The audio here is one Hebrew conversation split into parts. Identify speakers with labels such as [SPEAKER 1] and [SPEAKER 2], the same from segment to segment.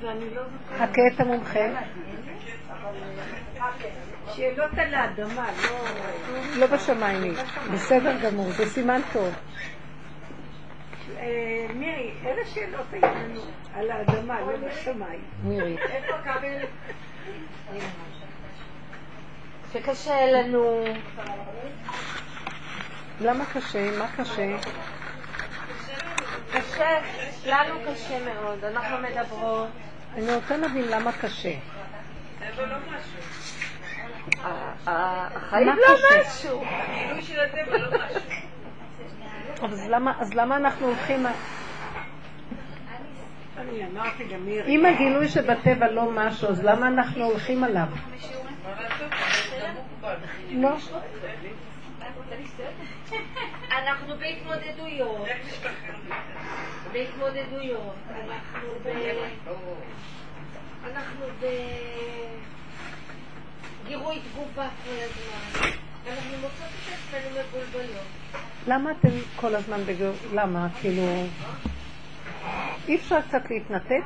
[SPEAKER 1] אני לא זוכרת.
[SPEAKER 2] חכה את המומחה.
[SPEAKER 1] שאלות על האדמה,
[SPEAKER 2] לא בשמיים. בסדר גמור, זה סימן טוב.
[SPEAKER 1] מירי, איזה שאלות היו לנו על האדמה, לא בשמיים?
[SPEAKER 2] מירי.
[SPEAKER 1] איפה כבל?
[SPEAKER 3] שקשה לנו.
[SPEAKER 2] למה קשה? מה קשה?
[SPEAKER 3] קשה, לנו קשה מאוד, אנחנו מדברות.
[SPEAKER 2] אני רוצה להבין למה קשה.
[SPEAKER 1] זה לא משהו.
[SPEAKER 3] החיים לא משהו.
[SPEAKER 1] הגילוי של הטבע לא משהו.
[SPEAKER 2] אז למה אנחנו הולכים...
[SPEAKER 1] אני אמרתי גם מירי.
[SPEAKER 2] אם הגילוי שבטבע לא משהו, אז למה אנחנו הולכים עליו? לא.
[SPEAKER 3] אנחנו בהתמודדויות. אנחנו בגירוי תגובה כל הזמן. אנחנו מוצאות את עצמנו מבולבלות.
[SPEAKER 2] למה אתם כל הזמן בגירוי? למה? כאילו... אי אפשר קצת להתנתק?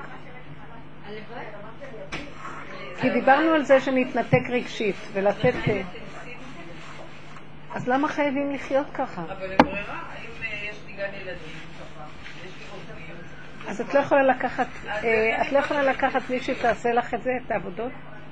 [SPEAKER 2] כי דיברנו על זה שנתנתק רגשית ולתת... אז למה חייבים לחיות ככה?
[SPEAKER 1] אבל לברירה, אם יש לי גן ילדים ככה, יש לי עובדים...
[SPEAKER 2] אז את לא יכולה לקחת מי שתעשה לך את זה, את העבודות?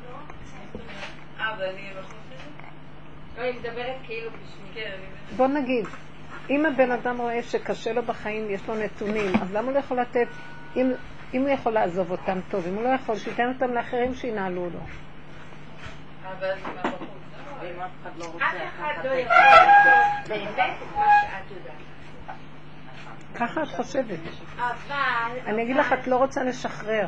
[SPEAKER 1] ואני בחוץ לזה?
[SPEAKER 3] לא, היא מדברת כאילו בשמי.
[SPEAKER 2] בוא נגיד, אם הבן אדם רואה שקשה לו בחיים, יש לו נתונים, אז למה הוא לא יכול לתת, אם הוא יכול לעזוב אותם טוב, אם הוא לא יכול, שייתן אותם לאחרים שינהלו לו.
[SPEAKER 1] ואז היא בחוץ. אם אף אחד לא רוצה...
[SPEAKER 3] אף אחד לא יכול לעשות באמת את מה שאת יודעת.
[SPEAKER 2] ככה את חושבת.
[SPEAKER 3] אבל...
[SPEAKER 2] אני אגיד לך, את לא רוצה לשחרר.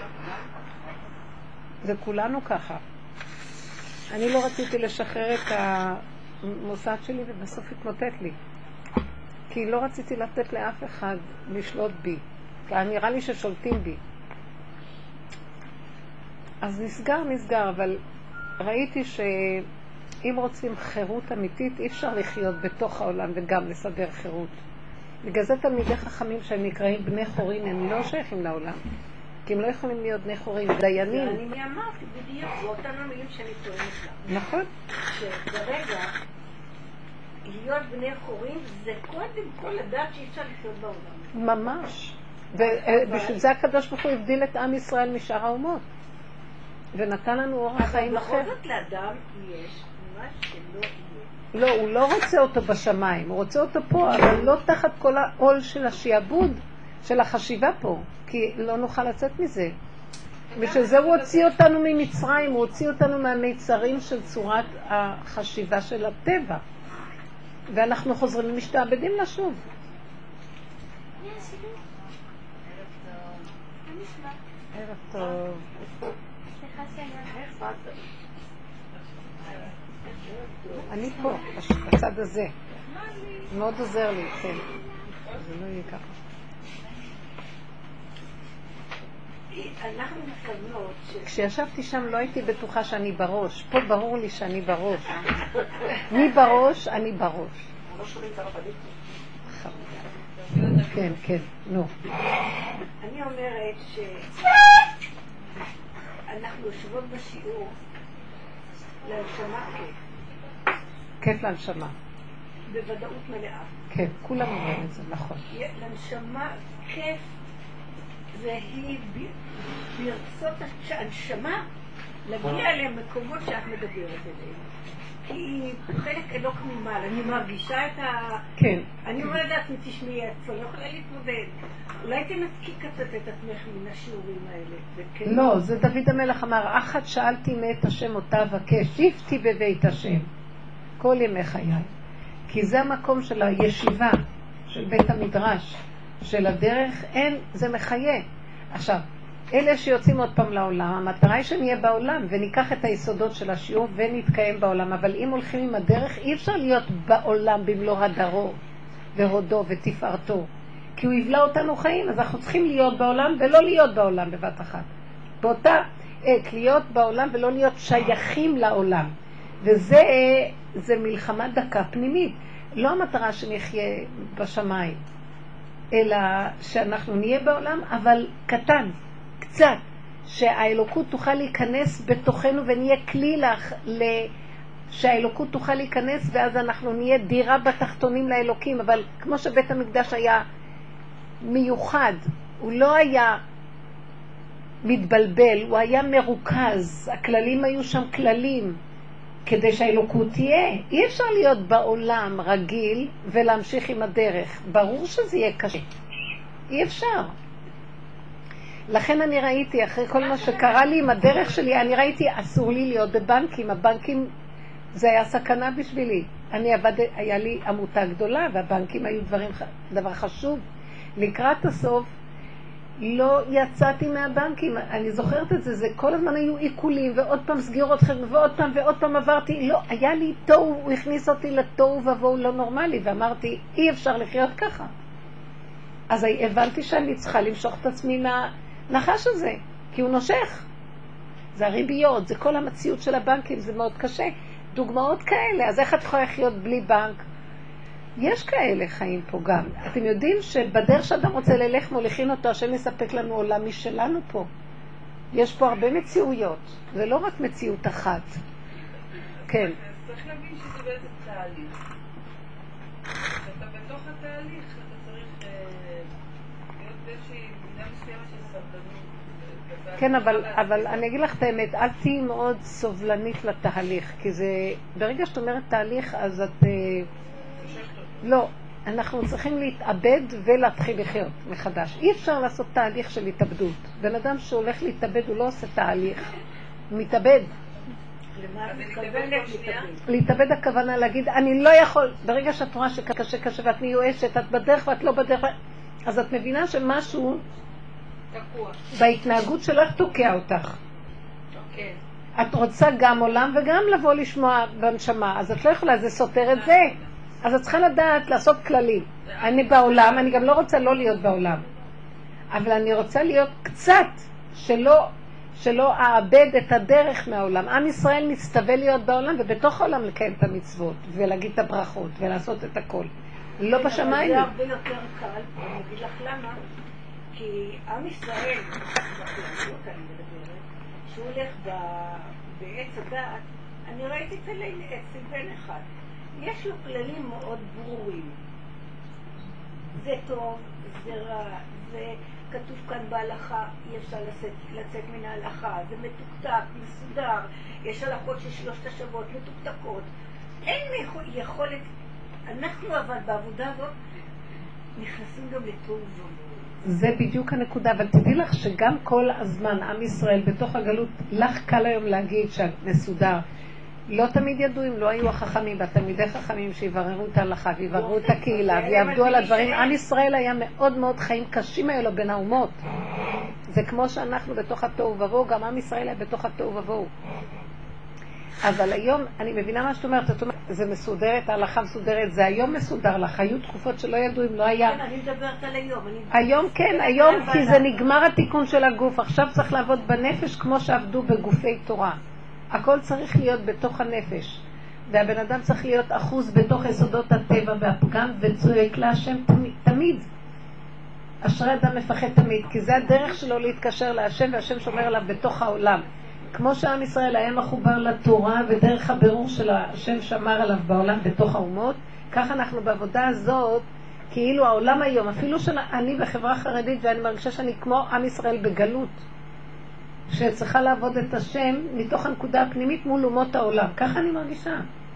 [SPEAKER 2] וכולנו ככה. אני לא רציתי לשחרר את המוסד שלי ובסוף התמוטט לי. כי לא רציתי לתת לאף אחד לשלוט בי. כי נראה לי ששולטים בי. אז נסגר, אבל ראיתי שאם רוצים חירות אמיתית, אי אפשר לחיות בתוך העולם וגם לסדר חירות. בגלל זה תלמידי חכמים שהם נקראים בני חורים, הם לא שייכים לעולם. כי הם לא יכולים להיות בני חורים, דיינים.
[SPEAKER 1] אני אמרתי בדיוק, באותן המילים שאני טוענת לה.
[SPEAKER 2] נכון.
[SPEAKER 1] שברגע להיות בני חורים זה קודם כל לדעת שאי אפשר לחיות בעולם.
[SPEAKER 2] ממש. ובשביל זה הקדוש ברוך הוא הבדיל את עם ישראל משאר האומות. ונתן לנו אורח חיים אחר.
[SPEAKER 1] אבל בכל זאת לאדם יש מה שלא יהיה.
[SPEAKER 2] לא, הוא לא רוצה אותו בשמיים, הוא רוצה אותו פה, אבל לא תחת כל העול של השיעבוד, של החשיבה פה, כי לא נוכל לצאת מזה. בשביל זה הוא הוציא אותנו ממצרים, הוא הוציא אותנו מהמיצרים של צורת החשיבה של הטבע. ואנחנו חוזרים ומשתעבדים לשוב. ערב טוב. אני פה, בצד הזה. מאוד עוזר לי, כן. זה לא יהיה ככה.
[SPEAKER 1] אנחנו מתכוונות
[SPEAKER 2] כשישבתי שם לא הייתי בטוחה שאני בראש. פה ברור לי שאני בראש. מי בראש? אני בראש.
[SPEAKER 1] לא שומעים את הרבנית.
[SPEAKER 2] כן, כן, נו.
[SPEAKER 1] אני אומרת שאנחנו יושבות בשיעור להנשמה
[SPEAKER 2] כיף להנשמה.
[SPEAKER 1] בוודאות מלאה.
[SPEAKER 2] כן, כולם אומרים את זה, נכון.
[SPEAKER 1] להנשמה כיף והיא ברצות הנשמה להגיע למקומות שאת מדברת עליהם. כי חלק אלוק ממעל, אני מרגישה את
[SPEAKER 2] כן.
[SPEAKER 1] אני אומרת לעצמי, תשמעי, את לא יכולה להתמודד. אולי תנתקי קצת את עצמך מן השיעורים האלה.
[SPEAKER 2] לא, זה דוד המלך אמר, אחת שאלתי מאת השם אותה אבקש, שבתי בבית השם, כל ימי חיי. כי זה המקום של הישיבה, של בית המדרש, של הדרך, זה מחיה. עכשיו, אלה שיוצאים עוד פעם לעולם, המטרה היא שנהיה בעולם וניקח את היסודות של השיעור ונתקיים בעולם, אבל אם הולכים עם הדרך, אי אפשר להיות בעולם במלוא הדרו והודו ותפארתו, כי הוא יבלע אותנו חיים, אז אנחנו צריכים להיות בעולם ולא להיות בעולם בבת אחת. באותה עת, להיות בעולם ולא להיות שייכים לעולם. וזה מלחמה דקה פנימית. לא המטרה שנחיה בשמיים, אלא שאנחנו נהיה בעולם, אבל קטן, קצת, שהאלוקות תוכל להיכנס בתוכנו ונהיה כלי שהאלוקות תוכל להיכנס, ואז אנחנו נהיה דירה בתחתונים לאלוקים. אבל כמו שבית המקדש היה מיוחד, הוא לא היה מתבלבל, הוא היה מרוכז, הכללים היו שם כללים כדי שהאלוקות תהיה. אי אפשר להיות בעולם רגיל ולהמשיך עם הדרך, ברור שזה יהיה קשה, אי אפשר. לכן אני ראיתי, אחרי כל מה שקרה לי עם הדרך שלי, אני ראיתי אסור לי להיות בבנקים. הבנקים זה היה סכנה בשבילי. היה לי עמותה גדולה והבנקים היו דבר חשוב. לקראת הסוף לא יצאתי מהבנקים, אני זוכרת את זה, זה כל הזמן היו עיקולים ועוד פעם סגירות חשבון ועוד פעם עברתי, לא, היה לי תוהו, הוא הכניס אותי לתוהו ובואו לא נורמלי, ואמרתי אי אפשר לחיות ככה. אז הבנתי שאני צריכה למשוך את עצמי מהנחש הזה, כי הוא נושך. זה הריביות, זה כל המציאות של הבנקים, זה מאוד קשה. דוגמאות כאלה, אז איך את יכולה לחיות בלי בנק? יש כאלה חיים פה גם. אתם יודעים שבדרך שאדם רוצה ללך מוליכין אותו, השם יספק לנו עולם משלנו פה. יש פה הרבה מציאויות, זה לא רק מציאות אחת. כן.
[SPEAKER 4] צריך להבין שזה בעצם תהליך. כשאתה בתוך התהליך, אתה צריך להיות באיזושהי מידה מסוימת של סבלנות.
[SPEAKER 2] כן, אבל אני אגיד לך את האמת, אל תהיי מאוד סובלנית לתהליך, כי זה, ברגע שאת אומרת תהליך, אז את... לא, אנחנו צריכים להתאבד ולהתחיל לחיות מחדש. אי אפשר לעשות תהליך של התאבדות. בן אדם שהולך להתאבד, הוא לא עושה תהליך, הוא מתאבד. להתאבד הכוונה להגיד, אני לא יכול, ברגע שאת רואה שקשה קשה ואת מיואשת, את בדרך ואת לא בדרך, אז את מבינה שמשהו בהתנהגות שלך תוקע אותך. את רוצה גם עולם וגם לבוא לשמוע בנשמה, אז את לא יכולה, זה סותר את זה. אז את צריכה לדעת לעשות כללים. אני בעולם, אני גם לא רוצה לא להיות בעולם. אבל אני רוצה להיות קצת שלא אאבד את הדרך מהעולם. עם ישראל מצטווה להיות בעולם ובתוך העולם לקיים את המצוות ולהגיד את הברכות ולעשות את הכל. לא בשמיים.
[SPEAKER 1] זה הרבה יותר קל, אני אגיד לך למה. כי עם ישראל, שהוא הולך בעץ הדעת, אני ראיתי אצל בן אחד. יש לו כללים מאוד ברורים. זה טוב, זה רע, זה כתוב כאן בהלכה, אי אפשר לצאת מן ההלכה, זה מתוקתק, מסודר, יש הלכות של 3 השבועות מתוקתקות. אין יכולת, אנחנו אבל בעבודה הזאת נכנסים גם לתוהו ובוהו.
[SPEAKER 2] זה בדיוק הנקודה, אבל תדעי לך שגם כל הזמן עם ישראל בתוך הגלות, לך קל היום להגיד שמסודר. לא תמיד ידעו אם לא היו החכמים והתלמידי חכמים שיבררו את ההלכה ויבררו את הקהילה ויעבדו על הדברים. עם ישראל היה מאוד מאוד חיים קשים היו לו בין האומות. זה כמו שאנחנו בתוך התוהו ובוהו, גם עם ישראל היה בתוך התוהו ובוהו. אבל היום, אני מבינה מה שאת אומרת, זה מסודרת, ההלכה מסודרת, זה היום מסודר לך, היו תקופות שלא ידעו אם לא היה.
[SPEAKER 1] כן, אני מדברת על היום.
[SPEAKER 2] היום כן, היום כי זה נגמר התיקון של הגוף, עכשיו צריך לעבוד בנפש כמו שעבדו בגופי תורה. הכל צריך להיות בתוך הנפש, והבן אדם צריך להיות אחוז בתוך יסודות הטבע והפגם, וצועק להשם תמיד. אשרי אדם מפחד תמיד, כי זה הדרך שלו להתקשר להשם, והשם שומר עליו בתוך העולם. כמו שעם ישראל היה מחובר לתורה, ודרך הבירור של השם שמר עליו בעולם בתוך האומות, כך אנחנו בעבודה הזאת, כאילו העולם היום, אפילו שאני בחברה חרדית, ואני מרגישה שאני כמו עם ישראל בגלות, שצריכה לעבוד את השם מתוך הנקודה הפנימית מול אומות העולם. ככה אני מרגישה.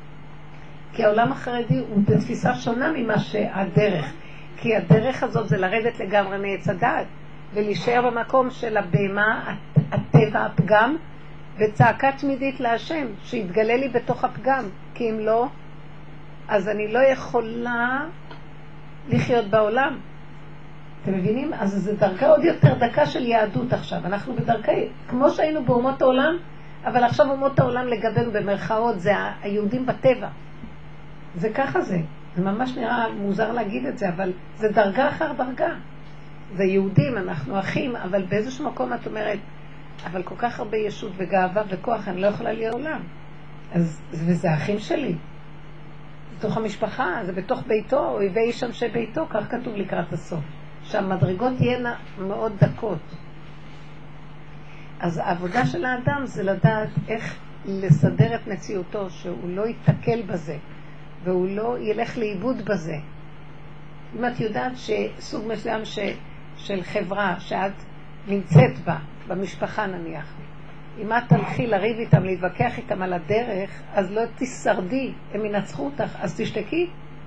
[SPEAKER 2] כי העולם החרדי הוא בתפיסה שונה ממה שהדרך. כי הדרך הזאת זה לרדת לגמרי מעץ הדעת, ולהישאר במקום של הבהמה, הטבע, הפגם, וצעקה תמידית להשם, שיתגלה לי בתוך הפגם. כי אם לא, אז אני לא יכולה לחיות בעולם. אתם מבינים? אז זה דרכה עוד יותר דקה של יהדות עכשיו. אנחנו בדרכה, כמו שהיינו באומות העולם, אבל עכשיו אומות העולם לגבינו במרכאות, זה היהודים בטבע. זה ככה זה. זה ממש נראה מוזר להגיד את זה, אבל זה דרגה אחר דרגה. זה יהודים, אנחנו אחים, אבל באיזשהו מקום את אומרת, אבל כל כך הרבה ישות וגאווה וכוח, אני לא יכולה להיות עולם. וזה האחים שלי. בתוך המשפחה, זה בתוך ביתו, אויבי איש אנשי ביתו, כך כתוב לקראת הסוף. שהמדרגות תהיינה מאוד דקות. אז העבודה של האדם זה לדעת איך לסדר את מציאותו, שהוא לא יתקל בזה, והוא לא ילך לאיבוד בזה. אם את יודעת שסוג מסוים של חברה שאת נמצאת בה, במשפחה נניח, אם את תלכי לריב איתם, להתווכח איתם על הדרך, אז לא תשרדי, הם ינצחו אותך, אז תשתקי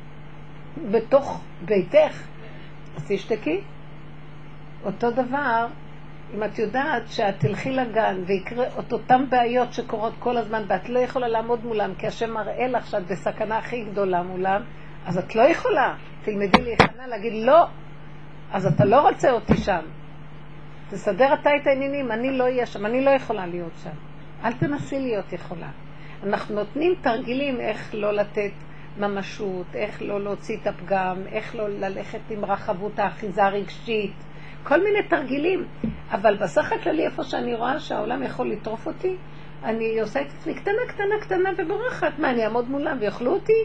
[SPEAKER 2] בתוך ביתך, אז תשתקי. אותו דבר, אם את יודעת שאת תלכי לגן ויקרה אותם בעיות שקורות כל הזמן ואת לא יכולה לעמוד מולם כי השם מראה לך שאת בסכנה הכי גדולה מולם, אז את לא יכולה. תלמדי להיכנע להגיד לא, אז אתה לא רוצה אותי שם. תסדר אתה את העניינים, אני לא אהיה שם, אני לא יכולה להיות שם. אל תנסי להיות יכולה. אנחנו נותנים תרגילים איך לא לתת ממשות, איך לא להוציא את הפגם, איך לא ללכת עם רחבות האחיזה הרגשית, כל מיני תרגילים. אבל בסך הכללי איפה שאני רואה שהעולם יכול לטרוף אותי, אני עושה את עצמי קטנה, קטנה, קטנה ובורחת. מה, אני אעמוד מולם ויאכלו אותי?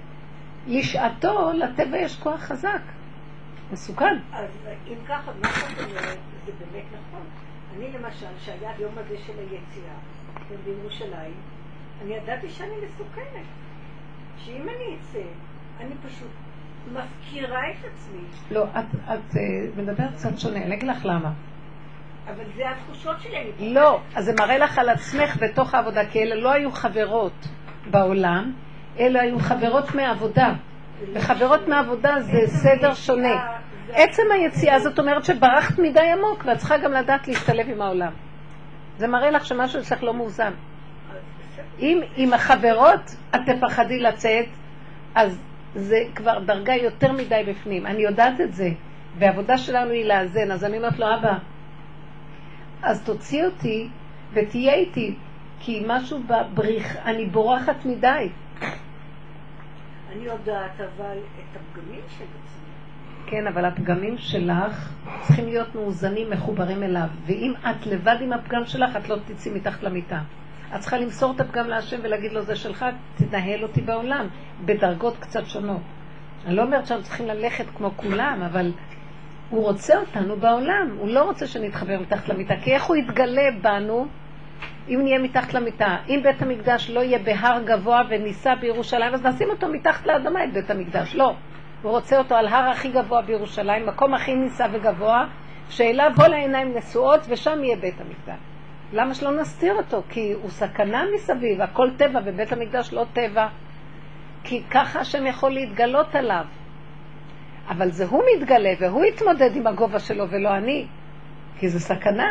[SPEAKER 2] לשעתו לטבע יש כוח חזק. מסוכן.
[SPEAKER 1] אז אם ככה, מה שאת אומרת, זה באמת נכון. אני למשל, שהיה היום הזה של היציאה בירושלים, אני ידעתי שאני מסוכנת. שאם אני אצא, אני פשוט מפקירה את עצמי.
[SPEAKER 2] לא, את מדברת קצת שונה, אני אגיד לך למה.
[SPEAKER 1] אבל זה התחושות שלי.
[SPEAKER 2] לא, אז זה מראה לך על עצמך בתוך העבודה, כי אלה לא היו חברות בעולם, אלה היו חברות מעבודה. וחברות מעבודה זה סדר שונה. עצם היציאה זאת אומרת שברחת מדי עמוק, ואת צריכה גם לדעת להשתלב עם העולם. זה מראה לך שמשהו צריך לא מאוזן. אם עם החברות את תפחדי לצאת, אז זה כבר דרגה יותר מדי בפנים. אני יודעת את זה. והעבודה שלנו היא לאזן. אז אני אומרת לו, אבא, אז תוציא אותי ותהיה איתי, כי משהו בבריח, אני בורחת מדי.
[SPEAKER 1] אני יודעת אבל את הפגמים של עצמי.
[SPEAKER 2] כן, אבל הפגמים שלך צריכים להיות מאוזנים, מחוברים אליו. ואם את לבד עם הפגם שלך, את לא תצאי מתחת למיטה. את צריכה למסור את הפגם להשם ולהגיד לו, זה שלך, תנהל אותי בעולם, בדרגות קצת שונות. אני לא אומרת שאנחנו צריכים ללכת כמו כולם, אבל הוא רוצה אותנו בעולם. הוא לא רוצה שנתחבר מתחת למיטה, כי איך הוא יתגלה בנו אם נהיה מתחת למיטה? אם בית המקדש לא יהיה בהר גבוה וניסה בירושלים, אז נשים אותו מתחת לאדמה את בית המקדש. לא. הוא רוצה אותו על הר הכי גבוה בירושלים, מקום הכי ניסה וגבוה, שאליו כל העיניים נשואות ושם יהיה בית המקדש. למה שלא נסתיר אותו? כי הוא סכנה מסביב, הכל טבע ובית המקדש לא טבע. כי ככה השם יכול להתגלות עליו. אבל זה הוא מתגלה והוא יתמודד עם הגובה שלו ולא אני. כי זה סכנה.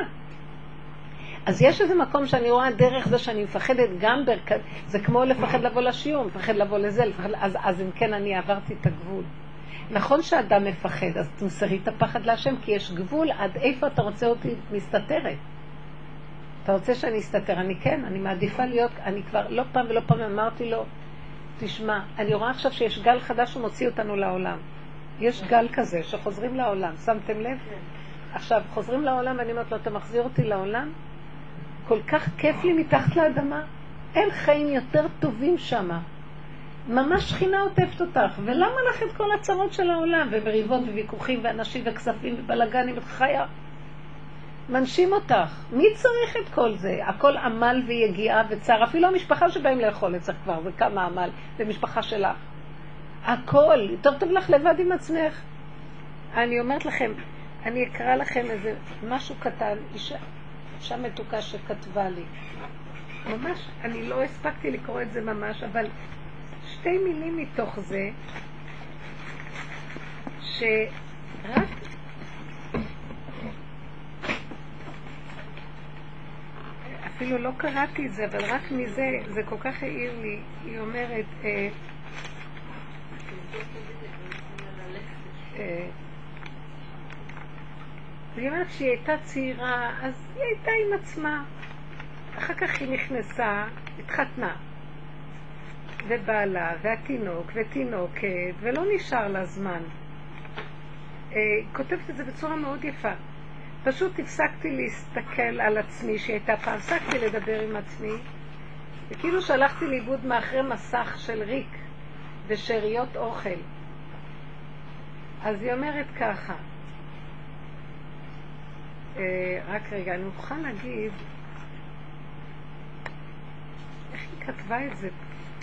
[SPEAKER 2] אז יש איזה מקום שאני רואה דרך זה שאני מפחדת גם זה כמו לפחד לבוא לשיעור, מפחד לבוא לזה, אז אם כן אני עברתי את הגבול. נכון שאדם מפחד, אז תמסרי את הפחד להשם, כי יש גבול עד איפה אתה רוצה אותי מסתתרת. אתה רוצה שאני אסתתר? אני כן, אני מעדיפה להיות, אני כבר לא פעם ולא פעם אמרתי לו, תשמע, אני רואה עכשיו שיש גל חדש שמוציא אותנו לעולם. יש גל כזה שחוזרים לעולם, שמתם לב? עכשיו, חוזרים לעולם ואני אומרת לו, אתה מחזיר אותי לעולם? כל כך כיף לי מתחת לאדמה. אין חיים יותר טובים שמה. ממש שכינה עוטפת אותך. ולמה לך את כל הצרות של העולם? ומריבות וויכוחים ואנשים וכספים ובלגנים וחיה. מנשים אותך. מי צריך את כל זה? הכל עמל ויגיעה וצער. אפילו המשפחה שבאים לאכול את זה כבר. זה כמה עמל. זה משפחה שלך. הכל. יותר טוב לך לבד עם עצמך. אני אומרת לכם, אני אקרא לכם איזה משהו קטן. אישה מתוקה שכתבה לי. ממש, אני לא הספקתי לקרוא את זה ממש, אבל 2 מילים מתוך זה, שרק אפילו לא קראתי את זה, אבל רק מזה, זה כל כך העיר לי. היא אומרת, היא אומרת שהיא הייתה צעירה, אז היא הייתה עם עצמה. אחר כך היא נכנסה, התחתנה. ובעלה, והתינוק, ותינוקת, ולא נשאר לה זמן. היא כותבת את זה בצורה מאוד יפה. פשוט הפסקתי להסתכל על עצמי, שהיא הייתה פעם, הפסקתי לדבר עם עצמי, וכאילו שהלכתי לאיבוד מאחרי מסך של ריק, ושאריות אוכל. אז היא אומרת ככה, רק רגע, אני מוכרחה להגיד איך היא כתבה את זה פה.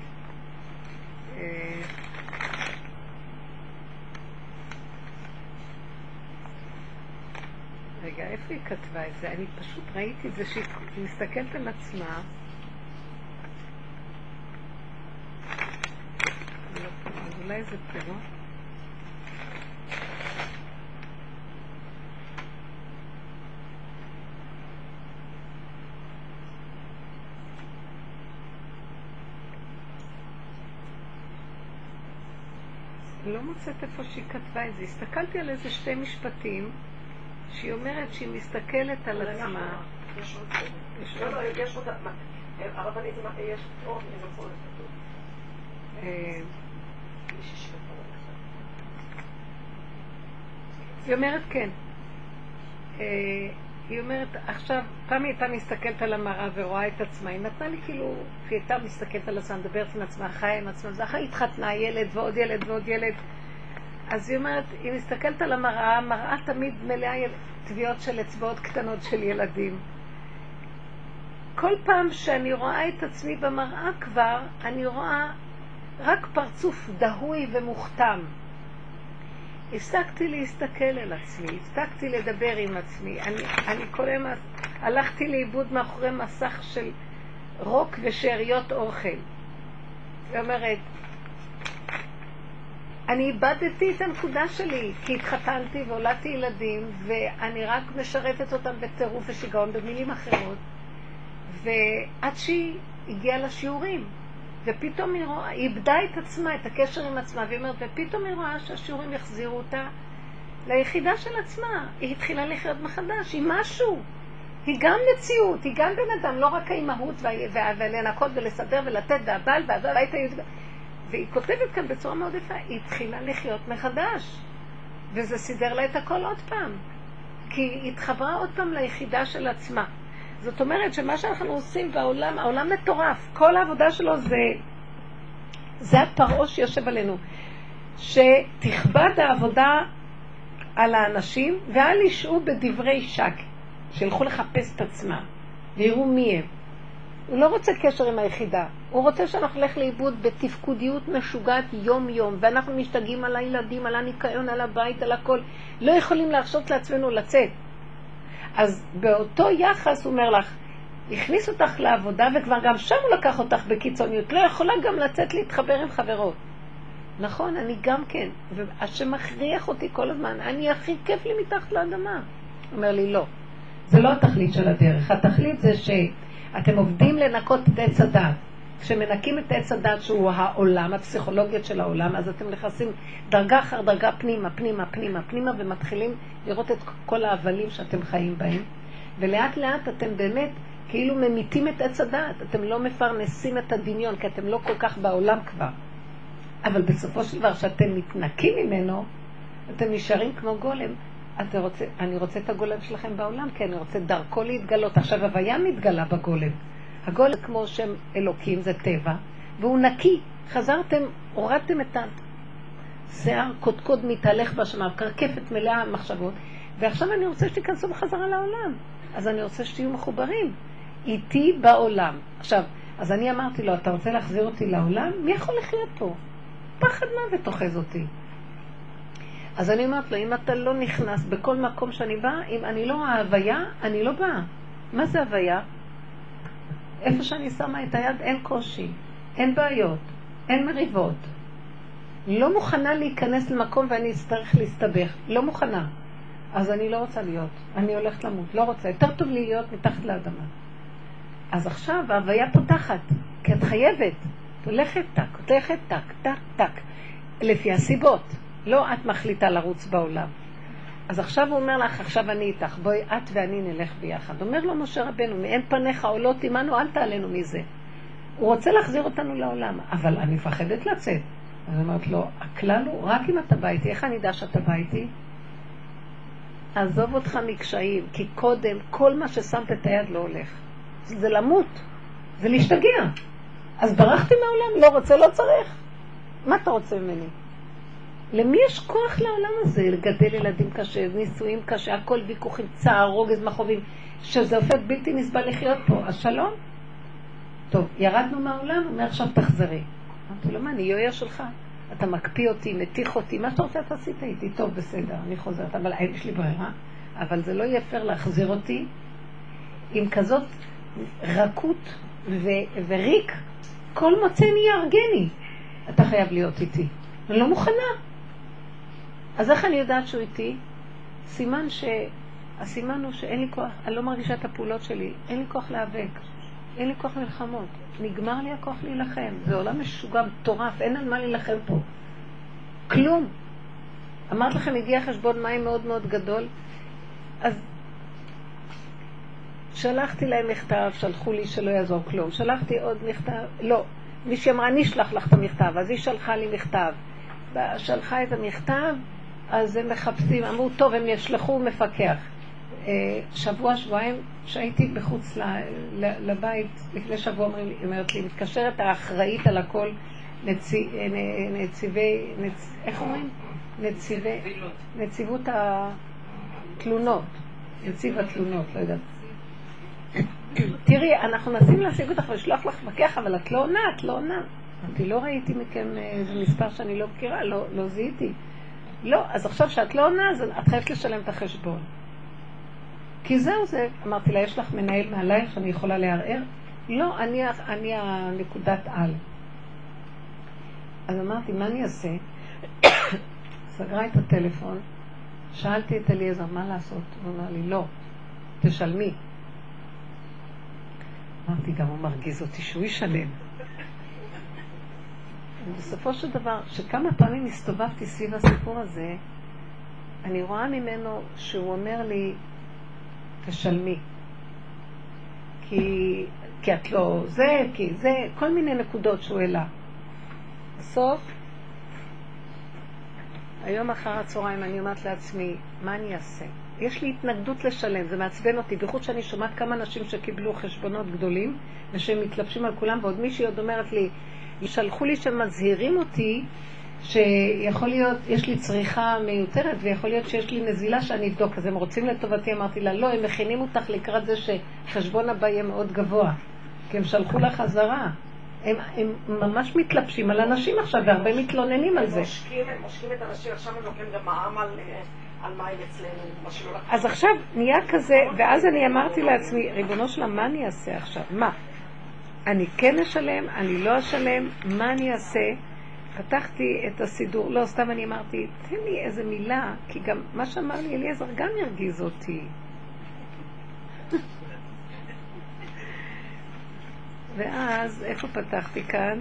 [SPEAKER 2] רגע, איפה היא כתבה את זה? אני פשוט ראיתי את זה שהיא מסתכלת על עצמה. אז אולי זה פה. לא מוצאת איפה שהיא כתבה את זה. הסתכלתי על איזה 2 משפטים שהיא אומרת שהיא מסתכלת על עצמה.
[SPEAKER 5] יש עוד. לא, יש עוד. הרבנית, יש עוד מזכות.
[SPEAKER 2] היא אומרת כן. היא אומרת, עכשיו, פעם היא הייתה מסתכלת על המראה ורואה את עצמה. היא נתנה לי כאילו, היא הייתה מסתכלת על עצמה, מדברת עם עצמה, חיה עם עצמה. זה אחרי התחתנה, ילד ועוד ילד ועוד ילד. אז היא אומרת, היא מסתכלת על המראה, המראה תמיד מלאה טביעות של אצבעות קטנות של ילדים. כל פעם שאני רואה את עצמי במראה כבר, אני רואה רק פרצוף דהוי ומוכתם. הפסקתי להסתכל על עצמי, הפסקתי לדבר עם עצמי. אני כל יום הלכתי לאיבוד מאחורי מסך של רוק ושאריות אוכל. היא אומרת, אני איבדתי את הנקודה שלי, כי התחתנתי והולדתי ילדים, ואני רק משרתת אותם בטירוף ושיגעון במילים אחרות. ועד שהיא הגיעה לשיעורים, ופתאום היא איבדה את עצמה, את הקשר עם עצמה, והיא אומרת, ופתאום היא רואה שהשיעורים יחזירו אותה ליחידה של עצמה. היא התחילה לחיות מחדש, היא משהו. היא גם מציאות, היא גם בן אדם, לא רק האימהות ולנקות ולסדר ולתת והבעל והבית היהודי. והיא כותבת כאן בצורה מאוד יפה, היא התחילה לחיות מחדש. וזה סידר לה את הכל עוד פעם. כי היא התחברה עוד פעם ליחידה של עצמה. זאת אומרת שמה שאנחנו עושים בעולם, העולם מטורף. כל העבודה שלו זה הפרעה שיושב עלינו. שתכבד העבודה על האנשים ואל ישעו בדברי שק. שילכו לחפש את עצמם ויראו מי הם. הוא לא רוצה קשר עם היחידה. הוא רוצה שאנחנו נלך לאיבוד בתפקודיות משוגעת יום יום. ואנחנו משתגעים על הילדים, על הניקיון, על הבית, על הכל. לא יכולים להרשות לעצמנו לצאת. אז באותו יחס הוא אומר לך, הכניס אותך לעבודה וכבר גם שם הוא לקח אותך בקיצוניות. לא יכולה גם לצאת להתחבר עם חברות. נכון, אני גם כן. והשם מכריח אותי כל הזמן. אני הכי כיף לי מתחת לאדמה. הוא אומר לי, לא. זה לא התכלית של הדרך. התכלית זה שאתם עובדים לנקות את עץ הדת. כשמנקים את עץ הדת שהוא העולם, הפסיכולוגיות של העולם, אז אתם נכנסים דרגה אחר דרגה פנימה, פנימה, פנימה, פנימה, ומתחילים לראות את כל העבלים שאתם חיים בהם. ולאט לאט אתם באמת כאילו ממיתים את עץ הדת. אתם לא מפרנסים את הדמיון, כי אתם לא כל כך בעולם כבר. אבל בסופו של דבר שאתם מתנקים ממנו, אתם נשארים כמו גולם. אני רוצה את הגולם שלכם בעולם, כי אני רוצה דרכו להתגלות. עכשיו הוויה מתגלה בגולם. הגולם כמו שם אלוקים, זה טבע, והוא נקי. חזרתם, הורדתם את השיער קודקוד מתהלך בשמה, קרקפת מלאה מחשבות, ועכשיו אני רוצה שתיכנסו בחזרה לעולם. אז אני רוצה שתהיו מחוברים איתי בעולם. עכשיו, אז אני אמרתי לו, אתה רוצה להחזיר אותי לעולם? מי יכול לחיות פה? פחד מוות תוחז אותי. אז אני אומרת לו, אם אתה לא נכנס בכל מקום שאני באה, אם אני לא ההוויה, אני לא באה. מה זה הוויה? איפה שאני שמה את היד אין קושי, אין בעיות, אין מריבות. לא מוכנה להיכנס למקום ואני אצטרך להסתבך. לא מוכנה. אז אני לא רוצה להיות. אני הולכת למות. לא רוצה. יותר טוב לי להיות מתחת לאדמה. אז עכשיו ההוויה פותחת, כי את חייבת. הולכת טק, טק. לפי הסיבות. לא את מחליטה לרוץ בעולם. אז עכשיו הוא אומר לך, עכשיו אני איתך, בואי את ואני נלך ביחד. אומר לו משה רבנו, מאין פניך עולות עמנו, אל תעלנו מזה. הוא רוצה להחזיר אותנו לעולם, אבל אני מפחדת לצאת. אז אמרת לו, הכלל הוא רק אם אתה בא איתי, איך אני יודע שאתה בא איתי? עזוב אותך מקשיים, כי קודם כל מה ששמת את היד לא הולך. זה למות, זה להשתגע. אז ברחתי מהעולם, לא רוצה, לא צריך. מה אתה רוצה ממני? למי יש כוח לעולם הזה? לגדל ילדים קשה, נישואים קשה, הכל ויכוחים, צער, רוגז, מכאובים, שזה הופך בלתי נסבל לחיות פה. אז שלום. טוב, ירדנו מהעולם, אומר עכשיו תחזרי. אמרתי לו, מה, אני יויה שלך? אתה מקפיא אותי, מתיך אותי, מה שאתה רוצה אתה עשית איתי? טוב, בסדר, אני חוזרת, אבל יש לי ברירה. אבל זה לא יהיה פייר להחזיר אותי עם כזאת רכות וריק. כל מוצא נהיה ארגני. אתה חייב להיות איתי. אני לא מוכנה. אז איך אני יודעת שהוא איתי? הסימן הוא שאין לי כוח, אני לא מרגישה את הפעולות שלי, אין לי כוח להיאבק, אין לי כוח מלחמות, נגמר לי הכוח להילחם, זה עולם משוגע, מטורף, אין על מה להילחם פה. כלום. אמרת לכם, הגיע חשבון מים מאוד מאוד גדול, אז שלחתי להם מכתב, שלחו לי שלא יעזור כלום, שלחתי עוד מכתב, לא, מישהי אמרה, אני אשלח לך את המכתב, אז היא שלחה לי מכתב, שלחה את המכתב, אז הם מחפשים, אמרו, טוב, הם ישלחו מפקח. שבוע, שבועיים, שהייתי בחוץ לבית, לפני שבוע אומרת לי, מתקשרת האחראית על הכל, איך אומרים? נציבות התלונות, נציב התלונות, לא יודעת. תראי, אנחנו נסים להשיג אותך ולשלוח לך מפקח, אבל את לא עונה, את לא עונה. אמרתי, לא ראיתי מכם איזה מספר שאני לא מכירה, לא זיהיתי. לא, אז עכשיו שאת לא עונה, אז את חייבת לשלם את החשבון. כי זהו זה, אמרתי לה, יש לך מנהל מעלייך שאני יכולה לערער? לא, אני הנקודת על. אז אמרתי, מה אני אעשה? סגרה את הטלפון, שאלתי את אליעזר, מה לעשות? הוא אמר לי, לא, תשלמי. אמרתי, גם הוא מרגיז אותי שהוא ישלם. בסופו של דבר, שכמה פעמים הסתובבתי סביב הסיפור הזה, אני רואה ממנו שהוא אומר לי, תשלמי. כי את לא זה, כי זה, כל מיני נקודות שהוא העלה. בסוף, היום אחר הצהריים אני אומרת לעצמי, מה אני אעשה? יש לי התנגדות לשלם, זה מעצבן אותי, בייחוד שאני שומעת כמה אנשים שקיבלו חשבונות גדולים, ושהם מתלבשים על כולם, ועוד מישהי עוד אומרת לי, שלחו לי שמזהירים אותי, שיכול להיות, יש לי צריכה מיותרת, ויכול להיות שיש לי נזילה שאני אבדוק, אז הם רוצים לטובתי, אמרתי לה, לא, הם מכינים אותך לקראת זה שחשבון הבא יהיה מאוד גבוה, כי הם שלחו לה חזרה. הם ממש מתלבשים על אנשים עכשיו, והרבה מתלוננים על זה.
[SPEAKER 5] הם מושכים את אנשים, עכשיו הם לוקחים גם מע"מ על מים אצלנו, מה שלא לקחים.
[SPEAKER 2] אז עכשיו נהיה כזה, ואז אני אמרתי לעצמי, ריבונו שלה, מה אני אעשה עכשיו? מה? אני כן אשלם, אני לא אשלם, מה אני אעשה? פתחתי את הסידור, לא, סתם אני אמרתי, תן לי איזה מילה, כי גם מה שאמר לי אליעזר גם ירגיז אותי. ואז, איפה פתחתי כאן?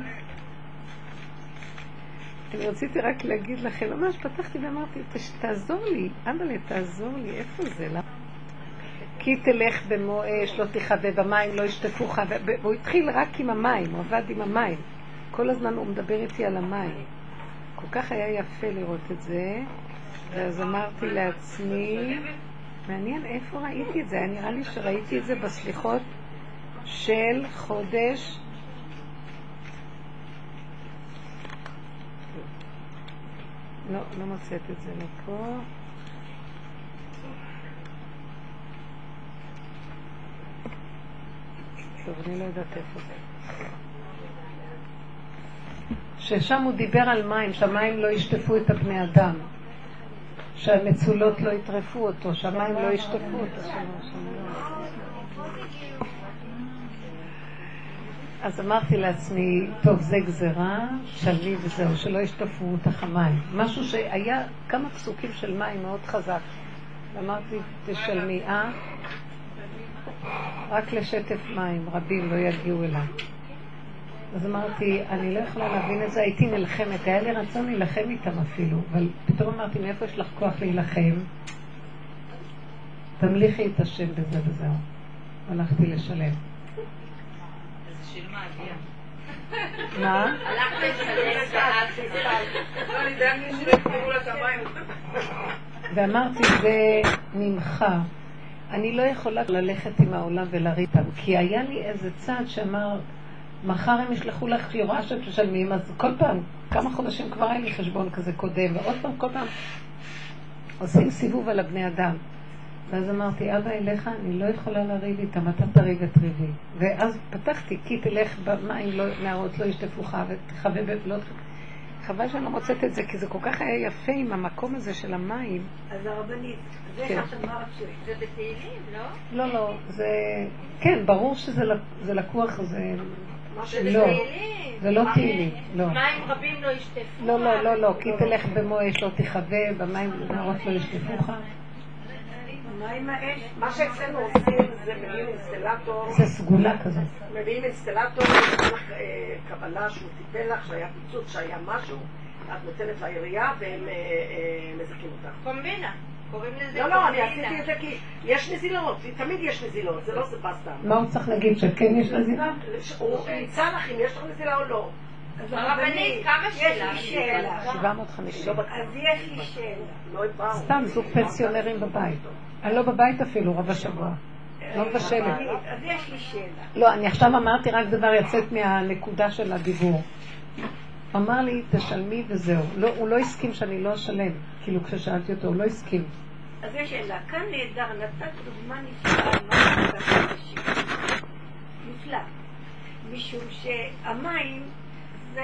[SPEAKER 2] אני רציתי רק להגיד לכם, ממש פתחתי ואמרתי, תעזור לי, אמא'לה, תעזור לי, איפה זה? כי תלך במו אש, לא תחווה במים, לא ישטפוך, והוא התחיל רק עם המים, הוא עבד עם המים. כל הזמן הוא מדבר איתי על המים. כל כך היה יפה לראות את זה, ואז אמרתי לעצמי, מעניין איפה ראיתי את זה, היה נראה לי שראיתי את זה בסליחות של חודש, לא מוצאת את זה לפה. טוב, אני לא יודעת איפה זה. ששם הוא דיבר על מים, שהמים לא ישטפו את הבני אדם, שהמצולות לא יטרפו אותו, שהמים לא ישטפו אותו. אז אמרתי לעצמי, טוב, זה גזרה, שלי וזהו, שלא ישטפו אותך המים. משהו שהיה כמה פסוקים של מים מאוד חזק. אמרתי, תשלמי, רק לשטף מים, רבים לא יגיעו אליי. אז אמרתי, אני לא יכולה להבין את זה, הייתי נלחמת, היה לי רצון להילחם איתם אפילו, אבל פתאום אמרתי, מאיפה יש לך כוח להילחם? תמליכי את השם בזה וזהו. הלכתי לשלם.
[SPEAKER 4] אז של מה הגיע?
[SPEAKER 2] מה?
[SPEAKER 3] הלכת לשלם
[SPEAKER 4] לא, אני דאגתי שלקחו לה את המים.
[SPEAKER 2] ואמרתי, זה ממך. אני לא יכולה ללכת עם העולם ולריתם, כי היה לי איזה צד שאמר, מחר הם ישלחו לך יורה שתשלמים, אז כל פעם, כמה חודשים כבר היה לי חשבון כזה קודם, ועוד פעם, כל פעם, עושים סיבוב על הבני אדם. ואז אמרתי, אבא אליך, אני לא יכולה לריב איתם, אתה תריב את ריבי. ואז פתחתי, כי תלך במים, נערות לא ישטפוך, ותחווה בבלות. חבל שאני לא מוצאת את זה, כי זה כל כך היה יפה עם המקום הזה של המים.
[SPEAKER 1] אז הרבנית, זה שאת אמרת
[SPEAKER 3] זה בתהילים, לא?
[SPEAKER 2] לא, לא, זה... כן, ברור שזה לקוח, זה... לא, זה לא תהילים, לא.
[SPEAKER 3] מים רבים לא ישטפו.
[SPEAKER 2] לא, לא, לא, לא, כי תלך במו אש, לא תחווה, במים נערות לא ישטפוך.
[SPEAKER 5] מה שאצלנו עושים זה מביאים אינסטלטור.
[SPEAKER 2] זה סגולה כזאת.
[SPEAKER 5] מביאים אינסטלטור, קבלה שהוא טיפל לך, שהיה פיצוץ, שהיה משהו, את נותנת לעירייה והם מזכים אותך.
[SPEAKER 3] קומבינה. קוראים לזה
[SPEAKER 5] קומבינה. לא, אני עשיתי את זה כי יש נזילות, תמיד יש נזילות, זה לא סתם.
[SPEAKER 2] מה הוא צריך להגיד, שכן יש נזילה?
[SPEAKER 5] הוא ימצא לך אם יש לך נזילה או לא.
[SPEAKER 3] הרבנית, כמה שאלה?
[SPEAKER 2] 750.
[SPEAKER 1] אז יש לי שאלה.
[SPEAKER 2] סתם זוג פנסיונרים בבית. אני לא בבית אפילו, רב השבוע. לא מבשלת.
[SPEAKER 1] אז יש לי שאלה.
[SPEAKER 2] לא, אני עכשיו אמרתי רק דבר יצאת מהנקודה של הדיבור. אמר לי, תשלמי וזהו. הוא לא הסכים שאני לא אשלם. כאילו כששאלתי אותו, הוא לא הסכים.
[SPEAKER 1] אז יש שאלה. כאן נהדר, נתת דוגמה נפלאה על מה נתת אנשים. נפלא. משום שהמים זה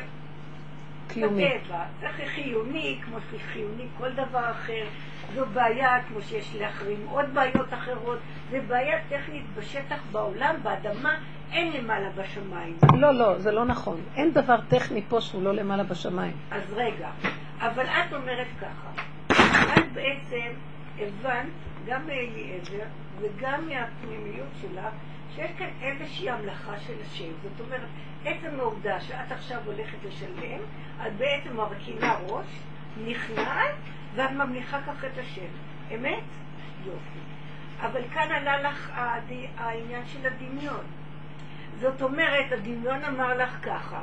[SPEAKER 1] בטבע, זה חיוני, כמו שחיוני כל דבר אחר. זו בעיה, כמו שיש לאחרים עוד בעיות אחרות. זה בעיה טכנית בשטח, בעולם, באדמה, אין למעלה בשמיים.
[SPEAKER 2] לא, לא, זה לא נכון. אין דבר טכני פה שהוא לא למעלה בשמיים.
[SPEAKER 1] אז רגע, אבל את אומרת ככה. את בעצם הבנת, גם מאליעזר וגם מהפנימיות שלה, שיש כאן איזושהי המלאכה של השם. זאת אומרת, עצם העובדה שאת עכשיו הולכת לשלם, את בעצם מרכינה ראש, נכנעת, ואת ממליכה כך את השם. אמת? יופי. אבל כאן עלה לך העניין של הדמיון. זאת אומרת, הדמיון אמר לך ככה.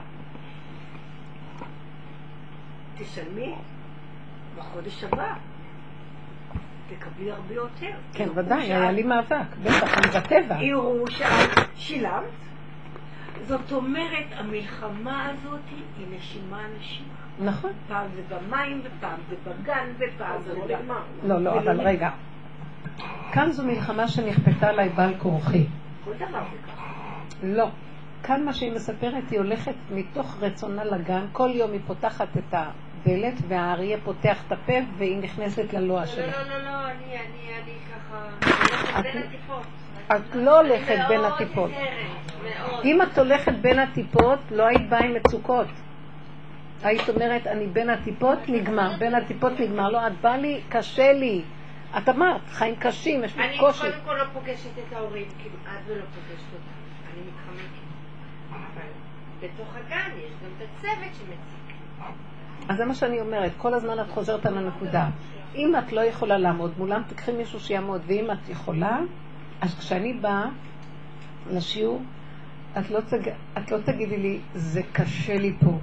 [SPEAKER 1] תשלמי בחודש הבא. תקבלי הרבה יותר.
[SPEAKER 2] כן, ודאי, היה לי מאבק. בטח, אני בטבע.
[SPEAKER 1] יראו שאת שילמת. זאת אומרת, המלחמה הזאת היא נשימה.
[SPEAKER 2] נכון.
[SPEAKER 1] פעם זה במים, ופעם זה בגן, ופעם זה נגמר.
[SPEAKER 2] לא, לא, אבל רגע. כאן זו מלחמה שנכפתה עליי בעל כורחי.
[SPEAKER 1] כל דבר זה ככה.
[SPEAKER 2] לא. כאן מה שהיא מספרת, היא הולכת מתוך רצונה לגן, כל יום היא פותחת את הדלת, והאריה פותח את הפה, והיא נכנסת ללוע שלה.
[SPEAKER 3] לא, לא, לא, אני ככה, הולכת בין הטיפות.
[SPEAKER 2] את לא הולכת בין הטיפות. אם את הולכת בין הטיפות, לא היית באה עם מצוקות. היית אומרת, אני בין הטיפות נגמר, בין הטיפות נגמר. לא, את באה לי, קשה לי. את אמרת, חיים קשים, יש לי קושי.
[SPEAKER 3] אני קודם כל לא פוגשת את ההורים, כמעט ולא פוגשת אותם. אני מתחמקת. אבל בתוך הגן יש גם את הצוות שמציק.
[SPEAKER 2] אז זה מה שאני אומרת, כל הזמן את חוזרת על הנקודה. אם את לא יכולה לעמוד מולם, תקחי מישהו שיעמוד, ואם את יכולה, אז כשאני באה לשיעור, את לא תגידי לי, זה קשה לי פה.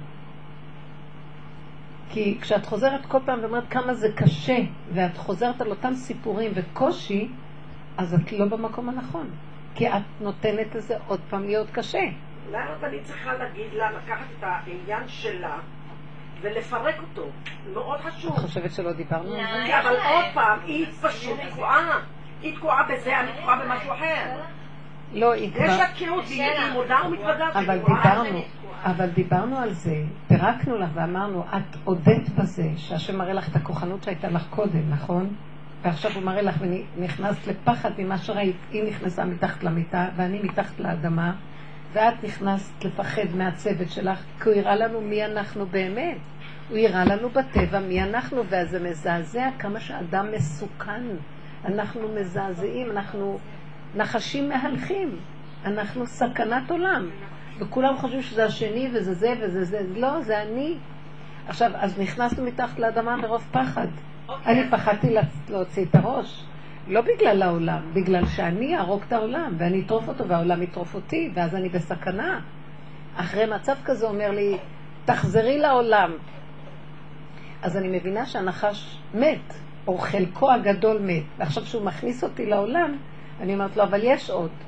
[SPEAKER 2] כי כשאת חוזרת כל פעם ואומרת כמה זה קשה, ואת חוזרת על אותם סיפורים וקושי, אז את לא במקום הנכון. כי את נותנת לזה עוד פעם להיות קשה.
[SPEAKER 5] למה אני צריכה להגיד לה, לקחת את העניין שלה ולפרק אותו? מאוד חשוב.
[SPEAKER 2] את חושבת שלא דיברנו על זה?
[SPEAKER 5] אבל עוד פעם, היא פשוט תקועה. היא תקועה בזה, אני תקועה במשהו אחר.
[SPEAKER 2] לא, היא כבר...
[SPEAKER 5] יש לה תקיעות, והיא מודה ומתוודה.
[SPEAKER 2] אבל דיברנו על זה, פירקנו לך ואמרנו, את הודית בזה שהשם מראה לך את הכוחנות שהייתה לך קודם, נכון? ועכשיו הוא מראה לך ונכנסת לפחד ממה שראית. היא נכנסה מתחת למיטה ואני מתחת לאדמה, ואת נכנסת לפחד מהצוות שלך, כי הוא יראה לנו מי אנחנו באמת. הוא יראה לנו בטבע מי אנחנו, ואז זה מזעזע כמה שאדם מסוכן. אנחנו מזעזעים, אנחנו נחשים מהלכים, אנחנו סכנת עולם. וכולם חושבים שזה השני וזה זה וזה זה. לא, זה אני. עכשיו, אז נכנסנו מתחת לאדמה מרוב פחד. אני פחדתי להוציא את הראש. לא בגלל העולם, בגלל שאני ארוג את העולם, ואני אטרוף אותו והעולם יטרוף אותי, ואז אני בסכנה. אחרי מצב כזה אומר לי, תחזרי לעולם. אז אני מבינה שהנחש מת, או חלקו הגדול מת. ועכשיו שהוא מכניס אותי לעולם, אני אומרת לו, אבל יש עוד.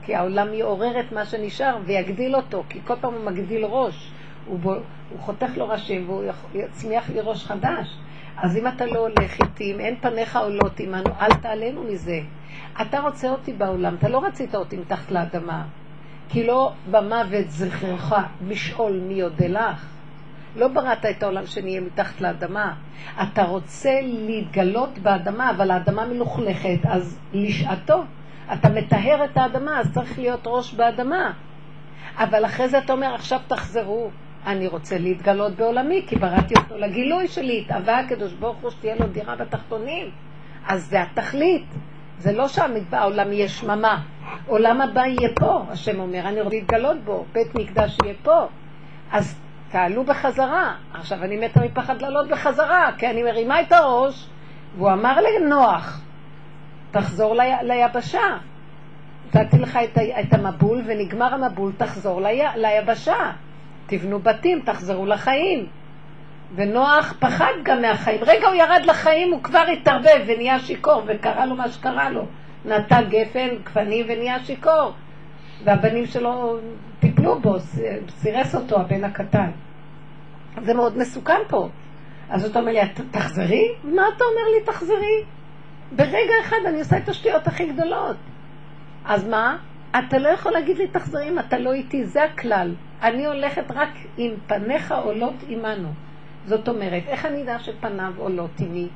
[SPEAKER 2] כי העולם יעורר את מה שנשאר ויגדיל אותו, כי כל פעם הוא מגדיל ראש, הוא חותך לו ראשים והוא יצמיח לי ראש חדש. אז אם אתה לא הולך איתי, אם אין פניך עולות עמנו, אל תעלנו מזה. אתה רוצה אותי בעולם, אתה לא רצית אותי מתחת לאדמה, כי לא במוות זכרך משאול מי יודע לך. לא בראת את העולם שנהיה מתחת לאדמה. אתה רוצה להתגלות באדמה, אבל האדמה מלוכלכת, אז לשעתו. אתה מטהר את האדמה, אז צריך להיות ראש באדמה. אבל אחרי זה אתה אומר, עכשיו תחזרו. אני רוצה להתגלות בעולמי, כי בראתי אותו לגילוי שלי. התאווה הקדוש ברוך הוא שתהיה לו דירה בתחתונים. אז זה התכלית. זה לא שהעולם יהיה שממה. עולם הבא יהיה פה, השם אומר, אני רוצה להתגלות בו. בית מקדש יהיה פה. אז תעלו בחזרה. עכשיו אני מתה מפחד לעלות בחזרה, כי אני מרימה את הראש, והוא אמר לנוח, תחזור ליבשה. נתתי לך את המבול, ונגמר המבול, תחזור ליבשה. תבנו בתים, תחזרו לחיים. ונוח פחד גם מהחיים. רגע הוא ירד לחיים, הוא כבר התערבב ונהיה שיקור, וקרה לו מה שקרה לו. נטע גפן, גפנים ונהיה שיקור. והבנים שלו טיפלו בו, סירס אותו, הבן הקטן. זה מאוד מסוכן פה. אז אתה אומר לי, תחזרי? מה אתה אומר לי, תחזרי? ברגע אחד אני עושה את השטויות הכי גדולות. אז מה? אתה לא יכול להגיד לי תחזרי אם אתה לא איתי, זה הכלל. אני הולכת רק אם פניך עולות עמנו. זאת אומרת, איך אני יודע שפניו עולות עמי?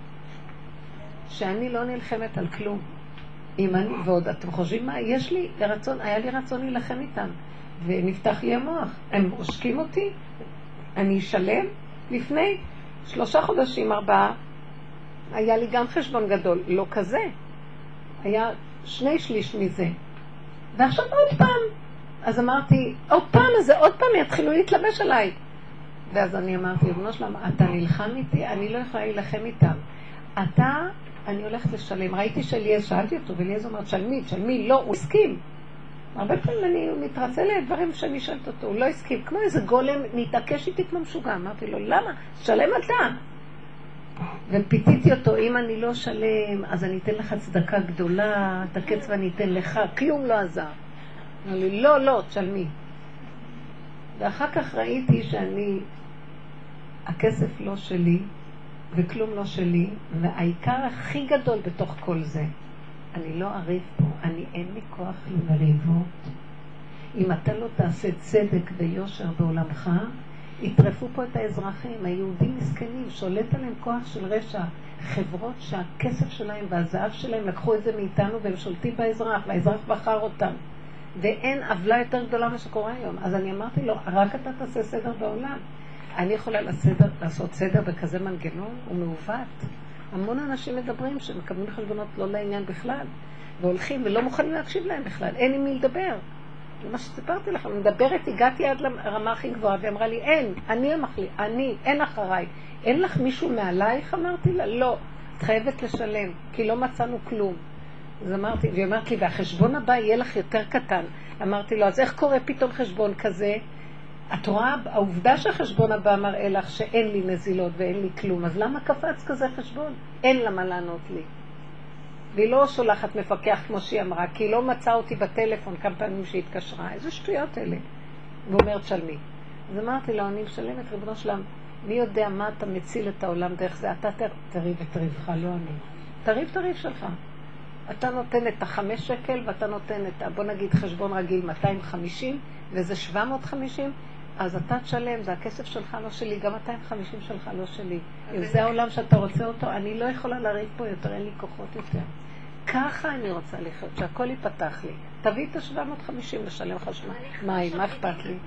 [SPEAKER 2] שאני לא נלחמת על כלום. אם אני, ועוד אתם חושבים מה? היה לי רצון להילחם איתם. ונפתח לי המוח. הם עושקים אותי, אני אשלם. לפני 3 חודשים, 4, היה לי גם חשבון גדול, לא כזה. היה 2/3 מזה. ועכשיו עוד פעם. אז אמרתי, עוד פעם יתחילו להתלבש עליי. ואז אני אמרתי, בנו שלם, אתה נלחם איתי? אני לא יכולה להילחם איתם. אני הולכת לשלם. ראיתי שליאז, שאלתי אותו, וליאז אומרת, שלמי, לא, הוא הסכים. הרבה פעמים אני מתרצה לדברים שאני שאלת אותו, הוא לא הסכים. כמו איזה גולם, נתעקש איתי כמו משוגע. אמרתי לו, למה? שלם אתה. ופיתיתי אותו, אם אני לא שלם, אז אני אתן לך צדקה גדולה, את הקצב אני אתן לך, כלום לא עזר. אמר לי, לא, תשלמי. ואחר כך ראיתי הכסף לא שלי, וכלום לא שלי, והעיקר הכי גדול בתוך כל זה, אני לא אריב פה, אין לי כוח למריבות. אם אתה לא תעשה צדק ויושר בעולמך, יטרפו פה את האזרחים, היהודים מסכנים, שולט עליהם כוח של רשע, חברות שהכסף שלהם והזהב שלהם לקחו את זה מאיתנו והם שולטים באזרח, והאזרח בחר אותם. ואין עוולה יותר גדולה מה שקורה היום. אז אני אמרתי לו, רק אתה תעשה סדר בעולם. אני יכולה לעשות סדר בכזה מנגנון, הוא מעוות. המון אנשים מדברים שמקבלים חשבונות לא לעניין בכלל, והולכים ולא מוכנים להקשיב להם בכלל, אין עם מי לדבר. זה מה שסיפרתי לכם, מדברת, הגעתי עד לרמה הכי גבוהה, ואמרה לי, אין אחריי. אין לך מישהו מעלייך? אמרתי לה, לא, את חייבת לשלם, כי לא מצאנו כלום. אז אמרתי, והיא אמרת לי, והחשבון הבא יהיה לך יותר קטן. אמרתי לו, אז איך קורה פתאום חשבון כזה? את רואה, העובדה שהחשבון הבא מראה לך שאין לי נזילות ואין לי כלום, אז למה קפץ כזה חשבון? אין לה מה לענות לי. והיא לא שולחת מפקח כמו שהיא אמרה, כי היא לא מצאה אותי בטלפון כמה פעמים שהיא התקשרה. איזה שטויות אלה. ואומרת שלמי. אז אמרתי לו, אני משלמת ריבונו שלם, מי יודע מה אתה מציל את העולם דרך זה? אתה תריב את ריבך, לא אני. תריב שלך. אתה נותן את 5 שקל ואתה נותן את, בוא נגיד חשבון רגיל 250 וזה 750, אז אתה תשלם, זה הכסף שלך לא שלי, גם 250 שלך לא שלי. אם זה העולם שאתה רוצה אותו, אני לא יכולה להריב פה יותר, אין לי כוחות יותר. ככה אני רוצה לחיות, שהכל ייפתח לי. תביא את ה-750 לשלם חשמל. מה אכפת לי?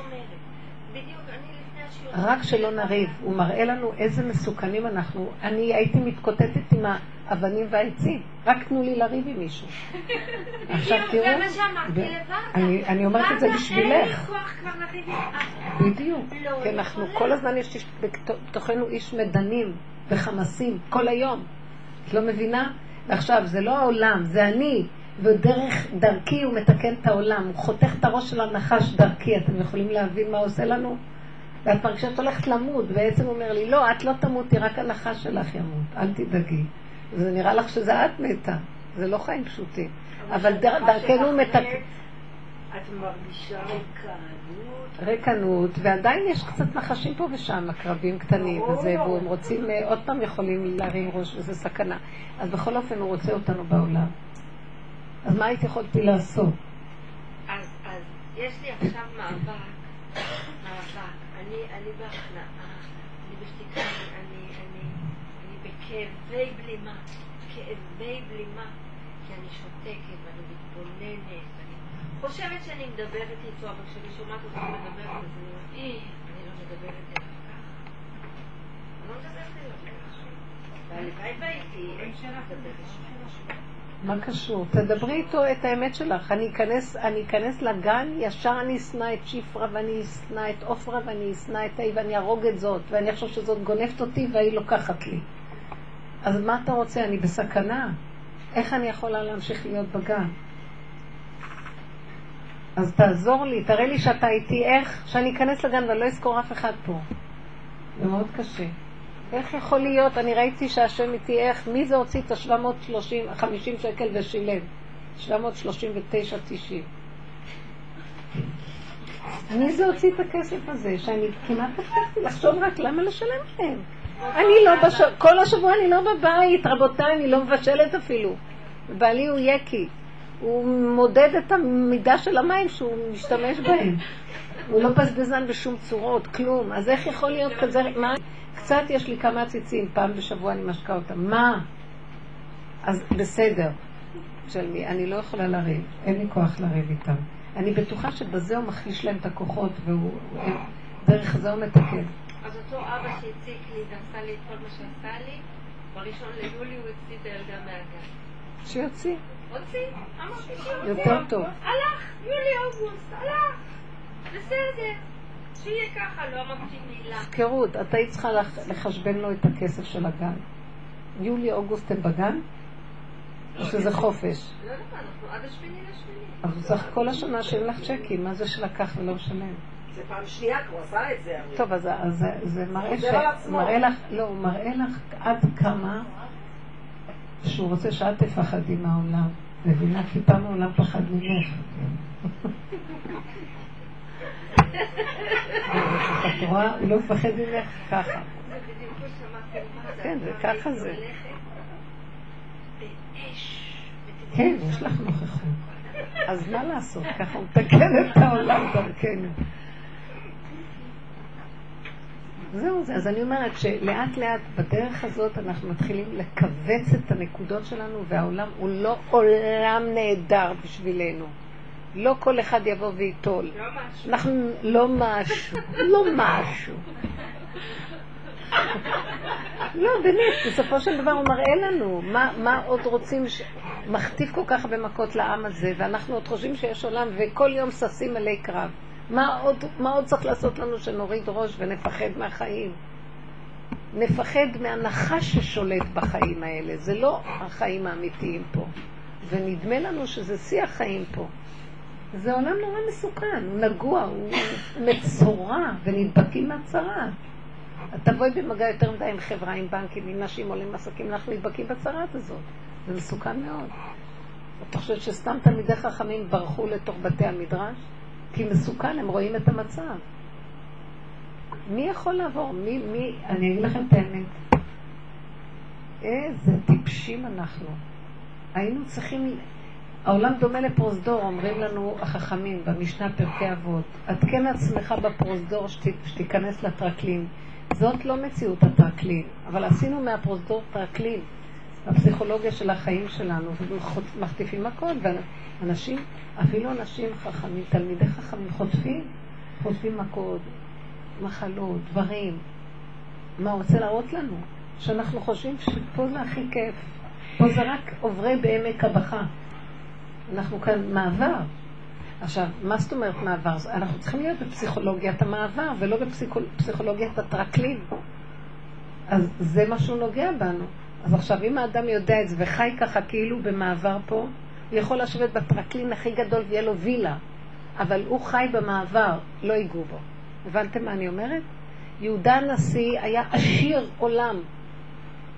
[SPEAKER 2] רק שלא נריב, הוא מראה לנו איזה מסוכנים אנחנו. אני הייתי מתקוטטת עם האבנים והעצים, רק תנו לי לריב עם מישהו. עכשיו תראו,
[SPEAKER 3] זה מה שאמרתי לבד.
[SPEAKER 2] אני אומרת את זה בשבילך.
[SPEAKER 3] אין לי כוח כבר לריב עם אף.
[SPEAKER 2] בדיוק, כי אנחנו כל הזמן יש בתוכנו איש מדנים וחמסים כל היום. את לא מבינה? עכשיו זה לא העולם, זה אני, ודרך דרכי הוא מתקן את העולם, הוא חותך את הראש של הנחש דרכי. אתם יכולים להבין מה עושה לנו? ואת מרגישה שאת הולכת למות, בעצם אומר לי, לא, את לא תמותי, רק הנחש שלך ימות, אל תדאגי. זה נראה לך שזה את מתה, זה לא חיים פשוטים. אבל דרכנו
[SPEAKER 1] את מרגישה ריקנות?
[SPEAKER 2] ריקנות, ועדיין יש קצת נחשים פה ושם, הקרבים קטנים וזה, והם רוצים, עוד פעם יכולים להרים ראש, וזה סכנה. אז בכל אופן הוא רוצה אותנו בעולם. אז מה הייתי יכולתי לעשות?
[SPEAKER 3] אז יש לי עכשיו מאבק. אני בהכנעה, אני בשתיקה, אני בכאבי בלימה, כאבי בלימה, כי אני שותקת ואני מתבוננת, אני חושבת שאני מדברת איתו, אבל כשאני שומעת אותך מדברת, אז אני לא מדברת אליו כך. אני לא מדברת אליו כך. והלוואי והייתי, אין שאלה מדברת.
[SPEAKER 2] מה קשור? תדברי איתו את האמת שלך. אני אכנס לגן, ישר אני אשנא את שיפרה ואני אשנא את אופרה ואני אשנא את ההיא ואני ארוג את זאת ואני חושב שזאת גונבת אותי והיא לוקחת לי. אז מה אתה רוצה? אני בסכנה. איך אני יכולה להמשיך להיות בגן? אז תעזור לי, תראה לי שאתה איתי, איך שאני אכנס לגן ואני לא אזכור אף אחד פה. זה מאוד קשה. איך יכול להיות? אני ראיתי שהשם איתי, איך? מי זה הוציא את ה-750 שקל ושילם? 739.90. מי זה הוציא את הכסף הזה? שאני כמעט הפכתי לחשוב רק למה לשלם להם. אני לא, כל השבוע אני לא בבית, רבותיי, אני לא מבשלת אפילו. בעלי הוא יקי. הוא מודד את המידה של המים שהוא משתמש בהם. הוא לא בזבזן בשום צורות, כלום. אז איך יכול להיות כזה? מה? קצת יש לי כמה ציצים, פעם בשבוע אני משקה אותם. מה? אז בסדר. שלמי, אני לא יכולה לריב. אין לי כוח לריב איתם. אני בטוחה שבזה הוא מחליש להם את הכוחות, ודרך זה הוא מתקן.
[SPEAKER 3] אז אותו אבא שהציק לי ועשה לי את כל מה שעשה לי, בראשון ליולי הוא הוציא את הילדה מהגן.
[SPEAKER 2] שיוציא.
[SPEAKER 3] הוציא? אמרתי שיוציא.
[SPEAKER 2] יותר טוב.
[SPEAKER 3] הלך, יולי-אוגוסט, הלך. בסדר. שיהיה ככה, לא אמרתי מילה.
[SPEAKER 2] הפקרות, אתה היית צריכה לחשבן לו את הכסף של הגן. יולי-אוגוסט הם בגן? או שזה חופש?
[SPEAKER 3] לא יודע, אנחנו עד השמיני לשמיני.
[SPEAKER 2] אבל צריך כל השנה שאין לך צ'קים, מה זה שלקח ולא משלם?
[SPEAKER 5] זה פעם שנייה, הוא עשה את זה.
[SPEAKER 2] טוב, אז זה מראה לך, לא, הוא מראה לך עד כמה שהוא רוצה שאת תפחדי מהעולם. מבינה, כי פעם העולם פחד ממך. את רואה, הוא לא מפחד ממך ככה. כן, זה ככה זה. כן, יש לך נוכחות. אז מה לעשות? ככה הוא מתקן את העולם דרכנו. זהו זה. אז אני אומרת שלאט לאט בדרך הזאת אנחנו מתחילים לקבץ את הנקודות שלנו, והעולם הוא לא עולם נהדר בשבילנו. לא כל אחד יבוא ויטול.
[SPEAKER 3] לא משהו.
[SPEAKER 2] אנחנו לא משהו. לא משהו. לא, באמת, בסופו של דבר הוא מראה לנו מה עוד רוצים, מכתיב כל כך במכות לעם הזה, ואנחנו עוד חושבים שיש עולם וכל יום ששים עלי קרב. מה עוד צריך לעשות לנו שנוריד ראש ונפחד מהחיים? נפחד מהנחש ששולט בחיים האלה. זה לא החיים האמיתיים פה. ונדמה לנו שזה שיא החיים פה. זה עולם נורא מסוכן, הוא נגוע, הוא מצורע ונדבקים מהצרה. אתה תבואי במגע יותר מדי עם חברה, עם בנקים, עם נשים, עולים עסקים, אנחנו נדבקים בצרת הזאת. זה מסוכן מאוד. אתה חושבת שסתם תלמידי חכמים ברחו לתוך בתי המדרש? כי מסוכן, הם רואים את המצב. מי יכול לעבור? אני אגיד לכם את האמת. איזה טיפשים אנחנו. היינו צריכים... העולם דומה לפרוזדור, אומרים לנו החכמים במשנה פרקי אבות. עדכן עצמך בפרוזדור שתיכנס לטרקלין. זאת לא מציאות הטרקלין, אבל עשינו מהפרוזדור טרקלין. הפסיכולוגיה של החיים שלנו, ומחטיפים הכל, ואנשים, אפילו אנשים חכמים, תלמידי חכמים, חוטפים מכות, מחלות, דברים. מה הוא רוצה להראות לנו? שאנחנו חושבים שפה זה הכי כיף. פה זה רק עוברי בעמק הבכה. אנחנו כאן מעבר. עכשיו, מה זאת אומרת מעבר? אנחנו צריכים להיות בפסיכולוגיית המעבר, ולא בפסיכולוגיית הטרקלין. אז זה מה שהוא נוגע בנו. אז עכשיו, אם האדם יודע את זה וחי ככה כאילו במעבר פה, הוא יכול לשבת בטרקלין הכי גדול ויהיה לו וילה. אבל הוא חי במעבר, לא ייגעו בו. הבנתם מה אני אומרת? יהודה הנשיא היה עשיר עולם.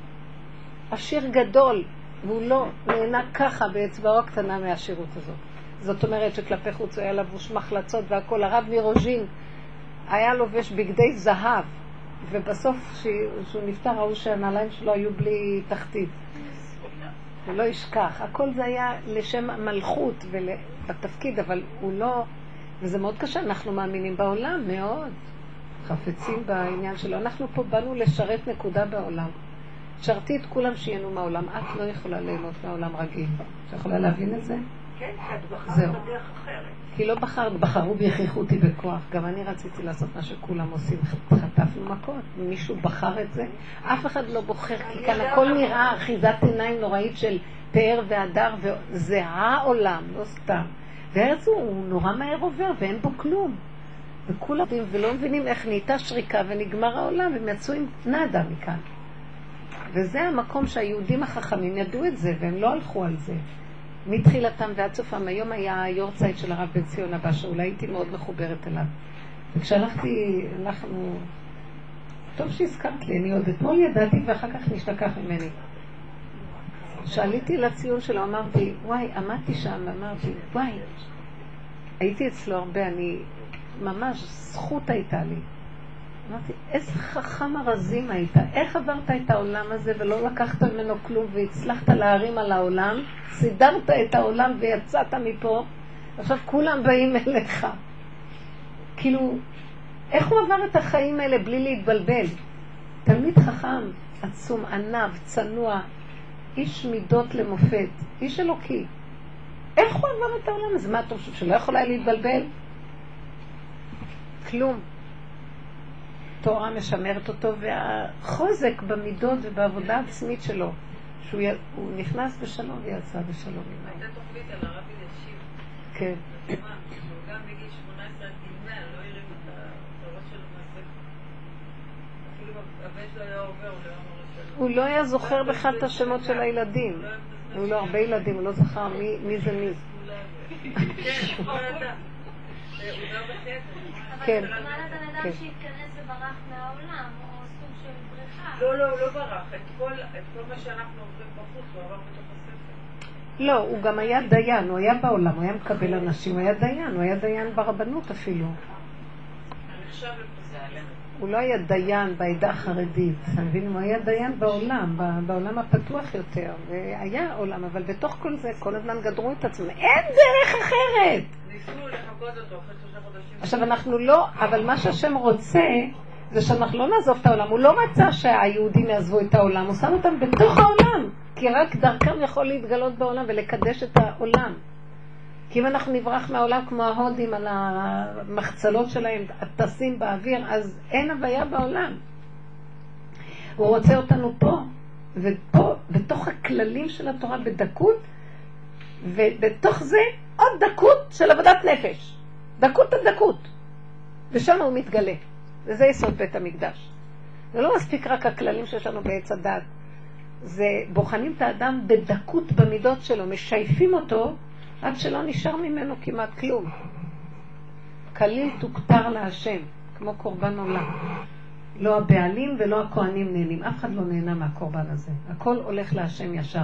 [SPEAKER 2] עשיר גדול. והוא לא נהנה ככה באצבעו הקטנה מהשירות הזאת. זאת אומרת שכלפי חוץ הוא היה לבוש מחלצות והכל. הרב מרוז'ין היה לובש בגדי זהב, ובסוף שהוא נפטר ראו שהנעליים שלו היו בלי תחתית. הוא לא ישכח. הכל זה היה לשם המלכות ובתפקיד, אבל הוא לא... וזה מאוד קשה, אנחנו מאמינים בעולם מאוד. חפצים בעניין שלו. אנחנו פה באנו לשרת נקודה בעולם. שרתי את כולם שיהנו מהעולם. את לא יכולה ליהנות מהעולם רגיל. את יכולה להבין את זה?
[SPEAKER 1] כן, את בחרת בדרך אחרת.
[SPEAKER 2] כי לא בחרו והכריחו אותי בכוח. גם אני רציתי לעשות מה שכולם עושים. חטפנו מכות. מישהו בחר את זה. אף אחד לא בוחר, כי כאן הכל נראה אחיזת עיניים נוראית של פאר והדר, וזה העולם, לא סתם. והארץ הוא נורא מהר עובר ואין בו כלום. וכולם יודעים ולא מבינים איך נהייתה שריקה ונגמר העולם, והם יצאו עם נדה מכאן. וזה המקום שהיהודים החכמים ידעו את זה, והם לא הלכו על זה. מתחילתם ועד סופם. היום היה היורצייט של הרב בן ציון הבא, שאולי הייתי מאוד מחוברת אליו. וכשהלכתי, טוב שהזכרת לי, אני עוד אתמול ידעתי ואחר כך נשתכח ממני. שאליתי לציון שלו, אמרתי, וואי, עמדתי שם, אמרתי, וואי, הייתי אצלו הרבה, אני ממש, זכות הייתה לי. אמרתי, איזה חכם הרזים היית, איך עברת את העולם הזה ולא לקחת ממנו כלום והצלחת להרים על העולם, סידרת את העולם ויצאת מפה, עכשיו כולם באים אליך. כאילו, איך הוא עבר את החיים האלה בלי להתבלבל? תלמיד חכם, עצום, ענב, צנוע, איש מידות למופת, איש אלוקי. איך הוא עבר את העולם הזה? מה אתה חושב שלא יכול היה להתבלבל? כלום. תורה משמרת אותו, והחוזק במידות ובעבודה העצמית שלו, שהוא נכנס בשלום ויצא בשלום.
[SPEAKER 4] הייתה תוכנית על הרב אלישיב.
[SPEAKER 2] כן.
[SPEAKER 4] שהוא גם בגיל 18 עד גיל 100 לא הרים את הראש שלו מהספר. אפילו הבן שלו היה עובר, הוא לא אמר לשלום.
[SPEAKER 2] הוא לא היה זוכר בכלל את השמות של הילדים. היו לו הרבה ילדים, הוא לא זכר מי זה מי.
[SPEAKER 4] כן, הוא לא ידע. הוא גר בחטא.
[SPEAKER 2] כן.
[SPEAKER 3] אבל מה אתה אדם שהתכנס וברח מהעולם, או סוג של בריחה?
[SPEAKER 4] לא, הוא לא ברח. את כל מה שאנחנו עוברים בחוץ, הוא עבר בתוך הספר.
[SPEAKER 2] לא, הוא גם היה דיין, הוא היה בעולם, הוא היה מקבל אנשים, הוא היה דיין ברבנות אפילו.
[SPEAKER 4] אני נחשב לפסק.
[SPEAKER 2] הוא לא היה דיין בעדה החרדית, אתה מבין? הוא היה דיין בעולם הפתוח יותר, והיה עולם, אבל בתוך כל זה, כל הזמן גדרו את עצמם, אין דרך אחרת!
[SPEAKER 4] ניסו לחכות אותו אחרי 3 חודשים.
[SPEAKER 2] עכשיו אנחנו לא, אבל מה שהשם רוצה, זה שאנחנו לא נעזוב את העולם. הוא לא רצה שהיהודים יעזבו את העולם, הוא שם אותם בתוך העולם, כי רק דרכם יכול להתגלות בעולם ולקדש את העולם. כי אם אנחנו נברח מהעולם כמו ההודים על המחצלות שלהם, הטסים באוויר, אז אין הוויה בעולם. הוא רוצה אותנו פה, ופה, בתוך הכללים של התורה, בדקות, ובתוך זה עוד דקות של עבודת נפש. דקות עד דקות. ושם הוא מתגלה. וזה יסוד בית המקדש. זה לא מספיק רק הכללים שיש לנו בעץ הדת. זה בוחנים את האדם בדקות במידות שלו, משייפים אותו, עד שלא נשאר ממנו כמעט כלום. כליל תוכתר להשם, כמו קורבן עולם. לא הבעלים ולא הכהנים נהנים. אף אחד לא נהנה מהקורבן הזה. הכל הולך להשם ישר.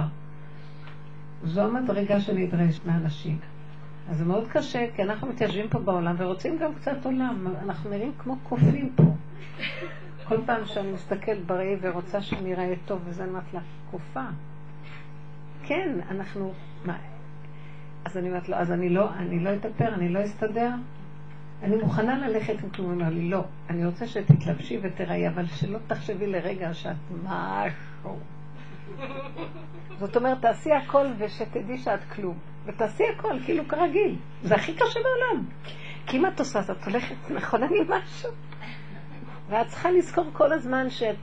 [SPEAKER 2] זו המדרגה שנדרש מאנשים. אז זה מאוד קשה, כי אנחנו מתיישבים פה בעולם ורוצים גם קצת עולם. אנחנו נראים כמו קופים פה. כל פעם שאני מסתכלת בראי ורוצה שנראה טוב, וזה נמתלה קופה. כן, אנחנו... אז אני אומרת לו, אז אני לא אתאפר, אני לא אסתדר. אני מוכנה ללכת עם כלום, אומר לי, לא. אני רוצה שתתלבשי ותראי, אבל שלא תחשבי לרגע שאת משהו. זאת אומרת, תעשי הכל ושתדעי שאת כלום. ותעשי הכל, כאילו כרגיל. זה הכי קשה בעולם. כי אם את עושה, את הולכת, נכון, אני משהו. ואת צריכה לזכור כל הזמן שאת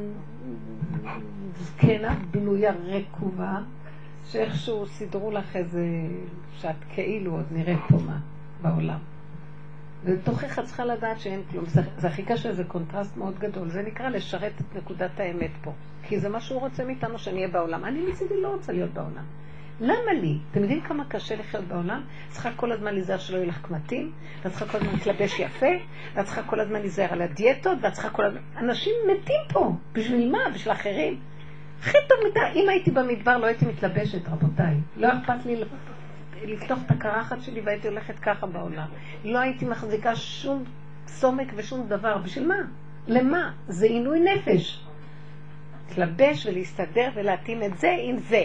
[SPEAKER 2] זקנה, בלויה, רקובה, שאיכשהו סידרו לך איזה, שאת כאילו עוד נראית פה מה בעולם. ובתוכך את צריכה לדעת שאין כלום. זה הכי קשה, זה קונטרסט מאוד גדול. זה נקרא לשרת את נקודת האמת פה. כי זה מה שהוא רוצה מאיתנו שנהיה בעולם. אני מצידי לא רוצה להיות בעולם. למה לי? אתם יודעים כמה קשה לחיות בעולם? צריכה כל הזמן להיזהר שלא יהיו לך קמטים, ואת צריכה כל הזמן להתלבש יפה, ואת צריכה כל הזמן להיזהר על הדיאטות, ואת צריכה כל הזמן... אנשים מתים פה. בשביל מה? בשביל אחרים. הכי טוב מדי. אם הייתי במדבר לא הייתי מתלבשת, רבותיי. לא אכפת לי לפתוח את הקרחת שלי והייתי הולכת ככה בעולם. לא הייתי מחזיקה שום סומק ושום דבר. בשביל מה? למה? זה עינוי נפש. להתלבש ולהסתדר ולהתאים את זה עם זה.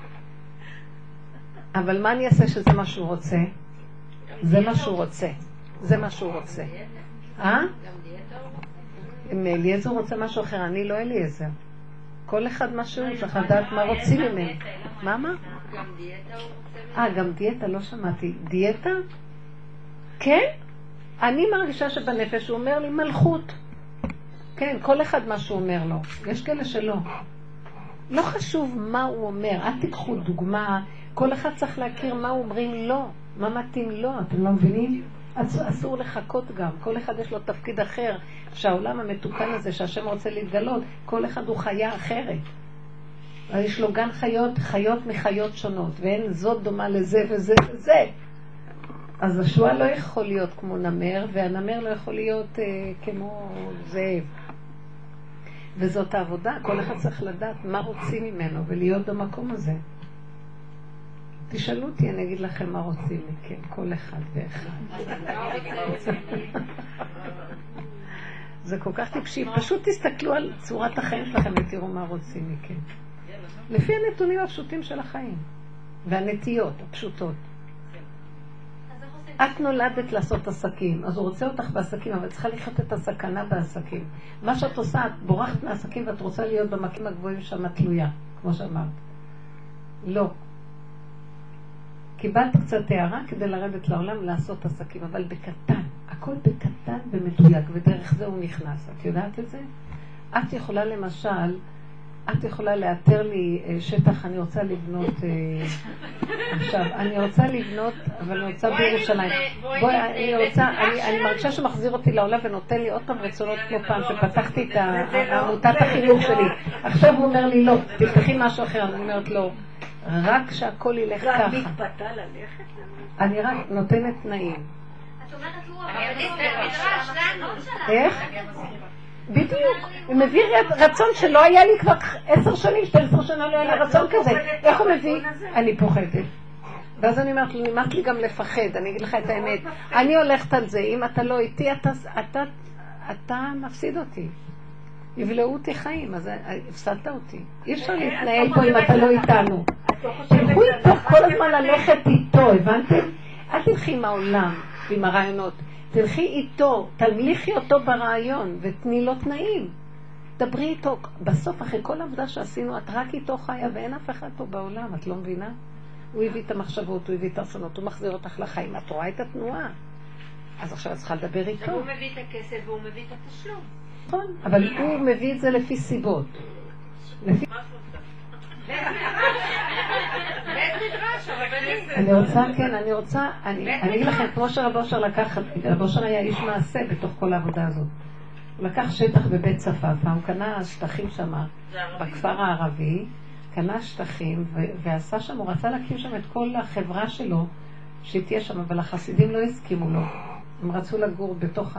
[SPEAKER 2] אבל מה אני אעשה שזה מה שהוא רוצה? זה מה שהוא רוצה. זה מה שהוא רוצה. אם אליעזר רוצה משהו אחר, אני לא אליעזר. כל אחד משהו, צריך לדעת מה רוצים ממנו. מה?
[SPEAKER 3] גם דיאטה הוא רוצה.
[SPEAKER 2] גם דיאטה, לא שמעתי. דיאטה? כן? אני מרגישה שבנפש הוא אומר לי מלכות. כן, כל אחד מה שהוא אומר לו. יש כאלה שלא. לא חשוב מה הוא אומר. אל תיקחו דוגמה. כל אחד צריך להכיר מה אומרים לו. מה מתאים לו. אתם לא מבינים? אסור לחכות גם. כל אחד יש לו תפקיד אחר. שהעולם המתוקן הזה שהשם רוצה להתגלות, כל אחד הוא חיה אחרת. יש לו גן חיות, חיות מחיות שונות. ואין זאת דומה לזה וזה וזה. אז השועל לא יכול להיות כמו נמר, והנמר לא יכול להיות כמו זאב. וזאת העבודה, כל אחד צריך לדעת מה רוצים ממנו, ולהיות במקום הזה. תשאלו אותי, אני אגיד לכם מה רוצים מכם, כל אחד ואחד. זה כל כך טיפשי, פשוט תסתכלו על צורת החיים שלכם ותראו מה רוצים מכם. לפי הנתונים הפשוטים של החיים, והנטיות הפשוטות. את נולדת לעשות עסקים, אז הוא רוצה אותך בעסקים, אבל צריכה לחיות את הסכנה בעסקים. מה שאת עושה, את בורחת מהעסקים ואת רוצה להיות במקים הגבוהים שם תלויה, כמו שאמרת. לא. קיבלת קצת הערה כדי לרדת לעולם לעשות עסקים, אבל בקטן. הכל בקטן ומדויק, ודרך זה הוא נכנס. את יודעת את זה? את יכולה למשל, את יכולה לאתר לי שטח, אני רוצה לבנות עכשיו, אני רוצה לבנות, אבל אני רוצה בירושלים. בואי, אני מרגישה שמחזיר אותי לעולם ונותן לי עוד פעם רצונות כמו פעם, שפתחתי את עמותת החינוך שלי. עכשיו הוא אומר לי, לא, תפתחי משהו אחר. אני אומרת לו, רק שהכל ילך ככה.
[SPEAKER 1] גם מתפתה ללכת?
[SPEAKER 2] אני רק נותנת תנאים.
[SPEAKER 3] את אומרת לו, אבל זה מדרש לנו.
[SPEAKER 2] איך? בדיוק, הוא מביא רצון שלא היה לי כבר 10 שנים, 12 שנה לא היה לי רצון כזה. איך הוא מביא? אני פוחדת. ואז אני אומרת, נמאס לי גם לפחד, אני אגיד לך את האמת. אני הולכת על זה, אם אתה לא איתי, אתה מפסיד אותי. יבלעו אותי חיים, אז הפסדת אותי. אי אפשר להתנהל פה אם אתה לא איתנו. תלכו איתו, כל הזמן ללכת איתו, הבנתם? אל תלכי עם העולם, עם הרעיונות. תלכי איתו, תמליכי אותו ברעיון ותני לו תנאים. דברי איתו. בסוף, אחרי כל העבודה שעשינו, את רק איתו חיה ואין אף אחד פה בעולם, את לא מבינה? הוא הביא את המחשבות, הוא הביא את הרצונות, הוא מחזיר אותך לחיים. את רואה את התנועה. אז עכשיו את צריכה לדבר איתו.
[SPEAKER 3] הוא מביא את הכסף והוא מביא את התשלום.
[SPEAKER 2] נכון, אבל הוא מביא את זה לפי סיבות. לפי... אני רוצה, כן, אני אגיד לכם, כמו שרב אושר לקח, רב אושר היה איש מעשה בתוך כל העבודה הזאת. הוא לקח שטח בבית צפאפא, הוא קנה שטחים שם, בכפר הערבי, קנה שטחים, ועשה שם, הוא רצה להקים שם את כל החברה שלו, שתהיה שם, אבל החסידים לא הסכימו לו. הם רצו לגור בתוך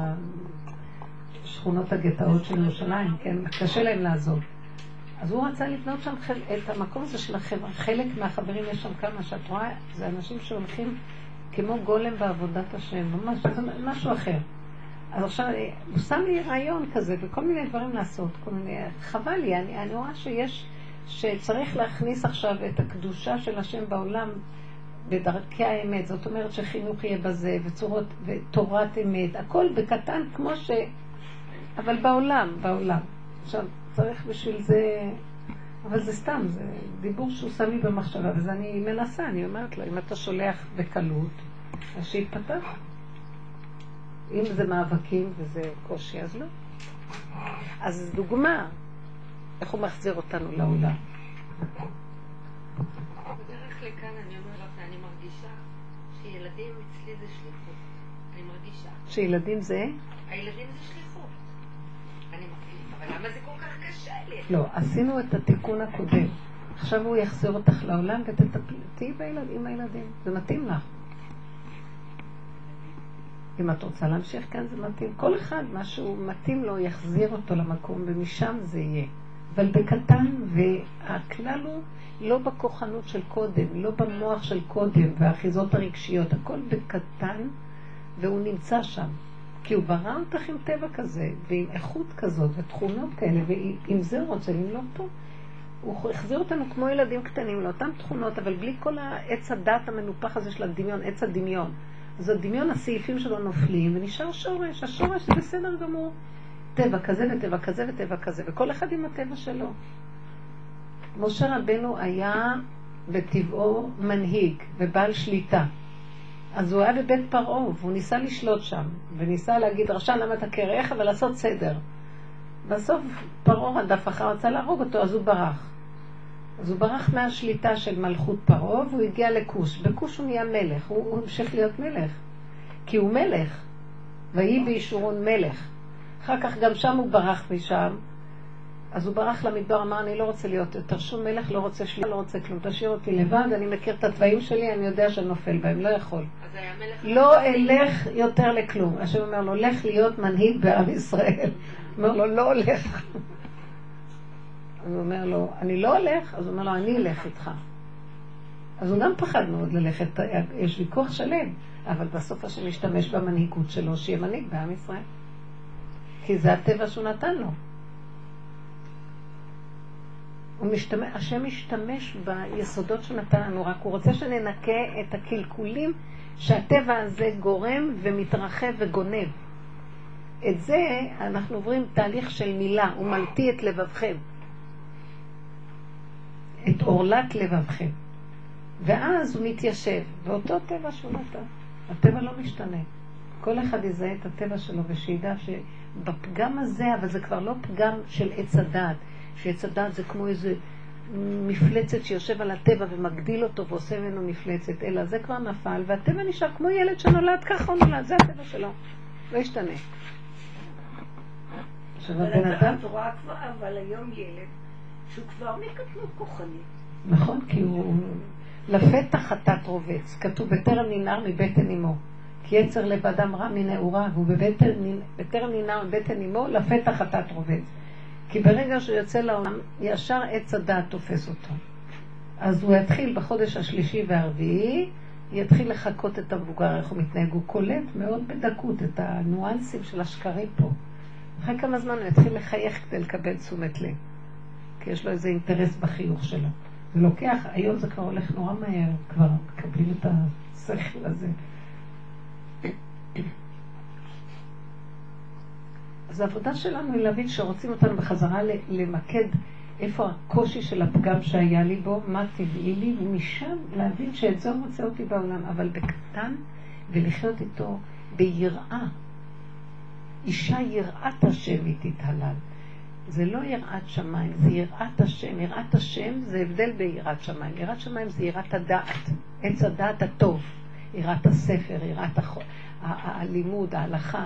[SPEAKER 2] השכונות הגטאות של ירושלים, כן, קשה להם לעזוב. אז הוא רצה לבנות שם את המקום הזה של החברה. חלק מהחברים יש שם כמה שאת רואה, זה אנשים שהולכים כמו גולם בעבודת השם, ממש, זה משהו אחר. אז עכשיו, הוא שם לי רעיון כזה, וכל מיני דברים לעשות, כל מיני, חבל לי, אני רואה שצריך להכניס עכשיו את הקדושה של השם בעולם בדרכי האמת, זאת אומרת שחינוך יהיה בזה, וצורות, ותורת אמת, הכל בקטן כמו ש... אבל בעולם. עכשיו, צריך בשביל זה, אבל זה סתם, זה דיבור שהוא שם לי במחשבה, וזה אני מנסה, אני אומרת לו, אם אתה שולח בקלות, אז שיתפתח. אם זה מאבקים וזה קושי, אז לא. אז דוגמה, איך הוא מחזיר אותנו לעולם.
[SPEAKER 3] בדרך לכאן אני אומרת, אני מרגישה שילדים אצלי זה שליחות. אני מרגישה.
[SPEAKER 2] שילדים זה?
[SPEAKER 3] הילדים זה שליחות. אני מרגישה, אבל למה זה כל כך קשה לי?
[SPEAKER 2] לא, עשינו את התיקון הקודם. עכשיו הוא יחזיר אותך לעולם ותהיי עם הילדים. זה מתאים לך. אם את רוצה להמשיך כאן זה מתאים. כל אחד, מה שהוא מתאים לו, יחזיר אותו למקום, ומשם זה יהיה. אבל בקטן, והכלל הוא לא בכוחנות של קודם, לא במוח של קודם, והאחיזות הרגשיות, הכל בקטן, והוא נמצא שם. כי הוא ברא אותך עם טבע כזה, ועם איכות כזאת, ותכונות כאלה, ועם זה הוא רוצה למלוא פה. הוא החזיר אותנו כמו ילדים קטנים, לאותן תכונות, אבל בלי כל העץ הדת המנופח הזה של הדמיון, עץ הדמיון. אז הדמיון, הסעיפים שלו נופלים, ונשאר שורש. השורש זה בסדר גמור. טבע כזה וטבע כזה וטבע כזה, וכל אחד עם הטבע שלו. משה רבנו היה בטבעו מנהיג ובעל שליטה. אז הוא היה בבית פרעה, והוא ניסה לשלוט שם, וניסה להגיד, רשע למה אתה קרח, אבל לעשות סדר. בסוף פרעה רדף אחר, רצה להרוג אותו, אז הוא ברח. אז הוא ברח מהשליטה של מלכות פרעה, והוא הגיע לכוש. בכוש הוא נהיה מלך, הוא המשיך להיות מלך. כי הוא מלך, ויהי בישורון מלך. אחר כך גם שם הוא ברח משם, אז הוא ברח למדבר, אמר, אני לא רוצה להיות יותר שום מלך, לא רוצה שליטה, לא רוצה כלום, תשאיר אותי לבד, אני מכיר את התוואים שלי, אני יודע שאני נופל בהם, לא יכול.
[SPEAKER 3] אז היה מלך...
[SPEAKER 2] לא אלך יותר לכלום. השם אומר לו, לך להיות מנהיג בעם ישראל. אומר לו, לא הולך. אז הוא אומר לו, אני לא הולך, אז הוא אומר לו, אני אלך איתך. אז הוא גם פחד מאוד ללכת, יש ויכוח שלם, אבל בסוף השם משתמש במנהיגות שלו, שיהיה מנהיג בעם ישראל. כי זה הטבע שהוא נתן לו. השם משתמש ביסודות שנתן לנו, רק הוא רוצה שננקה את הקלקולים שהטבע הזה גורם ומתרחב וגונב. את זה אנחנו עוברים תהליך של מילה, הוא מלטי את לבבכם. את אורלת לבבכם. ואז הוא מתיישב, ואותו טבע שהוא נתן. הטבע לא משתנה. כל אחד יזהה את הטבע שלו ושידע שבפגם הזה, אבל זה כבר לא פגם של עץ הדעת. שעץ הדעת זה כמו איזה מפלצת שיושב על הטבע ומגדיל אותו ועושה ממנו מפלצת, אלא זה כבר נפל, והטבע נשאר כמו ילד שנולד, ככה הוא נולד, זה הטבע שלו. לא ישתנה.
[SPEAKER 1] אבל היום ילד שהוא כבר מקטנות כוחנית.
[SPEAKER 2] נכון, כי הוא לפתח חטאת רובץ, כתוב בטרם ננער מבטן אמו, כי יצר לב אדם רע מנעורה, והוא בטרם ננער מבטן אמו לפתח חטאת רובץ. כי ברגע שהוא יוצא לעולם, ישר עץ הדעת תופס אותו. אז הוא יתחיל בחודש השלישי והרביעי, יתחיל לחכות את המבוגר, איך הוא מתנהג, הוא קולט מאוד בדקות את הניואנסים של השקרים פה. אחרי כמה זמן הוא יתחיל לחייך כדי לקבל תשומת לב, כי יש לו איזה אינטרס בחיוך שלו. זה לוקח, היום זה כבר הולך נורא מהר, כבר מקבלים את השכל הזה. אז העבודה שלנו היא להבין שרוצים אותנו בחזרה למקד איפה הקושי של הפגם שהיה לי בו, מה טבעי לי, ומשם להבין שאת זה מוצא אותי בעולם, אבל בקטן ולחיות איתו ביראה. אישה יראת השם היא תתהלל. זה לא יראת שמיים, זה יראת השם. יראת השם זה הבדל ביראת שמיים. יראת שמיים זה יראת הדעת, עץ הדעת הטוב, יראת הספר, יראת הלימוד, ההלכה,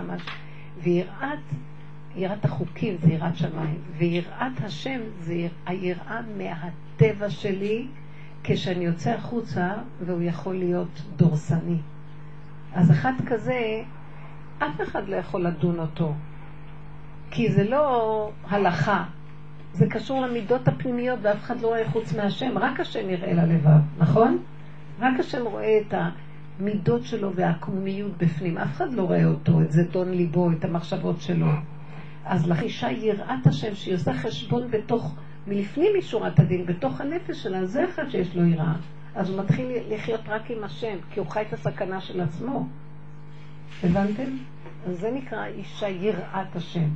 [SPEAKER 2] ויראת החוקים זה יראת שמיים, ויראת השם זה היראה מהטבע שלי כשאני יוצא החוצה והוא יכול להיות דורסני. אז אחד כזה, אף אחד לא יכול לדון אותו, כי זה לא הלכה, זה קשור למידות הפנימיות ואף אחד לא רואה חוץ מהשם, רק השם יראה ללבב, נכון? רק השם רואה את המידות שלו והעקמומיות בפנים, אף אחד לא רואה אותו, את זדון ליבו, את המחשבות שלו. אז לאישה יראת השם שהיא עושה חשבון בתוך, מלפנים משורת הדין, בתוך הנפש שלה, זה אחד שיש לו יראה. אז הוא מתחיל לחיות רק עם השם, כי הוא חי את הסכנה של עצמו. הבנתם? אז זה נקרא אישה יראת השם.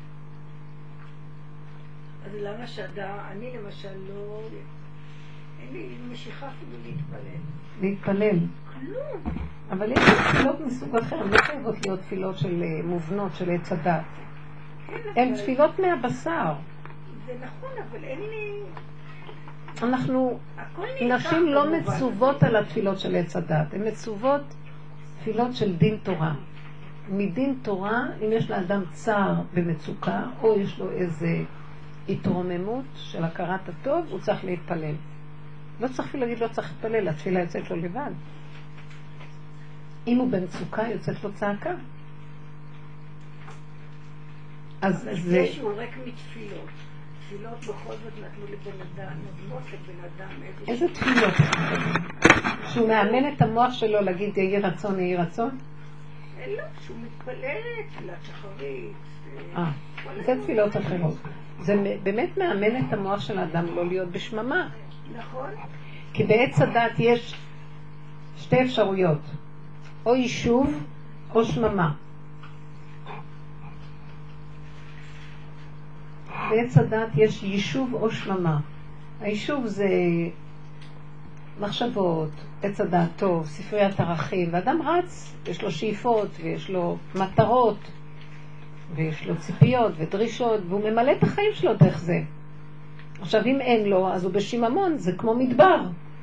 [SPEAKER 1] אז למה אני למשל לא... אין לי משיכה אפילו
[SPEAKER 2] להתפלל.
[SPEAKER 1] כלום.
[SPEAKER 2] אבל יש תפילות מסוג אחר, הן לא חייבות להיות תפילות של מובנות, של עץ הדת. הן תפילות מהבשר.
[SPEAKER 1] זה נכון, אבל אין לי...
[SPEAKER 2] אנחנו, נשים לא מצוות על התפילות של עץ הדת, הן מצוות תפילות של דין תורה. מדין תורה, אם יש לאדם צער במצוקה, או יש לו איזה התרוממות של הכרת הטוב, הוא צריך להתפלל. לא צריך אפילו להגיד, לא צריך להתפלל, התפילה יוצאת לו לבד. אם הוא במצוקה, יוצאת לו צעקה. אז
[SPEAKER 1] זה שהוא ריק מתפילות. התפילות בכל זאת נתנו לבן אדם, נותנות לבן אדם
[SPEAKER 2] איזה תפילות? שהוא מאמן את המוח שלו להגיד יהי רצון, יהי רצון?
[SPEAKER 1] לא, שהוא מתפלל, תפילת שחרית.
[SPEAKER 2] זה תפילות אחרות. זה באמת מאמן את המוח של האדם לא להיות בשממה.
[SPEAKER 1] נכון.
[SPEAKER 2] כי בעץ הדת יש שתי אפשרויות, או יישוב או שממה. בעץ הדת יש יישוב או שממה. היישוב זה מחשבות, עץ הדעת טוב, ספריית ערכים, ואדם רץ, יש לו שאיפות ויש לו מטרות ויש לו ציפיות ודרישות, והוא ממלא את החיים שלו דרך זה. עכשיו אם אין לו, אז הוא בשיממון, זה כמו מדבר.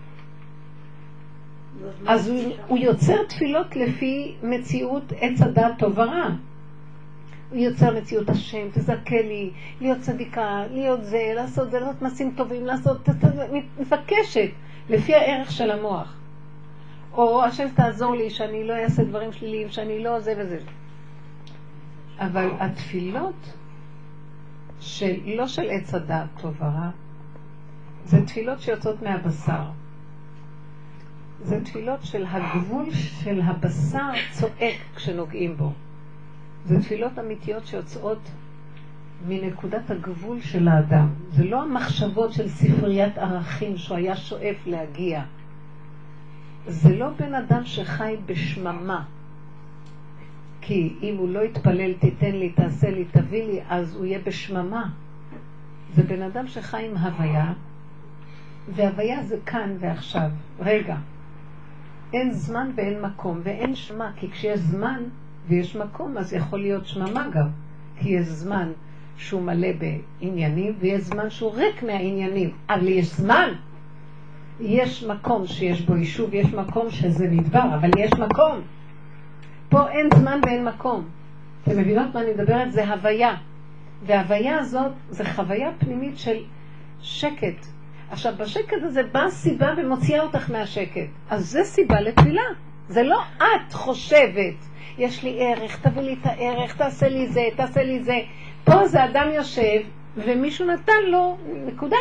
[SPEAKER 2] אז הוא יוצר תפילות לפי מציאות עץ הדעת טוב ורע. הוא יוצר מציאות השם, תזכה לי, להיות צדיקה, להיות זה, לעשות זה, לעשות מעשים טובים, לעשות, מבקשת, לפי הערך של המוח. או השם תעזור לי שאני לא אעשה דברים שליליים, שאני לא זה וזה. אבל התפילות לא של עץ הדעת טוב ורע, זה תפילות שיוצאות מהבשר. זה תפילות של הגבול של הבשר צועק כשנוגעים בו. זה תפילות אמיתיות שיוצאות מנקודת הגבול של האדם. זה לא המחשבות של ספריית ערכים שהוא היה שואף להגיע. זה לא בן אדם שחי בשממה. כי אם הוא לא יתפלל, תיתן לי, תעשה לי, תביא לי, אז הוא יהיה בשממה. זה בן אדם שחי עם הוויה, והוויה זה כאן ועכשיו. רגע. אין זמן ואין מקום, ואין שממה, כי כשיש זמן ויש מקום, אז יכול להיות שממה גם. כי יש זמן שהוא מלא בעניינים, ויש זמן שהוא ריק מהעניינים. אבל יש זמן. יש מקום שיש בו יישוב, יש מקום שזה מדבר, אבל יש מקום. פה אין זמן ואין מקום. אתם מבינות מה אני מדברת? זה הוויה. וההוויה הזאת זה חוויה פנימית של שקט. עכשיו, בשקט הזה באה סיבה ומוציאה אותך מהשקט. אז זה סיבה לתפילה. זה לא את חושבת, יש לי ערך, תביא לי את הערך, תעשה לי זה, תעשה לי זה. פה זה אדם יושב, ומישהו נתן לו נקודה.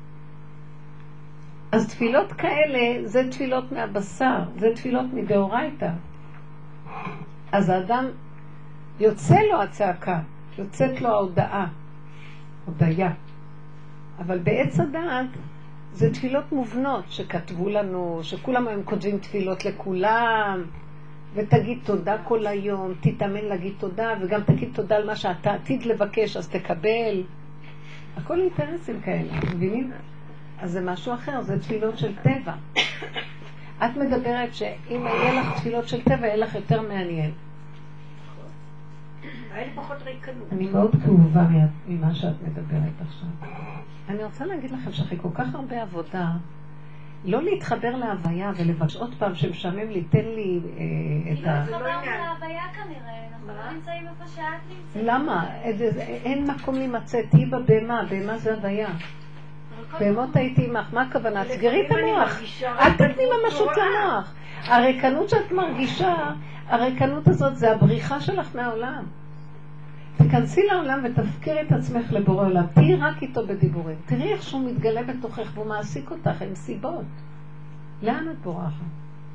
[SPEAKER 2] אז תפילות כאלה, זה תפילות מהבשר, זה תפילות מדאורייתא. אז האדם, יוצא לו הצעקה, יוצאת לו ההודעה, הודיה. אבל בעץ הדעת, זה תפילות מובנות שכתבו לנו, שכולם הם כותבים תפילות לכולם, ותגיד תודה כל היום, תתאמן להגיד תודה, וגם תגיד תודה על מה שאתה עתיד לבקש, אז תקבל. הכל אינטרסים כאלה, מבינים? אז זה משהו אחר, זה תפילות של טבע. את מדברת שאם יהיה לך תפילות של טבע, יהיה לך יותר מעניין.
[SPEAKER 1] היה לי פחות ריקנות.
[SPEAKER 2] אני מאוד כאובה ממה שאת מדברת עכשיו. אני רוצה להגיד לכם שאחרי כל כך הרבה עבודה, לא להתחבר להוויה ולבקש עוד פעם שמשעמם לי, תן לי את ה...
[SPEAKER 3] לא התחברנו להוויה כנראה, אנחנו לא נמצאים איפה שאת נמצאת.
[SPEAKER 2] למה? אין מקום להימצאת, היא בבהמה, בהמה זה הוויה. בהמות הייתי עמך, מה הכוונה? סגרי את המוח, אל תתני ממשות למוח. הריקנות שאת מרגישה, הריקנות הזאת זה הבריחה שלך מהעולם. תכנסי לעולם ותפקירי את עצמך לבורא עולם, תהי רק איתו בדיבורים, תראי איך שהוא מתגלה בתוכך והוא מעסיק אותך עם סיבות. לאן את בורחת?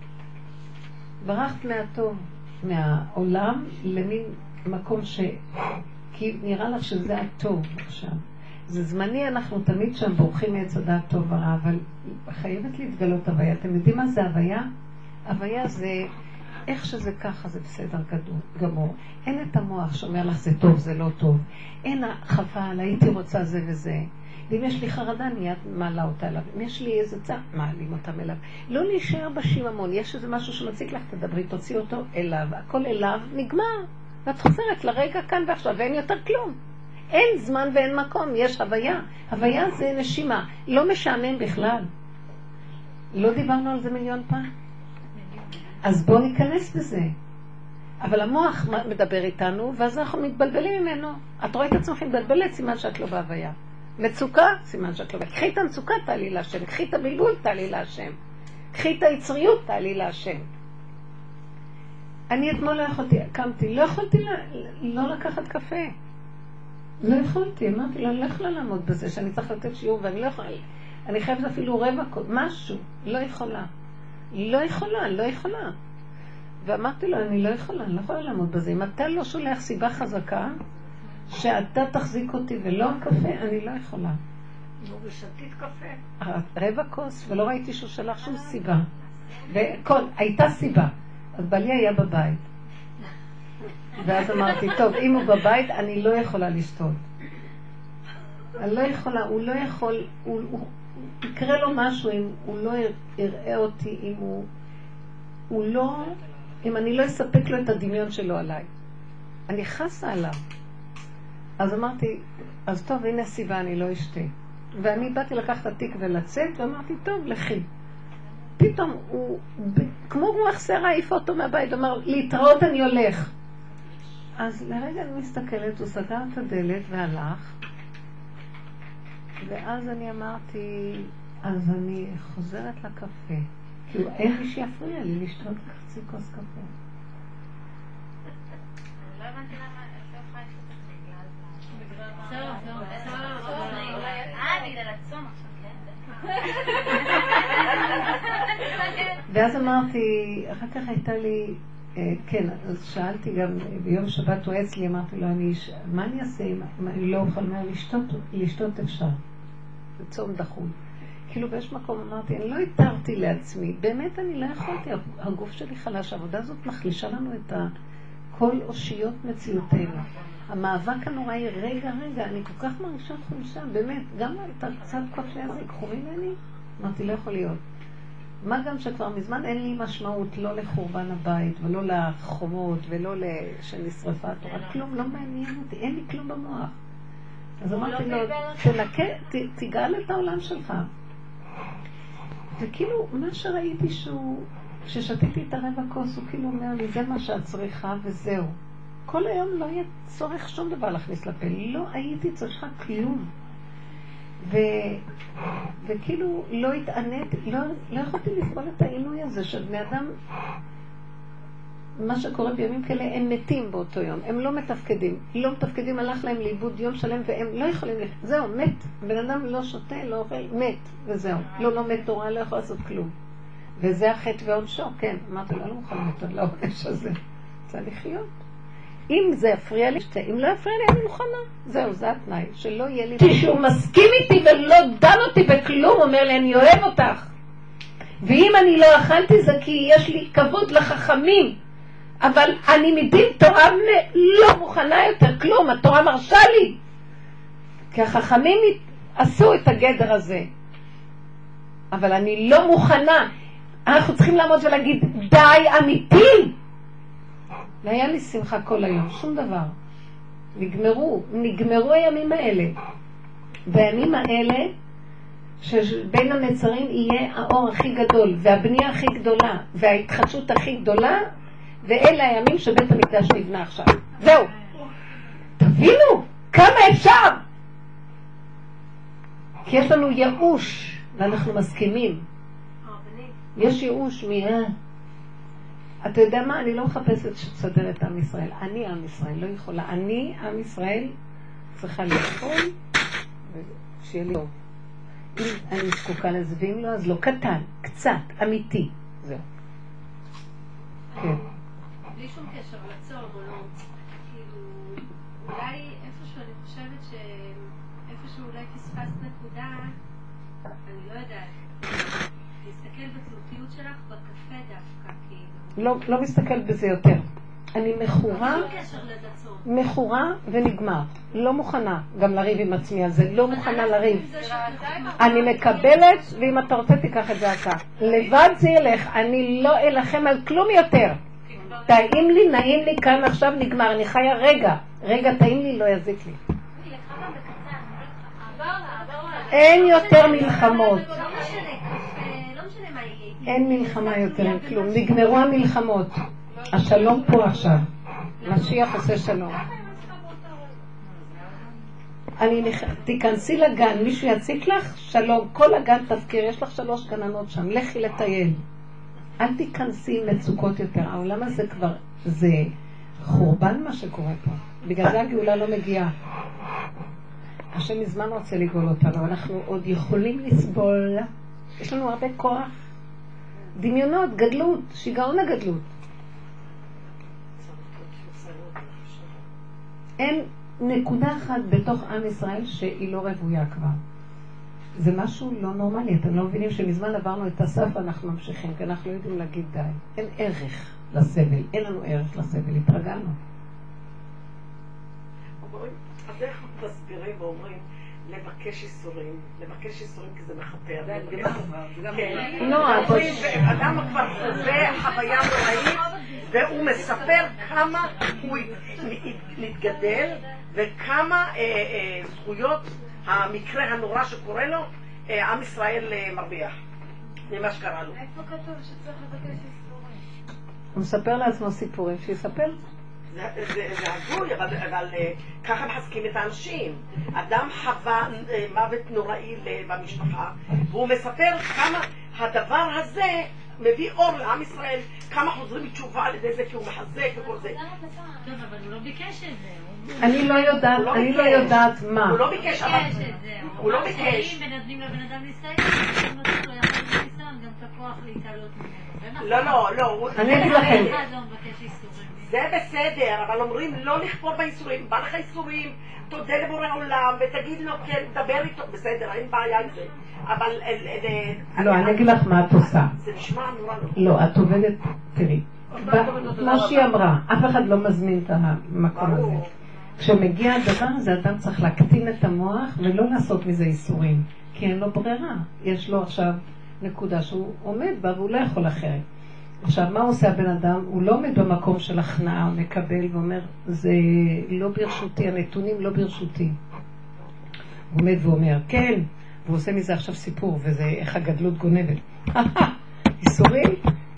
[SPEAKER 2] ברחת מהטוב, מהעולם למין מקום כי נראה לך שזה הטוב עכשיו. זה זמני, אנחנו תמיד שם בורחים מעץ הדעת טוב ורע, אבל חייבת להתגלות הוויה. אתם יודעים מה זה הוויה? הוויה זה איך שזה ככה, זה בסדר גמור. אין את המוח שאומר לך זה טוב, זה לא טוב. אין חבל, הייתי רוצה זה וזה. ואם יש לי חרדה, אני מעלה אותה אליו. אם יש לי איזה צער, מעלים אותם אליו. לא להישאר בשיממון. יש איזה משהו שמציק לך, תדברי, תוציא אותו אליו. הכל אליו נגמר. ואת חוזרת לרגע כאן ועכשיו, ואין יותר כלום. אין זמן ואין מקום, יש הוויה. הוויה זה נשימה. לא משעמם בכלל. לא דיברנו על זה מיליון פעם? אז בואו ניכנס בזה. אבל המוח מדבר איתנו, ואז אנחנו מתבלבלים ממנו. את רואה את עצמך מתבלבלת, סימן שאת לא בהוויה. מצוקה, סימן שאת לא בהוויה. קחי את המצוקה, תעלי להשם. קחי את הבלבול, תעלי להשם. קחי את היצריות, תעלי להשם. אני אתמול לא יכולתי, קמתי, לא יכולתי לא לקחת קפה. לא יכולתי, אמרתי לה, אני לא יכולה לעמוד בזה, שאני צריך לתת שיעור ואני לא יכולה, אני חייבת אפילו רבע, משהו, לא יכולה. לא יכולה. ואמרתי לו, אני לא יכולה לעמוד בזה. אם אתה לא שולח סיבה חזקה, שאתה תחזיק אותי ולא הקפה, אני לא יכולה.
[SPEAKER 1] ושתית קפה.
[SPEAKER 2] רבע כוס, ולא ראיתי שהוא שלח שום סיבה. הייתה סיבה. אז בעלי היה בבית. ואז אמרתי, טוב, אם הוא בבית, אני לא יכולה לשתות. אני לא יכולה, הוא לא יכול, יקרה לו משהו אם הוא לא יראה אותי, אם אני לא אספק לו את הדמיון שלו עליי. אני חסה עליו. אז אמרתי, אז טוב, הנה סיבה, אני לא אשתה. ואני באתי לקחת התיק ולצאת, ואמרתי, טוב, לכי. פתאום הוא, כמו רוח סערה, העיף אותו מהבית, אמר, להתראות אני הולך. אז לרגע אני מסתכלת, הוא סגר את הדלת והלך, ואז אני אמרתי, אז אני חוזרת לקפה, כי אין מי שיפריע לי לשתות חצי כוס קפה.
[SPEAKER 3] לא הבנתי למה, איפה יכולה לשתות בגלל הצום עכשיו, כן?
[SPEAKER 2] ואז אמרתי, אחר כך הייתה לי, כן, אז שאלתי גם, ביום שבת הוא אצלי, אמרתי לו, מה אני אעשה אם אני לא אוכל מה לשתות אפשר? זה צום דחוי. כאילו באיש מקום אמרתי, אני לא התרתי לעצמי, באמת אני לא יכולתי, הגוף שלי חלש, העבודה הזאת מחלישה לנו את כל אושיות מציאותנו. המאבק הנוראי, רגע, אני כל כך מרגישה חולשה, באמת, גם את הצד קפה הזה, קחו ממני, אמרתי, לא יכול להיות. מה גם שכבר מזמן אין לי משמעות, לא לחורבן הבית, ולא לחומות, ולא שנשרפה התורה, כלום, לא מעניין אותי, אין לי כלום במוח. אז אמרתי לו, תגאל את העולם שלך. וכאילו, מה שראיתי ששתיתי את הרבע כוס, הוא כאילו אומר לי, זה מה שאת צריכה וזהו. כל היום לא יהיה צורך שום דבר להכניס לפה, לא הייתי צריכה כלום. וכאילו לא התעניתי, לא יכולתי לסבול את העינוי הזה של בני אדם. מה שקורה בימים כאלה, הם מתים באותו יום, הם לא מתפקדים, הלך להם לאיבוד יום שלם והם לא יכולים, זהו, מת. בן אדם לא שותה, לא אוכל, מת, וזהו. לא לומד תורה, לא יכול לעשות כלום. וזה החטא ועונשו, כן. אמרתי, לא מוכן יותר לעונש הזה. צריך לחיות. אם זה יפריע לי, אם לא יפריע לי, אני מוכנה. זהו, זה התנאי, שלא יהיה לי... שהוא מסכים איתי ולא דן אותי בכלום, אומר לי, אני אוהב אותך. ואם אני לא אכלתי זה כי יש לי כבוד לחכמים. אבל אני מדין תורה לא מוכנה יותר כלום, התורה מרשה לי. כי החכמים עשו את הגדר הזה. אבל אני לא מוכנה. אנחנו צריכים לעמוד ולהגיד, די אמיתי. לא היה לי שמחה כל היום, שום דבר. נגמרו הימים האלה. והימים האלה, שבין המצרים יהיה האור הכי גדול, והבנייה הכי גדולה, וההתחדשות הכי גדולה, ואלה הימים שבית המקדש נבנה עכשיו. זהו. תבינו, כמה אפשר? כי יש לנו ייאוש, ואנחנו מסכימים. יש ייאוש אתה יודע מה? אני לא מחפשת שתסדר את עם ישראל. אני עם ישראל, לא יכולה. אני, עם ישראל, צריכה לאכול, ושיהיה לי טוב. אם אני זקוקה לזה, ואם לא, אז לא קטן, קצת, אמיתי. זהו. כן.
[SPEAKER 3] בלי שום קשר לצום או לא, כאילו, אולי איפשהו, אני חושבת שאיפשהו אולי פספסת נקודה, אני לא יודעת, להסתכל בתלותיות שלך בקפה דווקא, כאילו.
[SPEAKER 2] לא מסתכל בזה יותר. אני מכורה ונגמר. לא מוכנה גם לריב עם עצמי על זה, לא מוכנה לריב. אני מקבלת, ואם אתה רוצה תיקח את זה אתה. לבד זה ילך, אני לא אלחם על כלום יותר. טעים לי, נעים לי, כאן עכשיו נגמר, אני חיה רגע טעים לי, לא יזיק לי. אין יותר מלחמות. אין מלחמה יותר, אין כלום. נגמרו המלחמות. השלום פה עכשיו. משיח עושה שלום. תיכנסי לגן, מישהו יציק לך? שלום. כל הגן תפקיר, יש לך 3 גננות שם. לכי לטייל. אל תיכנסי עם מצוקות יותר. העולם הזה כבר, זה חורבן מה שקורה פה. בגלל זה הגאולה לא מגיעה. השם מזמן רוצה לגאול אותנו, אנחנו עוד יכולים לסבול, יש לנו הרבה כוח, דמיונות, גדלות, שיגעון הגדלות. אין נקודה אחת בתוך עם ישראל שהיא לא רבויה כבר. זה משהו לא נורמלי, אתם לא מבינים שמזמן עברנו את הסף ואנחנו ממשיכים, כי אנחנו לא יודעים להגיד די. אין ערך לסבל, אין לנו ערך לסבל, התרגלנו.
[SPEAKER 5] אז איך מסבירים ואומרים לבקש איסורים כי זה מחפר. אדם כבר חווה חוויה נוראית והוא מספר כמה הוא מתגדל וכמה זכויות המקרה הנורא שקורה לו עם ישראל מרוויח ממה שקרה לו.
[SPEAKER 3] איפה כתוב שצריך לבקש איסורים?
[SPEAKER 2] הוא מספר לעצמו סיפורים, שיספר.
[SPEAKER 5] זה הגוי, אבל ככה מחזקים את האנשים. אדם חווה מוות נוראי במשפחה, והוא מספר כמה הדבר הזה מביא אור לעם ישראל, כמה חוזרים בתשובה על ידי זה, כי הוא מחזק וכל זה.
[SPEAKER 3] טוב, אבל הוא לא ביקש את זה.
[SPEAKER 2] אני לא יודעת מה.
[SPEAKER 5] הוא לא ביקש, אבל... הוא לא ביקש.
[SPEAKER 3] אם נותנים לבן אדם ניסיון, הוא נותן לו יחד ניסיון גם את הכוח להתעלות ממנו.
[SPEAKER 5] לא.
[SPEAKER 2] אני אגיד לכם.
[SPEAKER 3] אחד לא מבקש איסורים.
[SPEAKER 5] זה בסדר, אבל אומרים לא לכפור באיסורים, בא לך איסורים, תודה לבורא עולם ותגיד לו כן, דבר איתו, בסדר, אין בעיה עם זה, אבל...
[SPEAKER 2] לא, אני אגיד לך מה את עושה.
[SPEAKER 5] זה נשמע נורא
[SPEAKER 2] לא, את עובדת, תראי, כמו שהיא אמרה, אף אחד לא מזמין את המקום הזה. כשמגיע הדבר הזה, אדם צריך להקטין את המוח ולא לעשות מזה איסורים, כי אין לו ברירה, יש לו עכשיו נקודה שהוא עומד בה והוא לא יכול אחרת. עכשיו, מה עושה הבן אדם? הוא לא עומד במקום של הכנעה, הוא מקבל ואומר, זה לא ברשותי, הנתונים לא ברשותי. הוא עומד ואומר, כן, והוא עושה מזה עכשיו סיפור, וזה איך הגדלות גונבת. איסורים?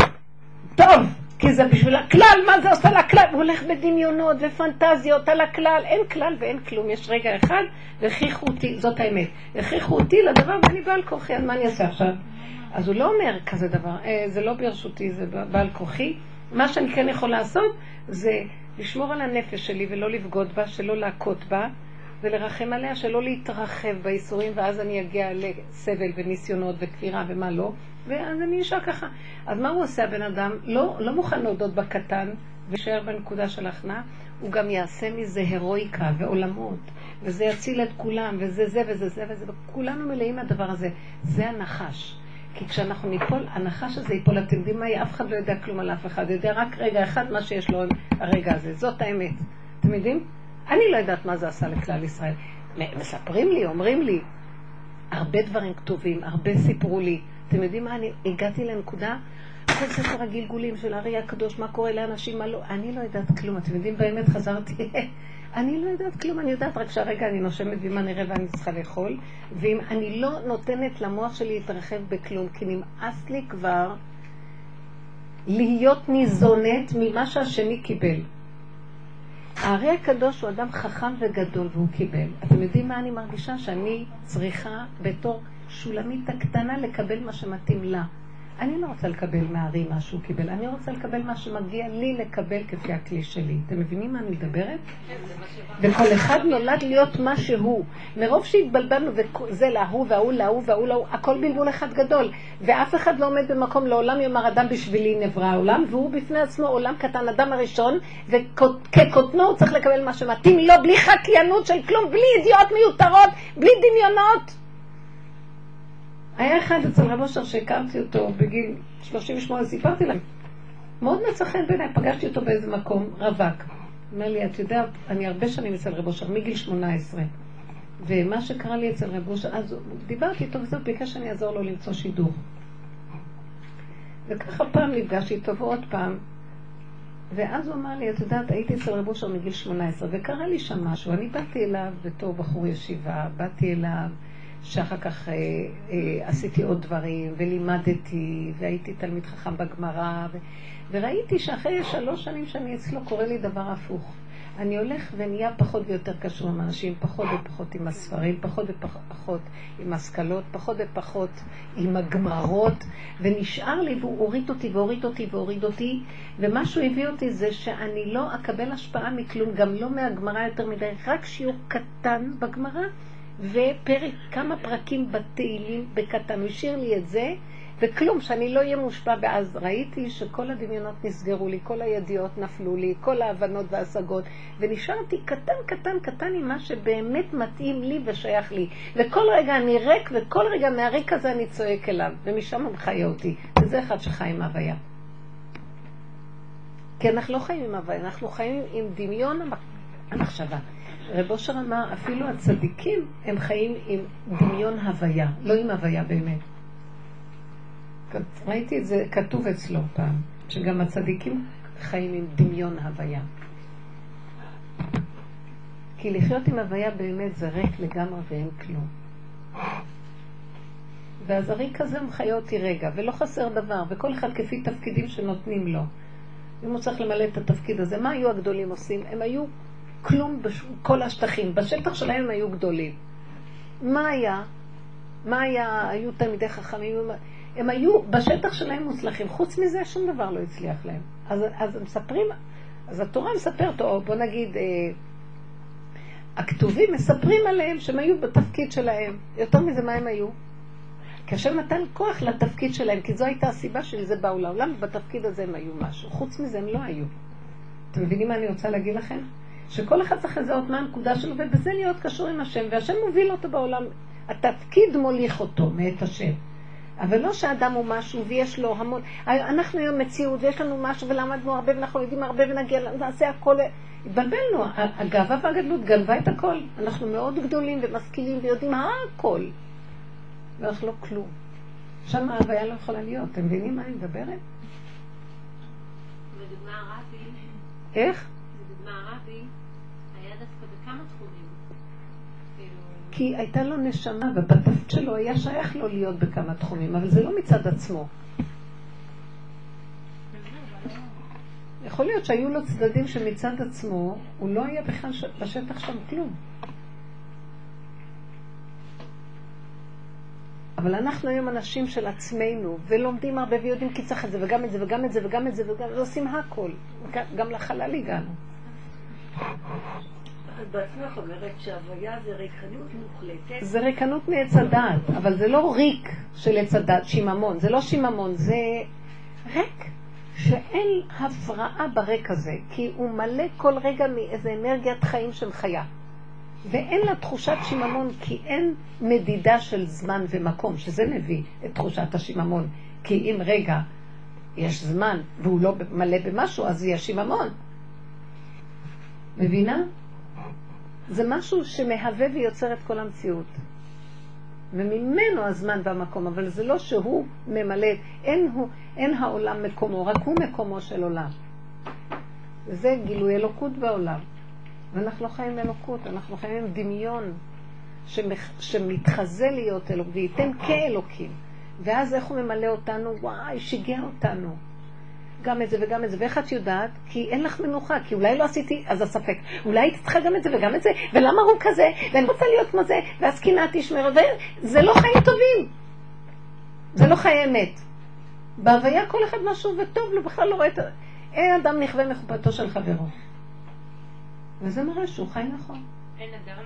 [SPEAKER 2] טוב, כי זה בשביל הכלל, מה זה עושה לכלל? הוא הולך בדמיונות ופנטזיות על הכלל, אין כלל ואין כלום, יש רגע אחד, והכריחו אותי, זאת האמת, הכריחו אותי לדבר ואני בעל כוחי, מה אני אעשה עכשיו? אז הוא לא אומר כזה דבר, זה לא ברשותי, זה בעל כוחי. מה שאני כן יכול לעשות זה לשמור על הנפש שלי ולא לבגוד בה, שלא להכות בה, ולרחם עליה, שלא להתרחב באיסורים, ואז אני אגיע לסבל וניסיונות וכפירה ומה לא, ואז אני נשאר ככה. אז מה הוא עושה הבן אדם? לא מוכן להודות בקטן ושאר בנקודה של הכנעה, הוא גם יעשה מזה הרואיקה ועולמות, וזה יציל את כולם, וזה זה וזה זה וזה, וכולנו מלאים מהדבר הזה. זה הנחש. כי כשאנחנו ניפול, הנחש הזה ייפול, אתם יודעים מה, אף אחד לא יודע כלום על אף אחד, יודע רק רגע אחד מה שיש לו הרגע הזה, זאת האמת. אתם יודעים? אני לא יודעת מה זה עשה לכלל ישראל. מספרים לי, אומרים לי, הרבה דברים כתובים, הרבה סיפרו לי. אתם יודעים מה, אני הגעתי לנקודה, כל ספר הגלגולים של הארי הקדוש, מה קורה לאנשים, מה לא, אני לא יודעת כלום. אתם יודעים, באמת חזרתי, אני לא יודעת כלום, אני יודעת רק שהרגע אני נושמת ואם אני רבה אני צריכה לאכול, ואם אני לא נותנת למוח שלי להתרחב בכלום, כי נמאס לי כבר להיות ניזונת ממה שהשני קיבל. הארי הקדוש הוא אדם חכם וגדול והוא קיבל. אתם יודעים מה אני מרגישה? שאני צריכה בתור שולמית הקטנה לקבל מה שמתאים לה. אני לא רוצה לקבל מהארי מה שהוא קיבל, אני רוצה לקבל מה שמגיע לי לקבל כפי הכלי שלי. אתם מבינים מה אני מדברת? וכל אחד נולד להיות מה שהוא. מרוב שהתבלבלנו וזה להוא והוא להוא והוא להוא, הכל בלבול אחד גדול. ואף אחד לא עומד במקום לעולם יאמר אדם בשבילי נברא העולם, והוא בפני עצמו עולם קטן, אדם הראשון, וכקוטנו הוא צריך לקבל מה שמתאים לו, בלי חקיינות של כלום, בלי ידיעות מיותרות, בלי דמיונות. היה אחד אצל רב אושר שהכרתי אותו בגיל 38, סיפרתי להם. מאוד מצא חן בעיניי, פגשתי אותו באיזה מקום, רווק. אומר לי, את יודעת, אני הרבה שנים אצל רב אושר, מגיל 18. ומה שקרה לי אצל רב אושר, אז דיברתי איתו וזאת, ביקש שאני אעזור לו למצוא שידוך. וככה פעם נפגשתי איתו ועוד פעם. ואז הוא אמר לי, את יודעת, הייתי אצל רב אושר מגיל 18, וקרה לי שם משהו. אני באתי אליו בתור בחור ישיבה, באתי אליו, שאחר כך עשיתי עוד דברים ולימדתי והייתי תלמיד חכם בגמרא וראיתי שאחרי 3 שנים שאני אצלו קורה לי דבר הפוך. אני הולך ונהיה פחות ויותר קשור עם אנשים, פחות ופחות עם הספרים, פחות ופחות עם השכלות, פחות ופחות עם הגמרות, ונשאר לי והוא הוריד אותי והוריד אותי והוריד אותי, ומה שהוא הביא אותי זה שאני לא אקבל השפעה מכלום, גם לא מהגמרא יותר מדי, רק שיעור קטן בגמרא, ופרק, כמה פרקים בתהילים בקטן, הוא השאיר לי את זה, וכלום, שאני לא אהיה מושפע. ואז ראיתי שכל הדמיונות נסגרו לי, כל הידיעות נפלו לי, כל ההבנות וההשגות, ונשארתי קטן, קטן, קטן עם מה שבאמת מתאים לי ושייך לי. וכל רגע אני ריק, וכל רגע מהריק הזה אני צועק אליו, ומשם הוא מחיה אותי. וזה אחד שחי עם הוויה. כי אנחנו לא חיים עם הוויה, אנחנו חיים עם דמיון המחשבה. רב אושר אמר, אפילו הצדיקים הם חיים עם דמיון הוויה, לא עם הוויה באמת. ראיתי את זה כתוב אצלו פעם, שגם הצדיקים חיים עם דמיון הוויה. כי לחיות עם הוויה באמת זה ריק לגמרי ואין כלום. ואז הריק הזה מחיה אותי רגע, ולא חסר דבר, וכל אחד כפי תפקידים שנותנים לו. אם הוא צריך למלא את התפקיד הזה, מה היו הגדולים עושים? הם היו כלום בכל השטחים, בשטח שלהם הם היו גדולים. מה היה? היו תלמידי חכמים, הם היו בשטח שלהם מוצלחים, חוץ מזה שום דבר לא הצליח להם. אז הם מספרים, אז התורה מספרת, או בוא נגיד, הכתובים מספרים עליהם שהם היו בתפקיד שלהם. יותר מזה מה הם היו? כאשר נתן כוח לתפקיד שלהם, כי זו הייתה הסיבה של זה באו לעולם, בתפקיד הזה הם היו משהו. חוץ מזה הם לא היו. אתם מבינים מה אני רוצה להגיד לכם? שכל אחד צריך לזהות מה הנקודה שלו, ובזה להיות קשור עם השם, והשם מוביל אותו בעולם. התפקיד מוליך אותו מאת השם. אבל לא שהאדם הוא משהו ויש לו המון. אנחנו היום מציאות ויש לנו משהו ולמדנו הרבה ואנחנו יודעים הרבה ונגיע, נעשה הכל. התבלבלנו. הגאווה והגדלות גנבה את הכל. אנחנו מאוד גדולים ומשכילים ויודעים הכל. ואנחנו לא כלום. שם ההוויה לא יכולה להיות. אתם מבינים מה אני מדברת?
[SPEAKER 3] בדוגמה הרבי.
[SPEAKER 2] איך?
[SPEAKER 3] בדוגמה הרבי היה דווקא בכמה תחומים.
[SPEAKER 2] כי הייתה לו נשמה, ובתפקיד שלו היה שייך לו להיות בכמה תחומים, אבל זה לא מצד עצמו. יכול להיות שהיו לו צדדים שמצד עצמו, הוא לא היה בכלל בשטח שם כלום. אבל אנחנו היום אנשים של עצמנו, ולומדים הרבה ויודעים כי צריך את זה, וגם את זה, וגם את זה, וגם את זה, ועושים הכל. גם לחלל הגענו.
[SPEAKER 1] את בעצמך אומרת שההוויה זה ריקנות מוחלטת.
[SPEAKER 2] זה ריקנות מעץ הדעת, אבל זה לא ריק של עץ הדעת, שיממון. זה לא שיממון, זה ריק שאין הפרעה בריק הזה, כי הוא מלא כל רגע מאיזה אנרגיית חיים של חיה. ואין לה תחושת שיממון, כי אין מדידה של זמן ומקום, שזה מביא את תחושת השיממון. כי אם רגע יש זמן והוא לא מלא במשהו, אז יש שיממון. מבינה? זה משהו שמהווה ויוצר את כל המציאות. וממנו הזמן והמקום, אבל זה לא שהוא ממלא, אין העולם מקומו, רק הוא מקומו של עולם. וזה גילוי אלוקות בעולם. ואנחנו לא חיים אלוקות, אנחנו חיים עם דמיון שמתחזה להיות אלוק, וייתן כאלוקים. ואז איך הוא ממלא אותנו? וואי, שיגע אותנו. גם את זה וגם את זה, ואיך את יודעת? כי אין לך מנוחה, כי אולי לא עשיתי, אז הספק. אולי הייתי צריכה גם את זה וגם את זה, ולמה הוא כזה, ואני רוצה להיות כמו זה, והסכינה תשמר, וזה לא חיים טובים. זה לא חיי אמת. בהוויה כל אחד משהו וטוב לו, בכלל לא רואה את... אין אדם נכווה מחופתו של חברו. וזה מראה שהוא חי נכון.
[SPEAKER 3] אין אדם.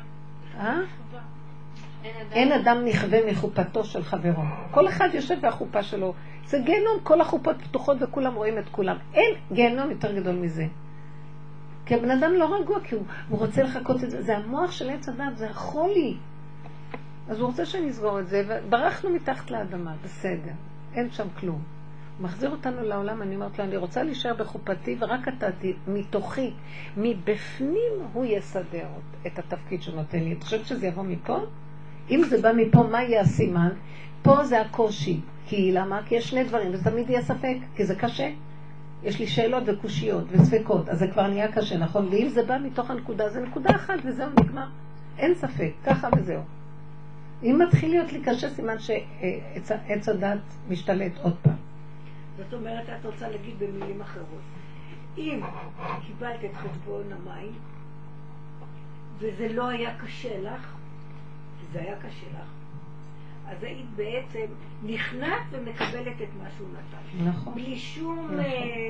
[SPEAKER 2] אין אדם נכווה מחופתו של חברו. כל אחד יושב והחופה שלו. זה גיהנום, כל החופות פתוחות וכולם רואים את כולם. אין גיהנום יותר גדול מזה. כי הבן אדם לא רגוע, כי הוא רוצה לחכות את זה. זה המוח של עץ הדת, זה החולי. אז הוא רוצה שנסגור את זה, וברחנו מתחת לאדמה, בסדר. אין שם כלום. הוא מחזיר אותנו לעולם, אני אומרת לו, אני רוצה להישאר בחופתי, ורק אתה מתוכי, מבפנים הוא יסדר את התפקיד שנותן לי. אתה חושבת שזה יבוא מפה? אם זה בא מפה, מה יהיה הסימן? פה זה הקושי. כי למה? כי יש שני דברים, וזה תמיד יהיה ספק, כי זה קשה. יש לי שאלות וקושיות וספקות, אז זה כבר נהיה קשה, נכון? ואם זה בא מתוך הנקודה, זה נקודה אחת וזהו נגמר. אין ספק, ככה וזהו. אם מתחיל להיות לי קשה, סימן שעץ הדת משתלט עוד פעם.
[SPEAKER 1] זאת אומרת, את רוצה להגיד במילים אחרות. אם קיבלת את חשבון המים, וזה לא היה קשה לך, כי זה היה קשה לך, אז היית בעצם נכנעת ומקבלת את מה שהוא נתן.
[SPEAKER 2] נכון.
[SPEAKER 1] בלי שום...
[SPEAKER 2] נכון.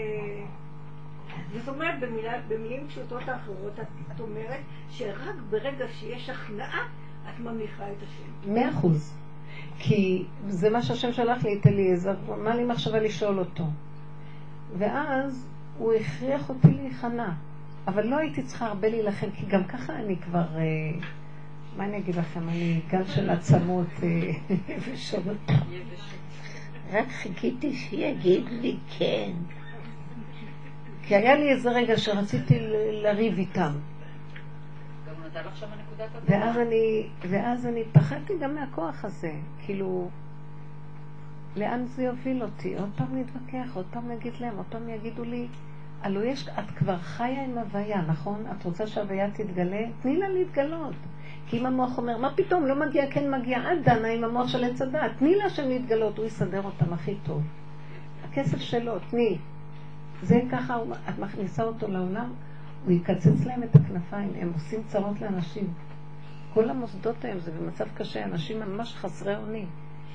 [SPEAKER 1] זאת אומרת, במילים פשוטות האחרות, את אומרת שרק ברגע שיש הכנעה, את ממליכה את השם.
[SPEAKER 2] 100%. כי זה מה שהשם שלח לי את אליעזר, מה לי מחשבה לשאול אותו. ואז הוא הכריח אותי להיכנע. אבל לא הייתי צריכה הרבה להילחם, כי גם ככה אני כבר... מה אני אגיד לכם? אני גל של עצמות ושונות. רק חיכיתי שיגיד לי כן. כי היה לי איזה רגע שרציתי לריב איתם. ואז אני פחדתי גם מהכוח הזה. כאילו, לאן זה יוביל אותי? עוד פעם נתווכח, עוד פעם נגיד להם, עוד פעם יגידו לי, הלוא את כבר חיה עם הוויה, נכון? את רוצה שההוויה תתגלה? תני לה להתגלות. כי אם המוח אומר, מה פתאום, לא מגיע, כן מגיע, את דנה עם המוח של עץ הדעת. תני לה שהם להתגלות, הוא יסדר אותם הכי טוב. הכסף שלו, תני. זה ככה, את מכניסה אותו לעולם, הוא יקצץ להם את הכנפיים, הם עושים צרות לאנשים. כל המוסדות היום זה במצב קשה, אנשים ממש חסרי אונים.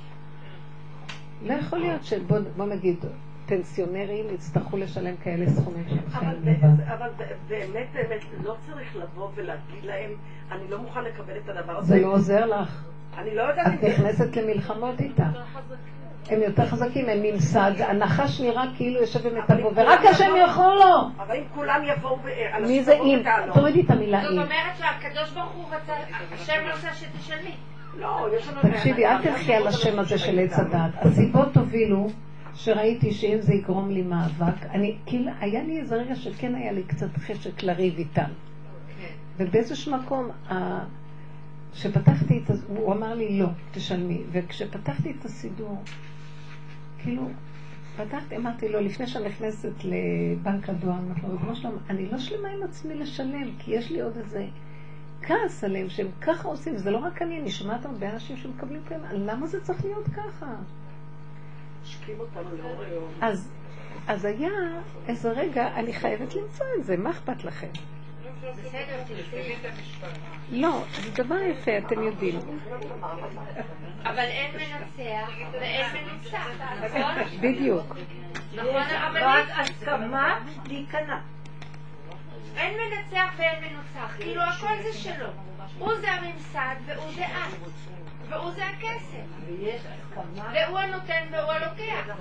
[SPEAKER 2] לא יכול להיות שבוא נגיד, פנסיונרים יצטרכו לשלם כאלה סכומים שהם חיים לבד.
[SPEAKER 5] אבל באמת לא צריך לבוא ולהגיד להם, אני לא מוכן לקבל את הדבר הזה.
[SPEAKER 2] זה לא עוזר לך.
[SPEAKER 5] אני לא יודעת...
[SPEAKER 2] את נכנסת למלחמות איתה. הם יותר חזקים, הם ממסד, הנחש נראה כאילו יושב במטבו, ורק השם יכול לו.
[SPEAKER 5] אבל אם כולם יבואו...
[SPEAKER 2] מי זה אם? תורידי את המילה אם.
[SPEAKER 3] זאת אומרת שהקדוש ברוך הוא רצה, השם רצה שתשלמי.
[SPEAKER 5] לא, יש לנו...
[SPEAKER 2] תקשיבי, אל תלכי על השם הזה של עץ הדת. הסיבות הובילו שראיתי שאם זה יגרום לי מאבק, היה לי איזה רגע שכן היה לי קצת חשק לריב איתם. ובאיזשהו מקום, שפתחתי את... הוא אמר לי לא, תשלמי. וכשפתחתי את הסידור, כאילו, אמרתי לו, לפני שאני נכנסת לבנק הדואר, אני לא שלמה עם עצמי לשלם, כי יש לי עוד איזה כעס עליהם שהם ככה עושים, וזה לא רק אני שומעת הרבה אנשים שמקבלים כאלה, למה זה צריך להיות ככה?
[SPEAKER 5] שקים אותנו לאור היום.
[SPEAKER 2] אז היה איזה רגע, אני חייבת למצוא את זה, מה אכפת לכם?
[SPEAKER 3] בסדר, תלכי את המשפט.
[SPEAKER 2] לא, זה דבר יפה, אתם יודעים.
[SPEAKER 3] אבל אין מנצח ואין מנוצח, נכון?
[SPEAKER 2] בדיוק.
[SPEAKER 3] נכון, אבל
[SPEAKER 1] רק הסכמה להיכנע.
[SPEAKER 3] אין מנצח ואין מנוצח, כאילו הכל זה שלו. הוא זה הממסד והוא זה את. והוא זה הכסף. והוא הנותן והוא הלוקח.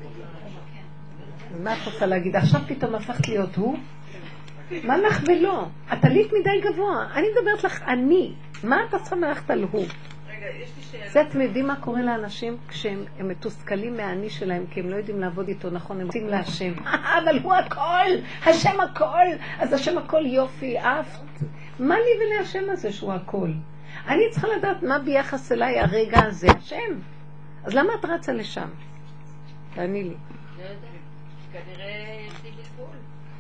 [SPEAKER 2] מה את רוצה להגיד? עכשיו פתאום הפכת להיות הוא? מה לך ולא? את עלית מדי גבוה. אני מדברת לך אני. מה אתה צריכה ללכת על הוא? זה אתם יודעים מה קורה לאנשים כשהם מתוסכלים מהאני שלהם, כי הם לא יודעים לעבוד איתו נכון, הם רוצים להשם. אבל הוא הכל, השם הכל, אז השם הכל יופי, אף. מה לי ולהשם הזה שהוא הכל? אני צריכה לדעת מה ביחס אליי הרגע הזה, השם. אז למה את רצה לשם? תעני לי.
[SPEAKER 3] לא יודעת, כנראה יש לי בלבול.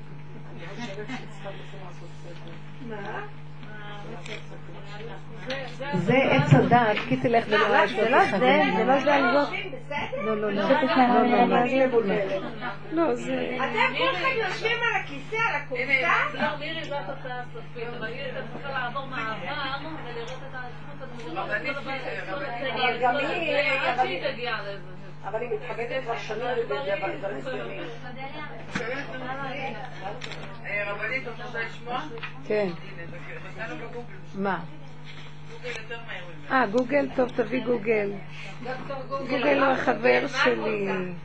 [SPEAKER 1] מה?
[SPEAKER 2] זה עץ הדעת, כי תלך ולא יש
[SPEAKER 6] זה לא זה, זה לא זה על זאת.
[SPEAKER 2] לא, לא, לא. לא, זה...
[SPEAKER 3] אתם כולכם יושבים על הכיסא, על הקופסה?
[SPEAKER 6] לא, מירי זאת התוצאה הסופית, אבל מירי אתה צריכה לעבור מעבר ולראות את הזכות
[SPEAKER 5] אבל גם היא...
[SPEAKER 6] עד שהיא תגיע לזה.
[SPEAKER 5] אבל היא מתחבטת כבר שנים בדברים מסוימים.
[SPEAKER 4] רבנית, את רוצה לשמוע?
[SPEAKER 2] כן.
[SPEAKER 4] נתנו בגוגל.
[SPEAKER 2] מה?
[SPEAKER 4] גוגל יותר מהר ממנו.
[SPEAKER 2] גוגל, טוב, תביא גוגל. גוגל הוא החבר שלי.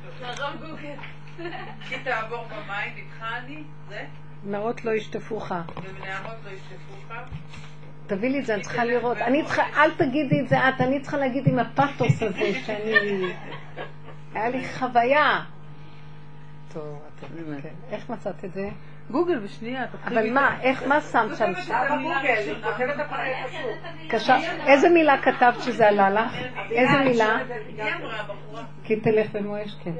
[SPEAKER 4] כי תעבור במים, איתך אני, זה?
[SPEAKER 2] נערות לא ישטפוך.
[SPEAKER 4] ובנערות לא ישטפוך.
[SPEAKER 2] תביא לי את זה, אני צריכה לראות. אל תגידי את זה את, אני צריכה להגיד עם הפאטוס הזה שאני... היה לי חוויה. טוב, כן. איך מצאת את זה?
[SPEAKER 6] גוגל בשנייה.
[SPEAKER 2] אבל מה, מה שמת שם?
[SPEAKER 5] בגוגל, היא כותבת הפסוק.
[SPEAKER 2] איזה מילה כתבת שזה עלה לך? איזה מילה?
[SPEAKER 4] היא אמרה, בחורה.
[SPEAKER 2] כי תלך במואש, כן.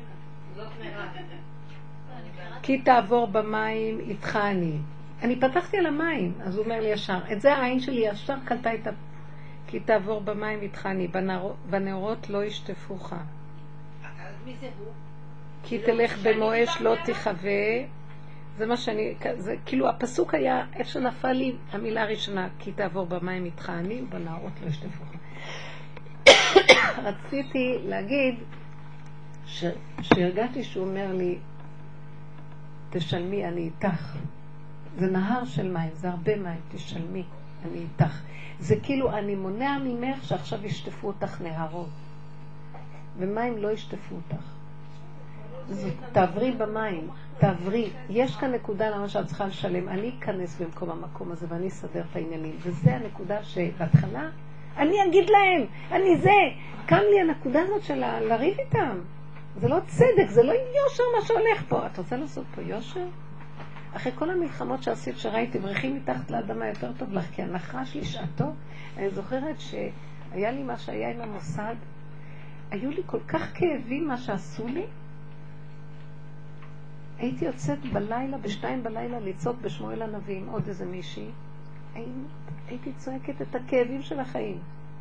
[SPEAKER 2] כי תעבור במים איתך אני פתחתי על המים, אז הוא אומר לי ישר, את זה העין שלי ישר קלטה את כי תעבור במים איתך בנאורות לא ישטפוך.
[SPEAKER 3] מי זה הוא?
[SPEAKER 2] כי תלך במואש לא תחווה. זה מה שאני, זה כאילו הפסוק היה איפה שנפל לי המילה הראשונה, כי תעבור במים איתך ובנאורות לא ישטפוך. רציתי להגיד שהרגעתי שהוא אומר לי תשלמי, אני איתך. זה נהר של מים, זה הרבה מים, תשלמי. אני איתך. זה כאילו, אני מונע ממך שעכשיו ישטפו אותך נהרות. ומים לא ישטפו אותך. תעברי במים, תעברי. יש כאן נקודה למה שאת צריכה לשלם. אני אכנס במקום המקום הזה ואני אסדר את העניינים. וזה הנקודה שבהתחלה, אני אגיד להם, אני זה. קם לי הנקודה הזאת של לריב איתם. זה לא צדק, זה לא יושר מה שהולך פה. את רוצה לעשות פה יושר? אחרי כל המלחמות שעשית שראיתי, בריחים מתחת לאדמה יותר טוב לך, כי הנחש לשעתו. אני זוכרת שהיה לי מה שהיה עם המוסד, היו לי כל כך כאבים מה שעשו לי. הייתי יוצאת בלילה, בשתיים בלילה, לצעוק בשמואל הנביא עם עוד איזה מישהי. הייתי צועקת את הכאבים של החיים.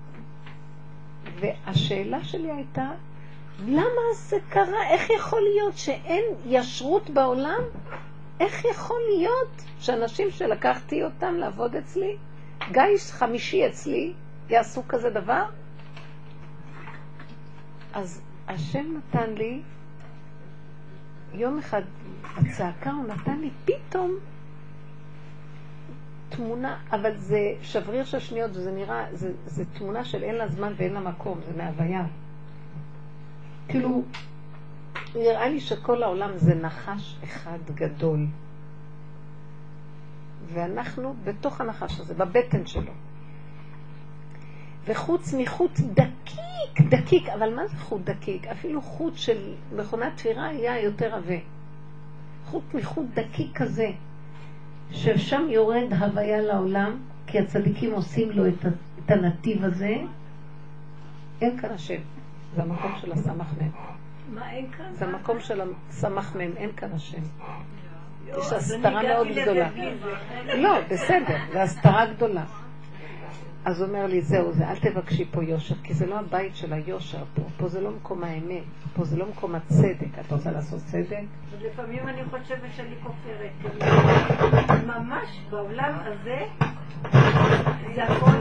[SPEAKER 2] והשאלה שלי הייתה, למה זה קרה? איך יכול להיות שאין ישרות בעולם? איך יכול להיות שאנשים שלקחתי אותם לעבוד אצלי, גיס חמישי אצלי, יעשו כזה דבר? אז השם נתן לי, יום אחד הצעקה הוא נתן לי פתאום תמונה, אבל זה שבריר של שניות, וזה נראה, זה תמונה של אין לה זמן ואין לה מקום, זה מהוויה. כאילו, נראה לי שכל העולם זה נחש אחד גדול. ואנחנו בתוך הנחש הזה, בבטן שלו. וחוץ מחוט דקיק, אבל מה זה חוט דקיק? אפילו חוט של מכונת תפירה היה יותר עבה. חוט מחוט דקיק כזה, ששם יורד הוויה לעולם, כי הצדיקים עושים לו את הנתיב הזה. אין כאן השם. זה המקום של הסמך מהם.
[SPEAKER 1] מה אין כאן?
[SPEAKER 2] זה המקום של הסמך מהם, אין כאן השם. יש הסתרה מאוד גדולה. לא, בסדר, זה הסתרה גדולה. אז הוא אומר לי, זהו, אל תבקשי פה יושר, כי זה לא הבית של היושר פה. פה זה לא מקום האמת, פה זה לא מקום הצדק. את רוצה לעשות צדק?
[SPEAKER 1] ולפעמים אני חושבת שאני כופרת. ממש בעולם הזה, זה הכל,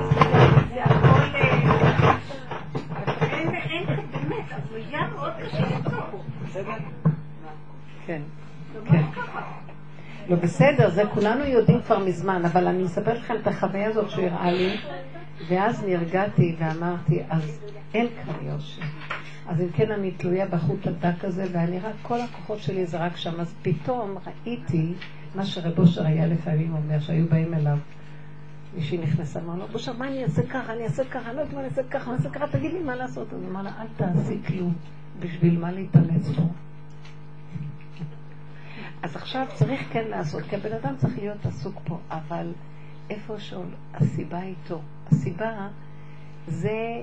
[SPEAKER 1] אין באמת, אז היה מאוד קשה למצוא פה.
[SPEAKER 2] כן, כן. לא בסדר, זה כולנו יודעים כבר מזמן, אבל אני מספר לכם את החוויה הזאת שהוא הראה לי, ואז נרגעתי ואמרתי, אז אין כאן יושר. אז אם כן אני תלויה בחוט הדק הזה, ואני רק, כל הכוחות שלי זה רק שם, אז פתאום ראיתי מה שרב אושר היה לפעמים אומר, שהיו באים אליו, מישהי נכנסה, אמר לו, בושר, מה אני אעשה ככה, אני אעשה ככה, לא יודעת מה אני אעשה ככה, אני אעשה ככה, תגיד לי מה לעשות. אז אמר לה, אל תעשי כלום, בשביל מה להתאמץ פה. אז עכשיו צריך כן לעשות, כי הבן אדם צריך להיות עסוק פה, אבל איפה הסיבה איתו? הסיבה זה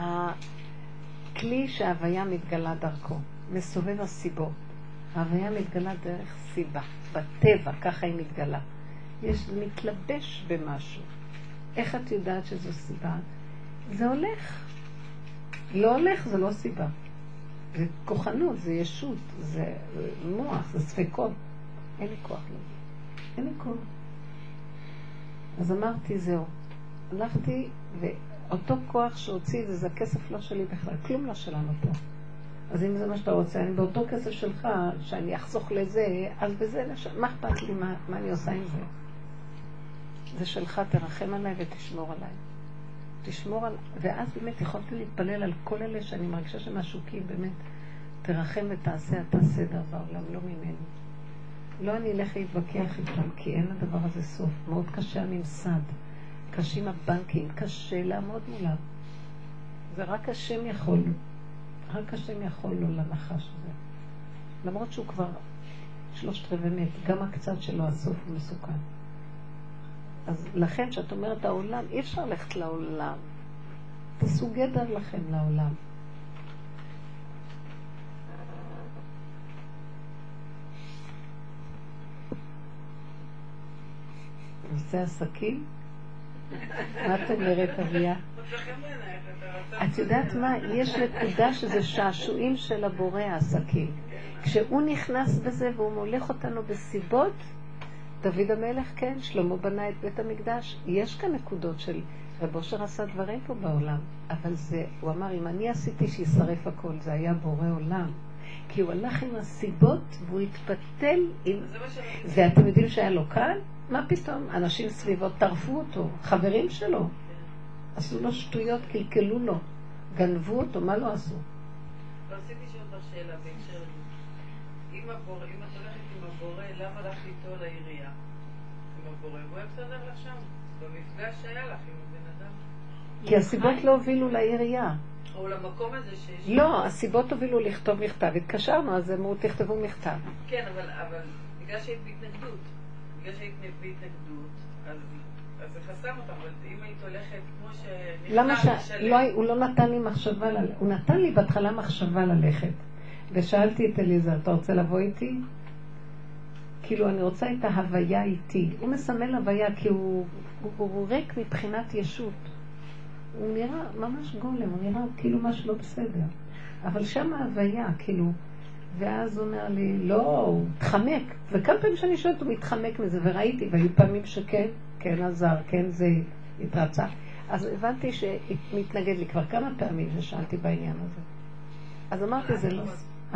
[SPEAKER 2] הכלי שההוויה מתגלה דרכו, מסובב הסיבות. ההוויה מתגלה דרך סיבה, בטבע, ככה היא מתגלה. זה מתלבש במשהו. איך את יודעת שזו סיבה? זה הולך. לא הולך, זה לא סיבה. זה כוחנות, זה ישות, זה מוח, זה ספקות. אין לי כוח לזה. אין לי כוח. אז אמרתי, זהו. הלכתי, ואותו כוח שהוציא, זה הכסף לא שלי בכלל. כלום לא שלנו פה. אז אם זה מה שאתה רוצה, אני באותו כסף שלך, שאני אחסוך לזה, אז בזה, מה אכפת לי, מה אני עושה עם זה? זה שלך, תרחם עליי ותשמור עליי. תשמור על... ואז באמת יכולתי להתפלל על כל אלה שאני מרגישה שמשהו כי באמת תרחם ותעשה אתה סדר בעולם, לא ממני. לא אני אלך להתווכח איתם, כי אין לדבר הזה סוף. מאוד קשה הממסד, קשים הבנקים, קשה לעמוד מולם. זה רק השם יכול, רק השם יכול לו לנחש הזה. למרות שהוא כבר 3/4 מת, גם הקצת שלו הסוף הוא מסוכן. אז לכן שאת אומרת העולם, אי אפשר ללכת לעולם. תעשו גדר לכם לעולם. נושא עסקים? מה את אומרת, אביה? את יודעת מה? יש נקודה שזה שעשועים של הבורא העסקים. כשהוא נכנס בזה והוא מולך אותנו בסיבות, דוד המלך, כן, שלמה בנה את בית המקדש. יש כאן נקודות של רב אושר עשה דברים פה בעולם, אבל זה, הוא אמר, אם אני עשיתי שישרף הכל, זה היה בורא עולם. כי הוא הלך עם הסיבות והוא התפתל עם...
[SPEAKER 4] זה מה שראיתי.
[SPEAKER 2] ואתם יודעים שהיה לו קל? מה פתאום? אנשים סביבו טרפו אותו, חברים שלו. עשו לו שטויות, קלקלו לו, גנבו אותו, מה לא עשו?
[SPEAKER 4] רציתי לשאול אותך שאלה בהקשר לזה. אם את הולכת עם הבורא, למה הלכת איתו לעירייה? עם הבורא, והוא היה בסדר לך שם, במפגש שהיה לך עם הבן אדם.
[SPEAKER 2] כי הסיבות לא הובילו לעירייה.
[SPEAKER 4] או למקום הזה שיש...
[SPEAKER 2] לא, הסיבות הובילו לכתוב מכתב. התקשרנו, אז אמרו, תכתבו מכתב.
[SPEAKER 4] כן, אבל בגלל שהיית בהתנגדות, אז זה חסם אותם, אבל אם היית הולכת כמו
[SPEAKER 2] למה
[SPEAKER 4] שנכנע
[SPEAKER 2] הוא לא נתן לי מחשבה, הוא נתן לי בהתחלה מחשבה ללכת. ושאלתי את אליעזר, אתה רוצה לבוא איתי? כאילו אני רוצה את ההוויה איתי. הוא מסמל הוויה כי הוא ריק מבחינת ישות. הוא נראה ממש גולם, הוא נראה כאילו משהו לא בסדר. אבל שם ההוויה, כאילו, ואז הוא אומר לי, לא, הוא מתחמק. וכמה פעמים שאני שואלת, הוא מתחמק מזה, וראיתי, והיו פעמים שכן, כן עזר, כן זה התרצה. אז הבנתי שמתנגד לי כבר כמה פעמים ששאלתי בעניין הזה. אז אמרתי, זה לא...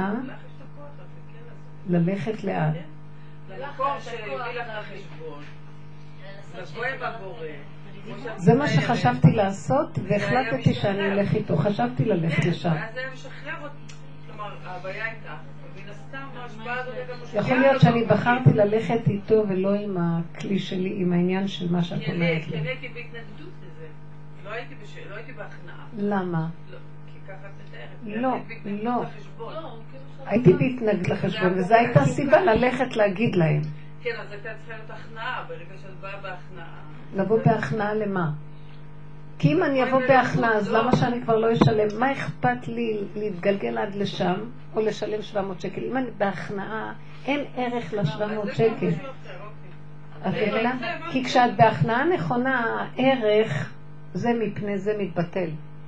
[SPEAKER 2] ללכת לאן?
[SPEAKER 4] למקום שהביא לך לחשבון, לבוא עם הבורא.
[SPEAKER 2] זה מה שחשבתי לעשות, והחלטתי שאני אלך איתו. חשבתי ללכת לשם.
[SPEAKER 4] ואז זה היה משחרר אותי. כלומר, ההוויה הייתה. ומן הסתם, ההשפעה הזאת גם משפיעה.
[SPEAKER 2] יכול להיות שאני בחרתי ללכת איתו ולא עם הכלי שלי, עם העניין של מה שאת אומרת לי.
[SPEAKER 4] כי אני הייתי בהתנגדות לזה. לא הייתי בהכנעה.
[SPEAKER 2] למה?
[SPEAKER 4] לא, כי ככה את מתארת.
[SPEAKER 2] לא, לא.
[SPEAKER 4] לחשבון.
[SPEAKER 2] הייתי בהתנגד לחשבון, וזו הייתה סיבה ללכת להגיד להם.
[SPEAKER 4] כן, אז הייתה צריכה להיות הכנעה, ברגע שאת באה בהכנעה.
[SPEAKER 2] לבוא בהכנעה למה? כי אם אני אבוא בהכנעה, אז למה שאני כבר לא אשלם? מה אכפת לי להתגלגל עד לשם, או לשלם 700 שקל? אם אני בהכנעה, אין ערך ל-700 שקל. את מבינה? כי כשאת בהכנעה נכונה, הערך זה מפני זה מתבטל.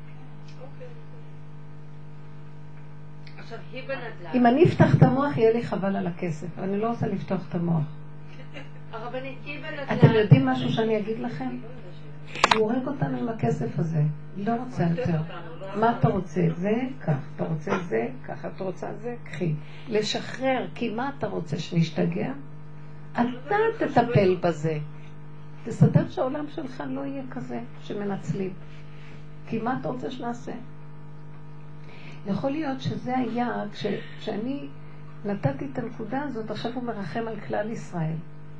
[SPEAKER 3] עכשיו היא בנדל"ן.
[SPEAKER 2] אם אני אפתח את המוח, יהיה לי חבל על הכסף. אני לא רוצה לפתוח את המוח.
[SPEAKER 3] הרבנית היא בנדל"ן.
[SPEAKER 2] אתם יודעים משהו שאני אגיד לכם? הוא הורג אותנו עם הכסף הזה. לא רוצה יותר. מה אתה רוצה? זה, כך. אתה רוצה זה, ככה. אתה רוצה זה, קחי. לשחרר, כי מה אתה רוצה? שנשתגע? אתה תטפל בזה. תסדר שהעולם שלך לא יהיה כזה שמנצלים. כי מה אתה רוצה שנעשה? יכול להיות שזה היה, כשאני נתתי את הנקודה הזאת, עכשיו הוא מרחם על כלל ישראל.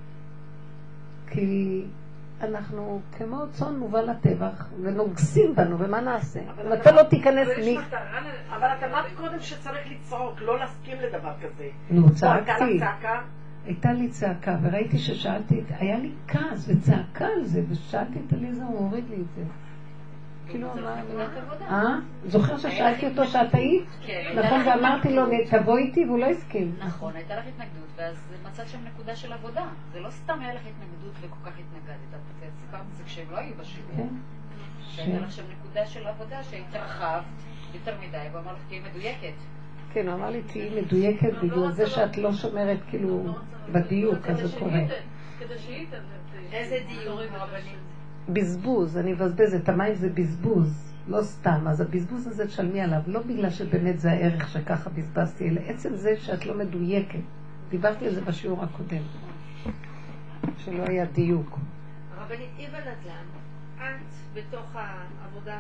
[SPEAKER 2] כי אנחנו כמו צאן מובל לטבח, ונוגסים בנו, ומה נעשה? אבל אתה לא תיכנס מי...
[SPEAKER 5] אבל את אמרת קודם שצריך לצעוק, לא להסכים לדבר כזה.
[SPEAKER 2] נו, צעקתי. הייתה לי צעקה, וראיתי ששאלתי, היה לי כעס וצעקה על זה, ושאלתי את אליעזר, הוא הוריד לי את זה. כאילו אמר, זוכר ששאלתי אותו שאת היית? נכון, ואמרתי לו, תבוא איתי, והוא לא הסכים.
[SPEAKER 7] נכון, הייתה לך התנגדות, ואז מצאת שם נקודה של עבודה. זה לא סתם היה לך התנגדות וכל כך התנגדת. סיפרת את זה כשהם לא היו בשיעור. שהייתה לך שם נקודה של עבודה שהתרחבת יותר מדי, והוא אמר לך, תהיי מדויקת.
[SPEAKER 2] כן, הוא אמר לי, תהיי מדויקת בגלל זה שאת לא שומרת כאילו בדיוק, אז זה קורה.
[SPEAKER 3] איזה דיוק רבנית?
[SPEAKER 2] בזבוז, אני מבזבז את המים, זה בזבוז, לא סתם. אז הבזבוז הזה תשלמי עליו, לא בגלל שבאמת זה הערך שככה בזבזתי, אלא עצם זה שאת לא מדויקת. דיברתי על זה בשיעור הקודם, שלא היה דיוק.
[SPEAKER 3] רבנית, היא בנדל"ן, את בתוך העבודה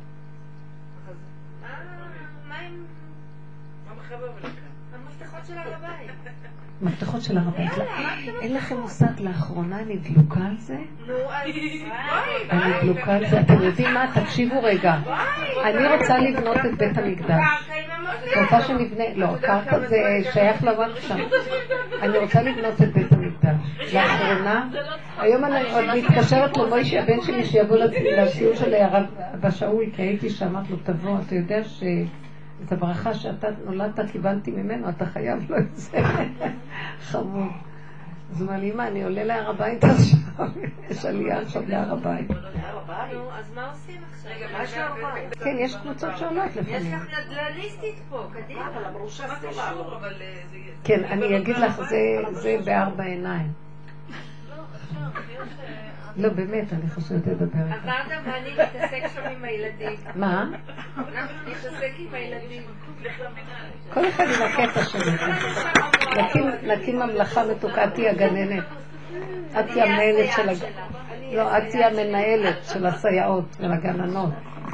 [SPEAKER 3] הזאת. מה עם...
[SPEAKER 4] מה מחבר ולכם?
[SPEAKER 3] המפתחות של הר הבית.
[SPEAKER 2] מפתחות של הר הבית. אין לכם מושג, לאחרונה אני דלוקה על זה?
[SPEAKER 3] נו, אז...
[SPEAKER 2] אני דלוקה על זה. אתם יודעים מה? תקשיבו רגע. אני רוצה לבנות את בית המקדש. רוצה שנבנה... לא, קרקע זה שייך לוואק שם. אני רוצה לבנות את בית המקדש. לאחרונה, היום אני עוד מתקשרת למוישי, הבן שלי, שיבוא לסיור של הרב בשאול, כי הייתי שאמרת לו, תבוא, אתה יודע ש... את הברכה שאתה נולדת קיבלתי ממנו, אתה חייב לו את זה. חמוד. אז הוא אומר לי, אמא, אני עולה להר הבית עכשיו. יש עלייה עכשיו להר הבית.
[SPEAKER 3] נו, אז מה עושים עכשיו?
[SPEAKER 5] מה יש להר הבית?
[SPEAKER 2] כן, יש קבוצות שעולות לפעמים.
[SPEAKER 3] יש לך נדל"ניסטית פה, קדימה.
[SPEAKER 5] אבל אמרו שאסור
[SPEAKER 4] קשור,
[SPEAKER 5] לנו.
[SPEAKER 4] אבל...
[SPEAKER 2] כן, אני אגיד לך, זה בארבע עיניים. לא, באמת, אני חושבת לדבר איתך.
[SPEAKER 3] עברנו ואני מתעסק שם עם הילדים.
[SPEAKER 2] מה?
[SPEAKER 3] מתעסק עם הילדים.
[SPEAKER 2] כל אחד עם הקטע שלו. נקים ממלכה מתוקה, את תהיי הגננת. את תהיי המנהלת של לא, את תהיי המנהלת של הסייעות ולגננות.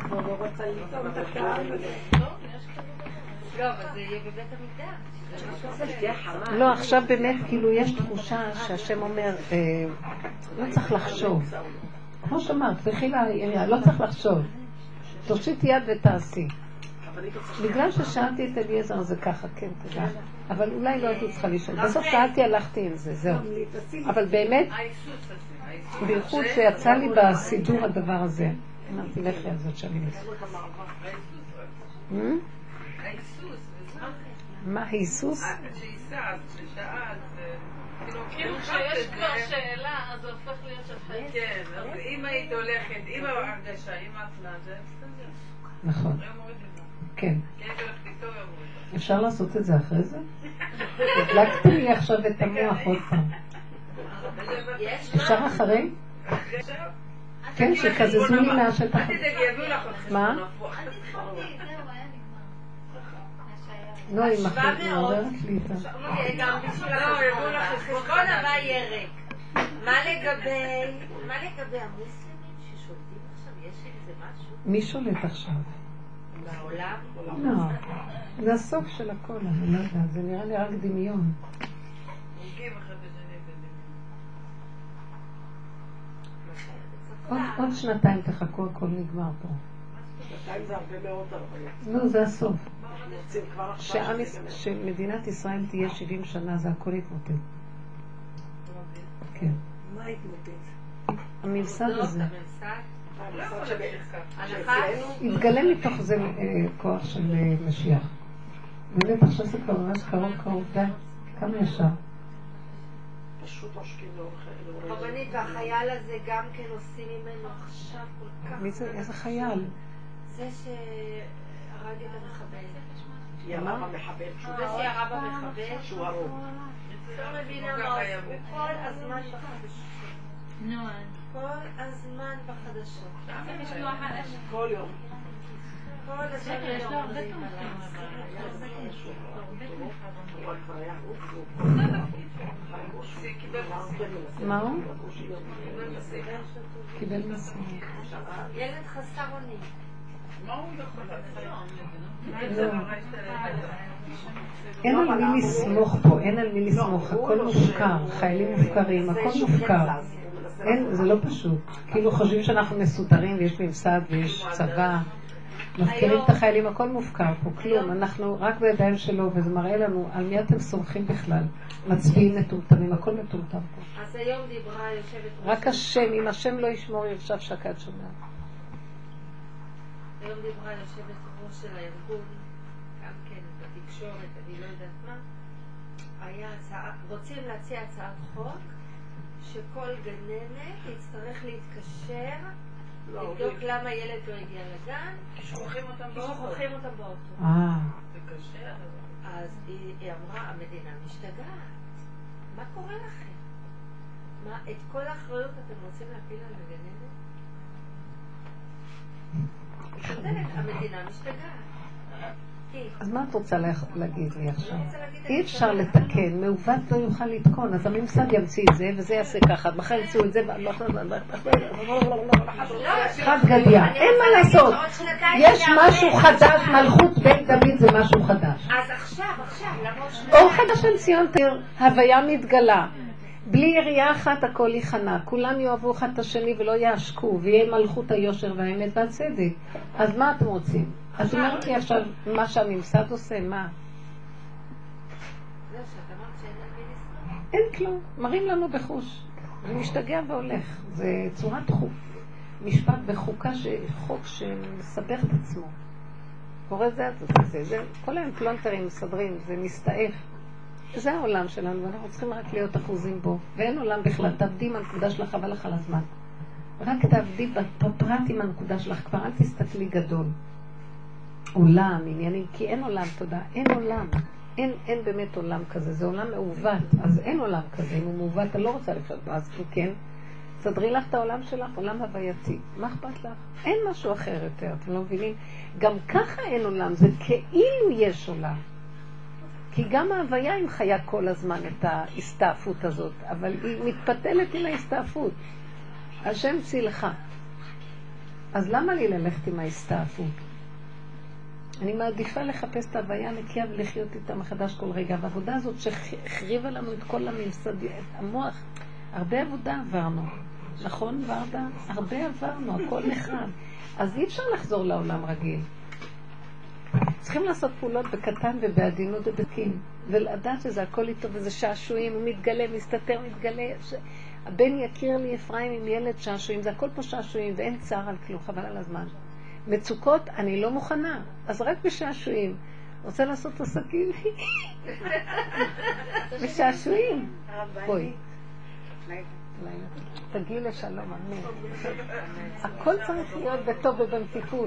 [SPEAKER 3] לא, אבל זה יהיה בבית המקדש.
[SPEAKER 2] לא, עכשיו באמת כאילו יש תחושה שהשם אומר, לא צריך לחשוב. כמו שאמרת, תלכי לעירייה, לא צריך לחשוב. תושיטי יד ותעשי. בגלל ששאלתי את אליעזר זה ככה, כן, תודה. אבל אולי לא הייתי צריכה לשאול. בסוף שאלתי, הלכתי עם זה, זהו. אבל באמת, בייחוד שיצא לי בסידור הדבר הזה. אמרתי, לכי על זאת שאני מסורת. מה, היסוס?
[SPEAKER 6] כאילו כשיש כבר שאלה, אז זה הופך להיות שלך.
[SPEAKER 4] כן, אז אם היית הולכת, עם ההרגשה, עם ההפלאה, זה בסדר.
[SPEAKER 2] נכון. כן.
[SPEAKER 4] כן, הולכת איתו,
[SPEAKER 2] אפשר לעשות את זה אחרי זה? הדלקתם לי עכשיו את המוח עוד פעם. אפשר אחרי? כן, שכזזו לי מהשטח. מה? לא, היא מעוררת לי איתה.
[SPEAKER 3] גם בשביל החשבון הבא יהיה ריק. מה לגבי המוסלמים ששולטים עכשיו? יש איזה משהו?
[SPEAKER 2] מי שולט עכשיו?
[SPEAKER 3] בעולם?
[SPEAKER 2] לא, זה הסוף של הכל, אני לא יודעת, זה נראה לי רק דמיון.
[SPEAKER 4] הורגים אחד בשני בדמיון.
[SPEAKER 2] עוד שנתיים תחכו, הכל נגמר פה.
[SPEAKER 5] שנתיים זה הרבה מאוד הרבה.
[SPEAKER 2] לא, זה הסוף.
[SPEAKER 5] רוצים כבר עכשיו
[SPEAKER 2] שמדינת ישראל תהיה 70 שנה, זה הכל יתמוטט. כן.
[SPEAKER 1] מה התמוטט?
[SPEAKER 2] הממסד הזה.
[SPEAKER 3] הנחש?
[SPEAKER 2] יתגלה מתוך זה כוח של משיח. באמת, עכשיו זה כבר ממש קרוב, די. כמה ישר?
[SPEAKER 5] פשוט עושקים לאורך.
[SPEAKER 3] רבנית, והחייל הזה גם כן עושים ממנו עכשיו כל כך...
[SPEAKER 2] מי זה? איזה חייל?
[SPEAKER 3] זה שהרג את המחבל.
[SPEAKER 5] ירה במחבל.
[SPEAKER 3] זה שירה במחבל.
[SPEAKER 5] שהוא הרוג.
[SPEAKER 3] לא מבינה מה הוא כל הזמן בחדשות. כל הזמן בחדשות.
[SPEAKER 5] כל יום.
[SPEAKER 3] כל הזמן
[SPEAKER 6] יש לו הרבה תומכים.
[SPEAKER 2] מה הוא? קיבל מסע.
[SPEAKER 3] ילד חסר אונים.
[SPEAKER 4] מה הוא יכול לעשות?
[SPEAKER 2] לא. אין על מי לסמוך פה, אין על מי לסמוך, הכל מופקר, חיילים מופקרים, הכל מופקר. זה לא פשוט. כאילו חושבים שאנחנו מסודרים ויש ממסד ויש צבא. מזכירים את החיילים, הכל מופקר פה, כלום. אנחנו רק בידיים שלו, וזה מראה לנו על מי אתם סומכים בכלל. מצביעים מטומטמים, הכל מטומטם פה.
[SPEAKER 3] אז היום דיברה יושבת ראש...
[SPEAKER 2] רק השם, אם השם לא ישמור, יושב שקד שומע.
[SPEAKER 3] היום דיברה יושבת ראש של הארגון, גם כן בתקשורת, אני לא יודעת מה. רוצים להציע הצעת חוק שכל גננת יצטרך להתקשר לבדוק למה ילד לא הגיע לגן,
[SPEAKER 4] כי שוכחים אותם באוטו.
[SPEAKER 3] באוטו.
[SPEAKER 4] זה קשה.
[SPEAKER 3] אז היא אמרה, המדינה משתגעת. מה קורה לכם? מה, את כל האחריות אתם רוצים להפיל על הגננת? המדינה משתגעת.
[SPEAKER 2] אז מה את רוצה להגיד לי עכשיו? אי אפשר לתקן, מעוות לא יוכל לתקון, אז הממסד ימציא את זה וזה יעשה ככה, מחר ימצאו את זה, חד גדיה, אין מה לעשות. יש משהו חדש, מלכות בית דוד זה משהו חדש.
[SPEAKER 3] אז עכשיו, למה עוד שנתיים?
[SPEAKER 2] אור חדש על ציון תאיר, הוויה מתגלה. בלי ירייה אחת הכל ייכנע, כולם יאהבו אחד את השני ולא יעשקו, ויהיה מלכות היושר והאמת והצדק. אז מה אתם רוצים? את אומרת לי עכשיו מה שהממסד עושה, מה?
[SPEAKER 3] לא, שאת אמרת שאין על מי לסמוך.
[SPEAKER 2] אין כלום, מראים לנו בחוש. זה משתגע והולך, זה צורת חוק. משפט בחוקה, חוק שמסבך את עצמו. קורא זה, כל היום פלונטרים מסדרים, זה מסתעף. זה העולם שלנו, ואנחנו צריכים רק להיות אחוזים בו. ואין עולם בכלל, תעבדי עם הנקודה שלך חבל לך על הזמן. רק תעבדי בפרט עם הנקודה שלך, כבר אל תסתכלי גדול. עולם, עניינים, כי אין עולם, תודה, אין עולם. אין באמת עולם כזה, זה עולם מעוות, אז אין עולם כזה, אם הוא מעוות, אני לא רוצה לחיות בו, אז כן, תסדרי לך את העולם שלך, עולם הווייתי, מה אכפת לך? אין משהו אחר יותר, אתם לא מבינים? גם ככה אין עולם, זה כאילו יש עולם. כי גם ההוויה עם חיה כל הזמן את ההסתעפות הזאת, אבל היא מתפתלת עם ההסתעפות. השם צילך. אז למה לי ללכת עם ההסתעפות? אני מעדיפה לחפש את ההוויה הנקייה ולחיות איתה מחדש כל רגע. והעבודה הזאת שהחריבה לנו את כל הממסד, את המוח, הרבה עבודה עברנו. נכון, ורדה? הרבה עברנו, הכל נחרב. אז אי אפשר לחזור לעולם רגיל. צריכים לעשות פעולות בקטן ובעדינות ובקים, ולדעת שזה הכל איתו וזה שעשועים, הוא מתגלה, מסתתר, מתגלה. הבן יכיר לי אפרים עם ילד שעשועים, זה הכל פה שעשועים ואין צער על כלום, חבל על הזמן. מצוקות, אני לא מוכנה, אז רק בשעשועים. רוצה לעשות עסקים? בשעשועים. בואי. תגיעי לשלום, אמן. הכל צריך להיות בטוב ובמתיקות.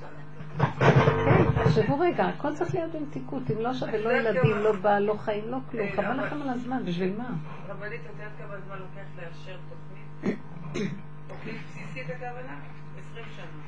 [SPEAKER 2] כן, תחשבו רגע, הכל צריך להיות במתיקות, אם לא שווה, לא ילדים, לא בעל, לא חיים, לא כלום, חבל לכם על הזמן, בשביל מה?
[SPEAKER 4] רבנית, את יודעת כמה זמן לוקח לאשר תוכנית? תוכנית בסיסית הכוונה? 20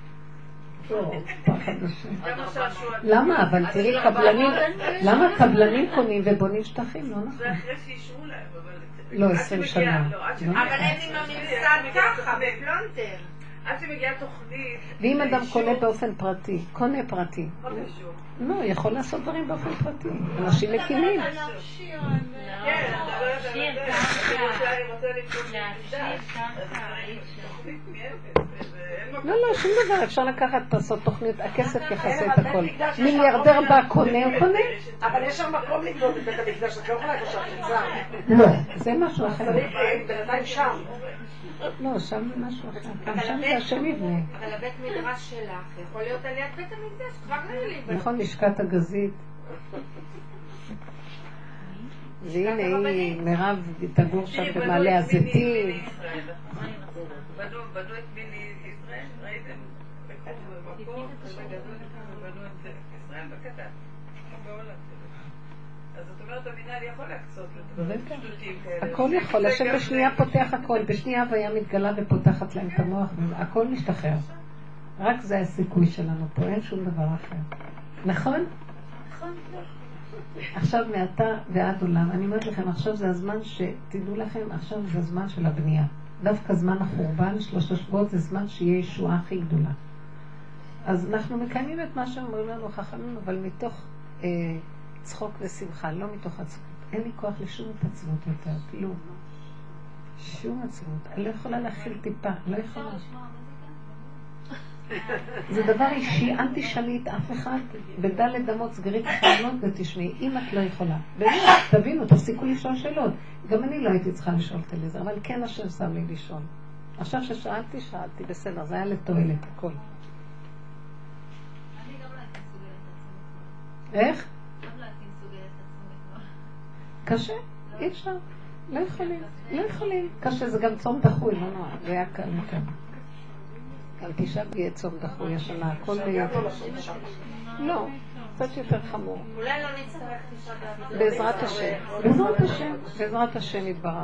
[SPEAKER 4] שנה.
[SPEAKER 2] למה? אבל תראי, קבלנים, למה קבלנים קונים ובונים שטחים? לא נכון.
[SPEAKER 4] זה אחרי שישרו להם, אבל...
[SPEAKER 2] לא, 20 שנה.
[SPEAKER 3] אבל אין עם הממסד ככה, בפלונטר.
[SPEAKER 4] עד שמגיעה תוכנית...
[SPEAKER 2] ואם אדם קונה באופן פרטי, קונה פרטי. לא, יכול לעשות דברים באופן פרטי. אנשים מקימים.
[SPEAKER 3] להשאיר
[SPEAKER 2] לא, שום דבר. אפשר לקחת, לעשות תוכנית, הכסף יחסה את הכל. מיליארדר בא קונה, הוא קונה.
[SPEAKER 5] אבל יש שם מקום לבנות את בית המקדש, את לא יכולה איפה שאת רוצה.
[SPEAKER 2] לא, זה משהו אחר.
[SPEAKER 5] צריך בינתיים שם.
[SPEAKER 2] לא, שם זה משהו אחר. שם זה השם יבנה.
[SPEAKER 3] אבל הבית מדרש שלך יכול להיות על יד בית המקדש, רק מילים.
[SPEAKER 2] נכון, לשכת הגזית. והנה היא, מירב תגור שם במעלה הזיתים.
[SPEAKER 4] בנו את מיני ישראל, ראיתם? במקום, ובנו את ישראל בקטן, בעולם. אז זאת אומרת, המנהל יכול להקצות לדברים שטותיים כאלה.
[SPEAKER 2] הכל יכול, השם בשנייה פותח הכל, בשנייה הוויה מתגלה ופותחת להם את המוח, הכל משתחרר. רק זה הסיכוי שלנו פה, אין שום דבר אחר. נכון?
[SPEAKER 3] נכון.
[SPEAKER 2] עכשיו מעתה ועד עולם, אני אומרת לכם, עכשיו זה הזמן שתדעו לכם, עכשיו זה הזמן של הבנייה. דווקא זמן החורבן, 3 שבועות, זה זמן שיהיה ישועה הכי גדולה. אז אנחנו מקיימים את מה שאומרים לנו חכמים, אבל מתוך צחוק ושמחה, לא מתוך עצמות. אין לי כוח לשום עצמות יותר, כלום. שום עצמות. אני לא יכולה להכיל טיפה, לא יכולה. זה דבר אישי, אל תשאלי את אף אחד, בדלת אמות סגרי את החלונות ותשמעי, אם את לא יכולה. באמת, תבינו, תפסיקו לשאול שאלות. גם אני לא הייתי צריכה לשאול את אליעזר, אבל כן השם שם לי לשאול. עכשיו ששאלתי, שאלתי, בסדר, זה היה לתועלת, הכל.
[SPEAKER 6] אני גם לא הייתי מסוגלת עצמי.
[SPEAKER 2] איך?
[SPEAKER 6] גם לא הייתי מסוגלת עצמי.
[SPEAKER 2] קשה, אי אפשר. לא יכולים, לא יכולים. קשה, זה גם צום דחוי, לא נורא, זה היה קל יותר. גם תשעה יהיה צום דחוי השנה, הכל ביותר. לא, קצת יותר חמור.
[SPEAKER 3] אולי לא נצטרך תשעה באב.
[SPEAKER 2] בעזרת השם, בעזרת השם, בעזרת השם יתברך.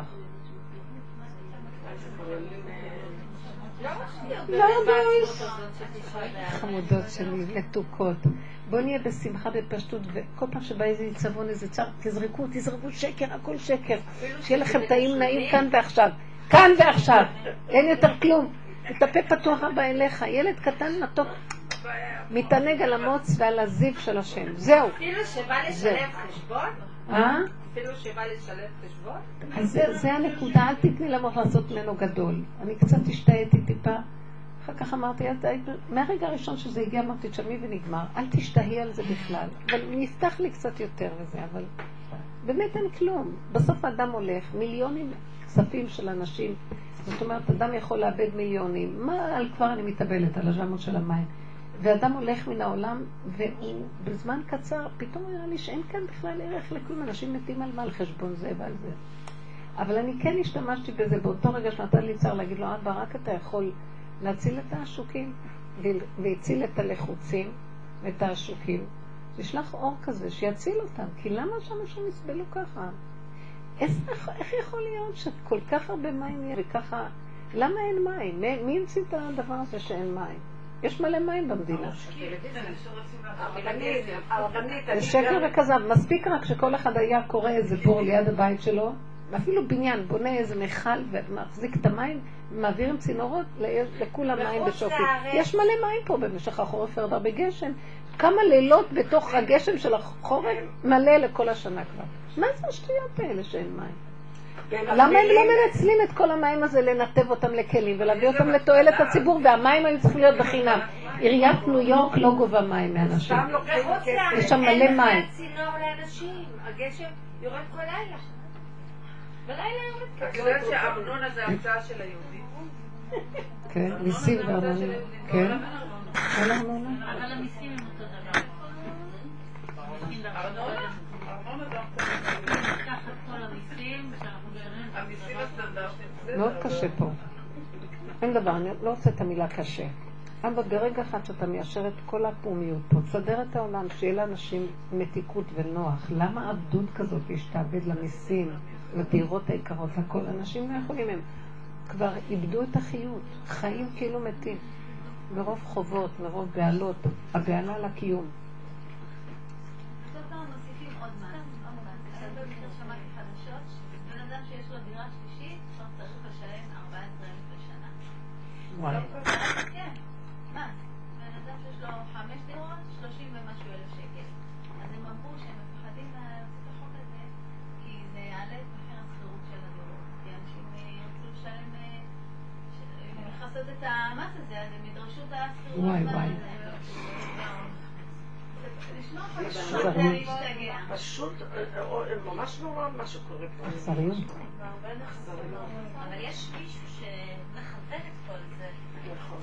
[SPEAKER 2] לא, בואי. חמודות שלי, מתוקות. בואו נהיה בשמחה בפשטות, וכל פעם שבא איזה צבון, איזה צער, תזרקו שקר, הכל שקר. שיהיה לכם טעים נעים כאן ועכשיו. כאן ועכשיו. אין יותר כלום. את הפה פתוח הבא אליך. ילד קטן מתוק. מתענג על המוץ ועל הזיו של השם. זהו.
[SPEAKER 3] אפילו שבא לשלם חשבון? אפילו שבא לשלם חשבון?
[SPEAKER 2] אז זה הנקודה, אל תתני למוח לעשות ממנו גדול. אני קצת השתהיתי טיפה, אחר כך אמרתי, מהרגע הראשון שזה הגיע אמרתי תשמעי ונגמר, אל תשתהי על זה בכלל. אבל נפתח לי קצת יותר וזה, אבל באמת אין כלום. בסוף האדם הולך, מיליונים כספים של אנשים, זאת אומרת, אדם יכול לאבד מיליונים. מה על כבר אני מתאבלת על השמות של המים? ואדם הולך מן העולם, והוא בזמן קצר, פתאום הוא נראה לי שאין כאן בכלל ערך לכלום, אנשים מתים על מה, על חשבון זה ועל זה. אבל אני כן השתמשתי בזה באותו רגע שנתן לי צער להגיד לו, אבא, רק אתה יכול להציל את העשוקים, והציל את הלחוצים, את העשוקים, תשלח אור כזה שיציל אותם, כי למה שאנשים יסבלו ככה? איך יכול להיות שכל כך הרבה מים יהיה וככה, למה אין מים? מי המציא את הדבר הזה שאין מים? יש מלא מים במדינה. זה שקר וכזב. מספיק רק שכל אחד היה קורא איזה בור ליד הבית שלו, ואפילו בניין, בונה איזה מיכל ומחזיק את המים, מעבירים צינורות לכולם מים בשופי. יש מלא מים פה במשך החורף, ירד הרבה גשם. כמה לילות בתוך הגשם של החורף מלא לכל השנה כבר. מה זה השטויות האלה שאין מים? למה הם לא מנצלים את כל המים הזה לנתב אותם לכלים ולהביא אותם לתועלת הציבור, והמים היו צריכים להיות בחינם? עיריית ניו יורק לא גובה מים מאנשים. יש שם מלא מים.
[SPEAKER 3] אין צינור לאנשים, הגשם יורד כל לילה. בלילה יורד ככה.
[SPEAKER 4] את יודעת שהארנונה זה המצאה של היהודים?
[SPEAKER 2] כן, מיסים וארנונה. כן.
[SPEAKER 6] אבל המיסים הם אותו דבר.
[SPEAKER 4] ארנונה גם
[SPEAKER 6] ניקח את כל המיסים, שאנחנו גרים...
[SPEAKER 4] המיסים הסטנדרטיים.
[SPEAKER 2] מאוד קשה פה. אין דבר, אני לא רוצה את המילה קשה. אבל ברגע אחד שאתה מיישר את כל הפעומיות פה, תסדר את העולם, שיהיה לאנשים מתיקות ונוח. למה עבדות כזאת להשתעבד למיסים, לדירות העיקרות, לכל? אנשים לא יכולים, הם כבר איבדו את החיות, חיים כאילו מתים. מרוב חובות, מרוב בעלות, הבעלה לקיום.
[SPEAKER 6] בסוף אנחנו מוסיפים עוד מס. אני במחיר שמעתי חדשות, בן אדם שיש לו דירה שלישית, כבר צריך לשלם 14,000 לשנה.
[SPEAKER 2] וואי.
[SPEAKER 6] כן, מס. בן אדם שיש לו 5 דירות, 30 ומשהו אלף שקל. אז הם אמרו שהם מפחדים לעשות את החוק הזה, כי זה יעלה את מחיר השכירות של הדירות. כי אנשים ירצו לשלם, אם הם לעשות את המס הזה, אז הם ידרשו את השכירות.
[SPEAKER 2] וואי וואי.
[SPEAKER 5] פשוט ממש נורא מה שקורה פה.
[SPEAKER 2] אכזריות.
[SPEAKER 6] אבל יש מישהו שמכוון את כל זה.
[SPEAKER 5] נכון.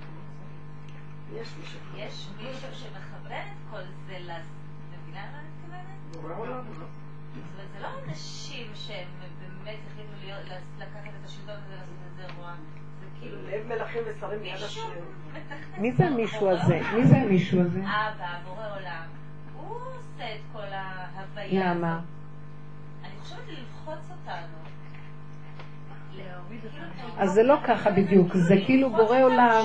[SPEAKER 6] יש מישהו שמכוון את כל זה מבינה מה אני מתכוונת?
[SPEAKER 5] נורא עולם.
[SPEAKER 6] זאת אומרת, זה לא אנשים שהם באמת החליטו לקחת את השלטון הזה ולעשות את זה רוע. זה כאילו...
[SPEAKER 5] לב מלכים ושרים מיד השם.
[SPEAKER 2] מי זה המישהו הזה? מי זה המישהו הזה?
[SPEAKER 6] אבא, בורא עולם. הוא עושה את כל ההוויה.
[SPEAKER 2] למה?
[SPEAKER 6] אני חושבת ללחוץ אותנו. להוריד אותנו.
[SPEAKER 2] אז זה לא ככה בדיוק, זה כאילו בורא עולם,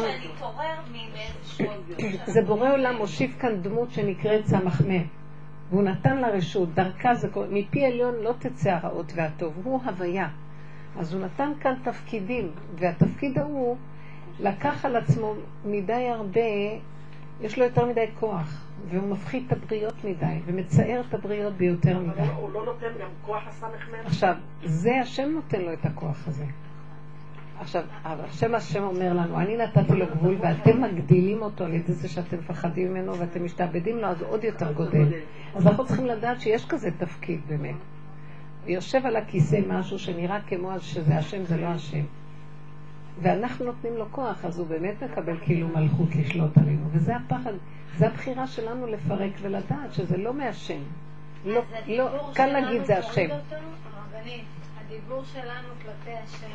[SPEAKER 2] זה בורא עולם מושיב כאן דמות שנקראת סמ"ם, והוא נתן לה רשות, דרכה זה, מפי עליון לא תצא הרעות והטוב, הוא הוויה. אז הוא נתן כאן תפקידים, והתפקיד ההוא לקח על עצמו מדי הרבה, יש לו יותר מדי כוח, והוא מפחית את הבריות מדי, ומצער את הבריות ביותר מדי.
[SPEAKER 5] הוא לא נותן גם כוח לסמ"ם?
[SPEAKER 2] עכשיו, זה השם נותן לו את הכוח הזה. עכשיו, השם אומר לנו, אני נתתי לו גבול ואתם מגדילים אותו על ידי זה שאתם מפחדים ממנו ואתם משתעבדים לו, אז עוד יותר גודל. אז אנחנו צריכים לדעת שיש כזה תפקיד באמת. יושב על הכיסא משהו שנראה כמו שזה השם, זה לא השם. ואנחנו נותנים לו כוח, אז הוא באמת מקבל כאילו מלכות לשלוט עלינו. וזה הפחד, זה הבחירה שלנו לפרק ולדעת שזה לא מהשם. לא, קל להגיד זה השם.
[SPEAKER 6] הדיבור שלנו כלפי השם.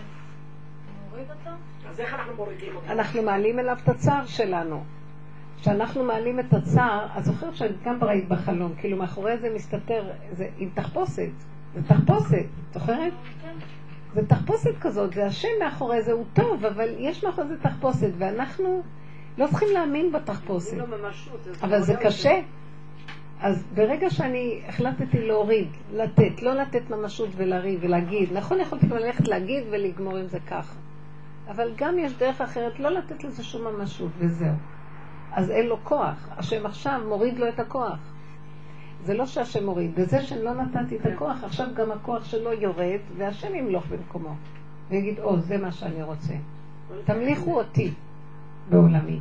[SPEAKER 5] אז איך אנחנו מורידים אותו?
[SPEAKER 2] אנחנו מעלים אליו את הצער שלנו. כשאנחנו מעלים את הצער, אז זוכרת שגם בראית בחלום, כאילו מאחורי זה מסתתר, זה עם תחפושת. זה תחפושת, זוכרת?
[SPEAKER 6] כן.
[SPEAKER 2] זה תחפושת כזאת, זה השם מאחורי זה, הוא טוב, אבל יש מאחורי זה תחפושת, ואנחנו לא צריכים להאמין בתחפושת. אבל זה קשה. אז ברגע שאני החלטתי להוריד, לתת, לא לתת ממשות ולריב ולהגיד, נכון יכולתי גם ללכת להגיד ולגמור עם זה ככה. אבל גם יש דרך אחרת לא לתת לזה שום ממשות וזהו. אז אין לו כוח. השם עכשיו מוריד לו את הכוח. זה לא שהשם מוריד. בזה שלא נתתי את הכוח, עכשיו גם הכוח שלו יורד והשם ימלוך במקומו. ויגיד, זה מה שאני רוצה. תמליכו אותי בעולמי.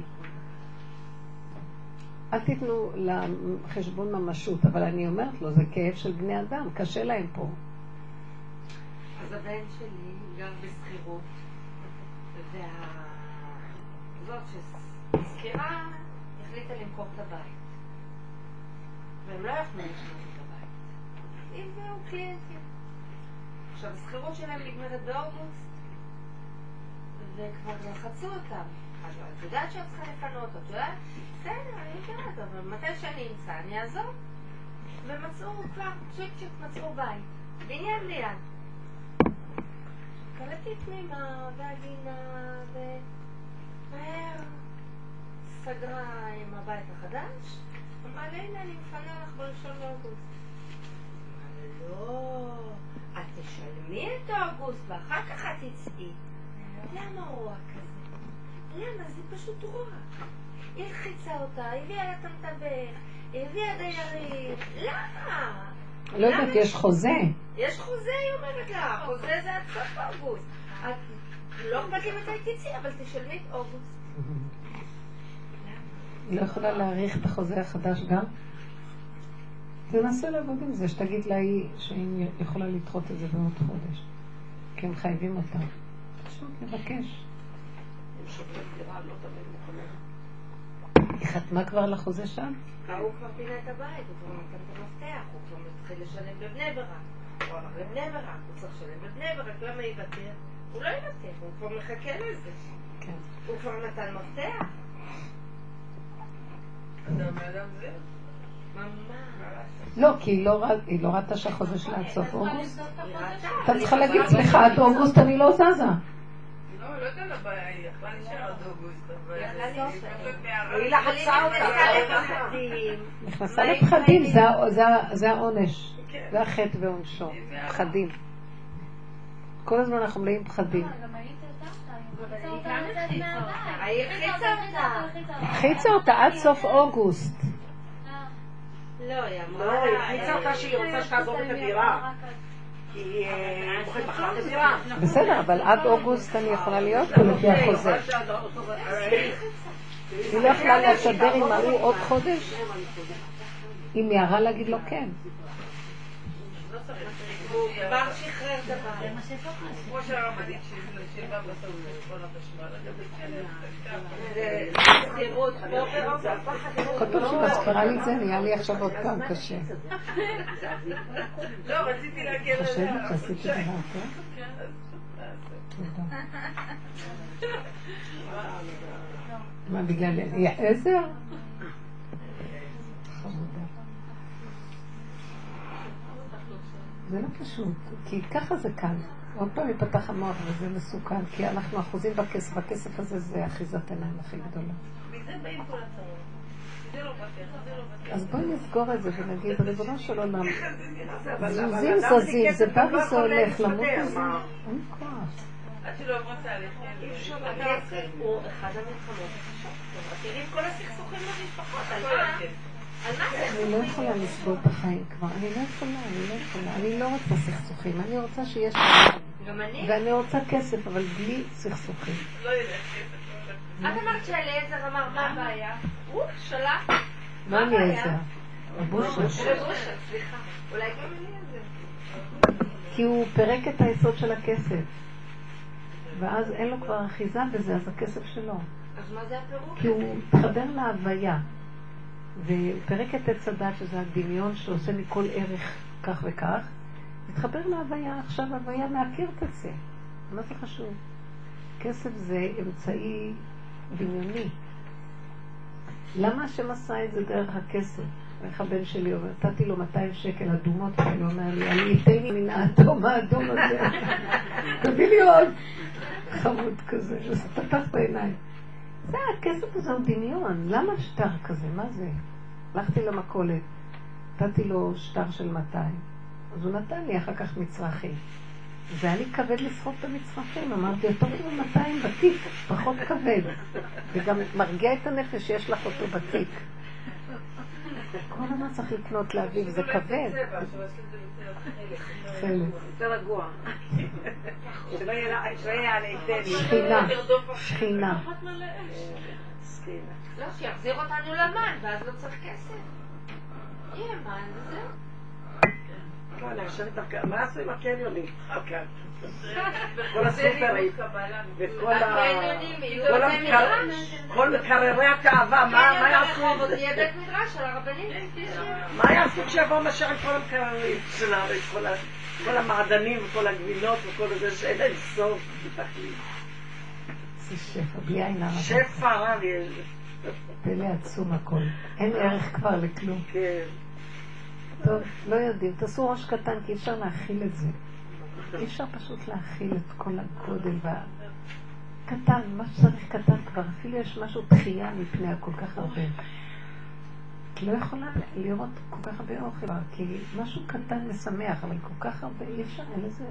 [SPEAKER 2] אל תיתנו לחשבון ממשות, אבל אני אומרת לו, זה כאב של בני אדם, קשה להם פה.
[SPEAKER 3] אז הבן שלי גר בסחירות, וזאת שסקירה החליטה למכור את הבית. והם לא יכלו לשנות את הבית. הביאו קליינטים. עכשיו, הסחירות שלהם נגמרת באוגוסט, וכבר לחצו אותם. את יודעת שאת צריכה לפנות, את יודעת? בסדר, אני יודעת, אבל מתי שאני אמצא, אני אעזור. ומצאו כבר, צ'יק מצאו בית. בניין ליד. קלטתי פנימה, והגינה, ומהר סגרה עם הבית החדש. אמרה לי, הנה, אני מפנה לך ב1 באוגוסט. לא, את תשלמי את אוגוסט ואחר כך את תצאי. למה רוע כזה? למה? זה פשוט רוע. היא הלחיצה אותה, הביאה לה את המתווך, הביאה דיירים. למה?
[SPEAKER 2] לא יודעת, יש חוזה.
[SPEAKER 3] יש חוזה, היא אומרת לה. חוזה זה עד סוף אוגוסט. את לא אכפת לי מתי תצאי, אבל תשלמי את אוגוסט.
[SPEAKER 2] היא לא יכולה להאריך את החוזה החדש גם? תנסה לעבוד עם זה, שתגיד לה שהיא יכולה לדחות את זה בעוד חודש. כי הם חייבים אותה. פשוט לבקש.
[SPEAKER 5] הם שוברת דירה, לא תמיד מוכנים.
[SPEAKER 2] היא חתמה כבר על החוזה שם?
[SPEAKER 3] הוא כבר פינה את הבית, הוא כבר נתן את המפתח, הוא כבר מתחיל לשלם בבני ברק. הוא הלך לבני ברק, הוא צריך לשלם בבני ברק, למה יוותר? הוא לא יוותר, הוא כבר מחכה לזה.
[SPEAKER 2] כן.
[SPEAKER 3] הוא כבר נתן מפתח.
[SPEAKER 4] אדם זה?
[SPEAKER 3] ממש.
[SPEAKER 2] לא, כי היא לא ראתה שהחוזה שלה עד סוף אוגוסט.
[SPEAKER 3] היא ראתה.
[SPEAKER 2] אתה צריכה להגיד, סליחה, עד אוגוסט אני לא זזה.
[SPEAKER 4] לא יודעת על הבעיה, היא יכלה להישאר עד אוגוסט, אבל...
[SPEAKER 5] היא לחצה אותה.
[SPEAKER 2] נכנסה לפחדים, זה העונש. זה החטא ועונשו. פחדים. כל הזמן אנחנו מלאים פחדים.
[SPEAKER 6] גם הייתי אותה,
[SPEAKER 3] היא הלחיצה אותה.
[SPEAKER 2] חיצה אותה עד סוף אוגוסט.
[SPEAKER 3] לא, היא אמרה.
[SPEAKER 5] לא, היא החיצה אותה שהיא רוצה שתעזוב את הדירה. כי היא מוכרת בכלל לדירה.
[SPEAKER 2] בסדר, אבל עד אוגוסט אני יכולה להיות פה לפי החוזה. היא לא יכולה לשדר עם ההוא עוד חודש? היא מיהרה להגיד לו כן.
[SPEAKER 3] הוא כבר שחרר דבר.
[SPEAKER 4] כמו שהרבנית שילבה בסוף כל החשמל,
[SPEAKER 3] זה סתירות פה
[SPEAKER 2] כל פעם שמספרה לי את זה, נהיה לי עכשיו עוד פעם קשה.
[SPEAKER 4] לא, רציתי להגיע לזה.
[SPEAKER 2] חושבת שעשיתי דבר, כן? תודה. מה, בגלל עזר? חמודה. זה לא פשוט, כי ככה זה כאן. עוד פעם יפתח המוח וזה מסוכן, כי אנחנו אחוזים בכסף, הכסף הזה זה אחיזת עיניים הכי גדולה.
[SPEAKER 4] מזה באים כל הצרות. זה לא פתח, זה לא פתח.
[SPEAKER 2] אז בואי נסגור את זה ונגיד, ריבונו של עולם, זוזים זזים, זה בא וזה הולך, למות בזה, אין כוח.
[SPEAKER 4] עד שלא עברו תהליכים.
[SPEAKER 3] הכסף הוא אחד המלחמות הקשות. תראי כל הסכסוכים במשפחות, על מה? על מה זה?
[SPEAKER 2] אני לא יכולה לסגור את החיים כבר, אני לא יכולה, אני לא רוצה סכסוכים, אני רוצה שיש
[SPEAKER 3] גם אני.
[SPEAKER 2] ואני רוצה כסף, אבל בלי סכסוכים.
[SPEAKER 4] לא ילך.
[SPEAKER 3] את אמרת שאליעזר אמר מה הבעיה? הוא שלח.
[SPEAKER 2] מה אליעזר? רבושר.
[SPEAKER 3] סליחה. אולי גם אליעזר.
[SPEAKER 2] כי הוא פרק את היסוד של הכסף, ואז אין לו כבר אחיזה בזה, אז הכסף שלו.
[SPEAKER 3] אז מה זה הפירוק?
[SPEAKER 2] כי הוא מתחבר להוויה, ופרק את עץ הדת, שזה הדמיון שעושה מכל ערך כך וכך, מתחבר להוויה, עכשיו ההוויה מעקרת את זה. מה זה חשוב? כסף זה אמצעי דמיוני. למה השם עשה את זה דרך הכסף? איך הבן שלי אומר, נתתי לו 200 שקל אדומות, והוא אומר לי, אני אתן לי מן האדום האדום הזה. תביא לי עוד. חמוד כזה, שפתח את העיניים. זה, הכסף הזה הוא דמיון. למה שטר כזה? מה זה? הלכתי למכולת, נתתי לו שטר של 200. אז הוא נתן לי אחר כך מצרכים. זה היה לי כבד לסחוב את המצרכים. אמרתי, יותר כאילו 200 בתיק, פחות כבד. וגם מרגיע את הנפש שיש לך אותו בתיק. כל מה צריך לקנות לאביב, זה כבד. חלק.
[SPEAKER 5] יותר רגוע. שלא יהיה על איתני.
[SPEAKER 2] שכינה.
[SPEAKER 3] לא, שיחזיר אותנו למן, ואז לא צריך כסף. יהיה מן, וזהו.
[SPEAKER 5] לא, אני חושבת, מה עשו עם הקניונים? כל הסופרים, וכל מקררי התאווה, מה יעשו עם זה?
[SPEAKER 3] יהיה בית מדרש על הרבנים.
[SPEAKER 5] מה יעשו כשיבואו משר עם כל המקררים שלה, כל המעדנים וכל הגבינות וכל זה שאין להם סוף.
[SPEAKER 2] איזה שפע, בלי עין הרע.
[SPEAKER 5] שפע רב יש.
[SPEAKER 2] פלא עצום הכל. אין ערך כבר לכלום.
[SPEAKER 5] כן.
[SPEAKER 2] טוב, לא יודעים. תעשו ראש קטן, כי אי אפשר להכיל את זה. אי אפשר פשוט להכיל את כל הגודל קטן, מה שצריך קטן כבר. אפילו יש משהו דחייה מפני כל כך הרבה. כי לא יכולה לראות כל כך הרבה אוכל, כי משהו קטן משמח, אבל כל כך הרבה אי אפשר, אין לזה...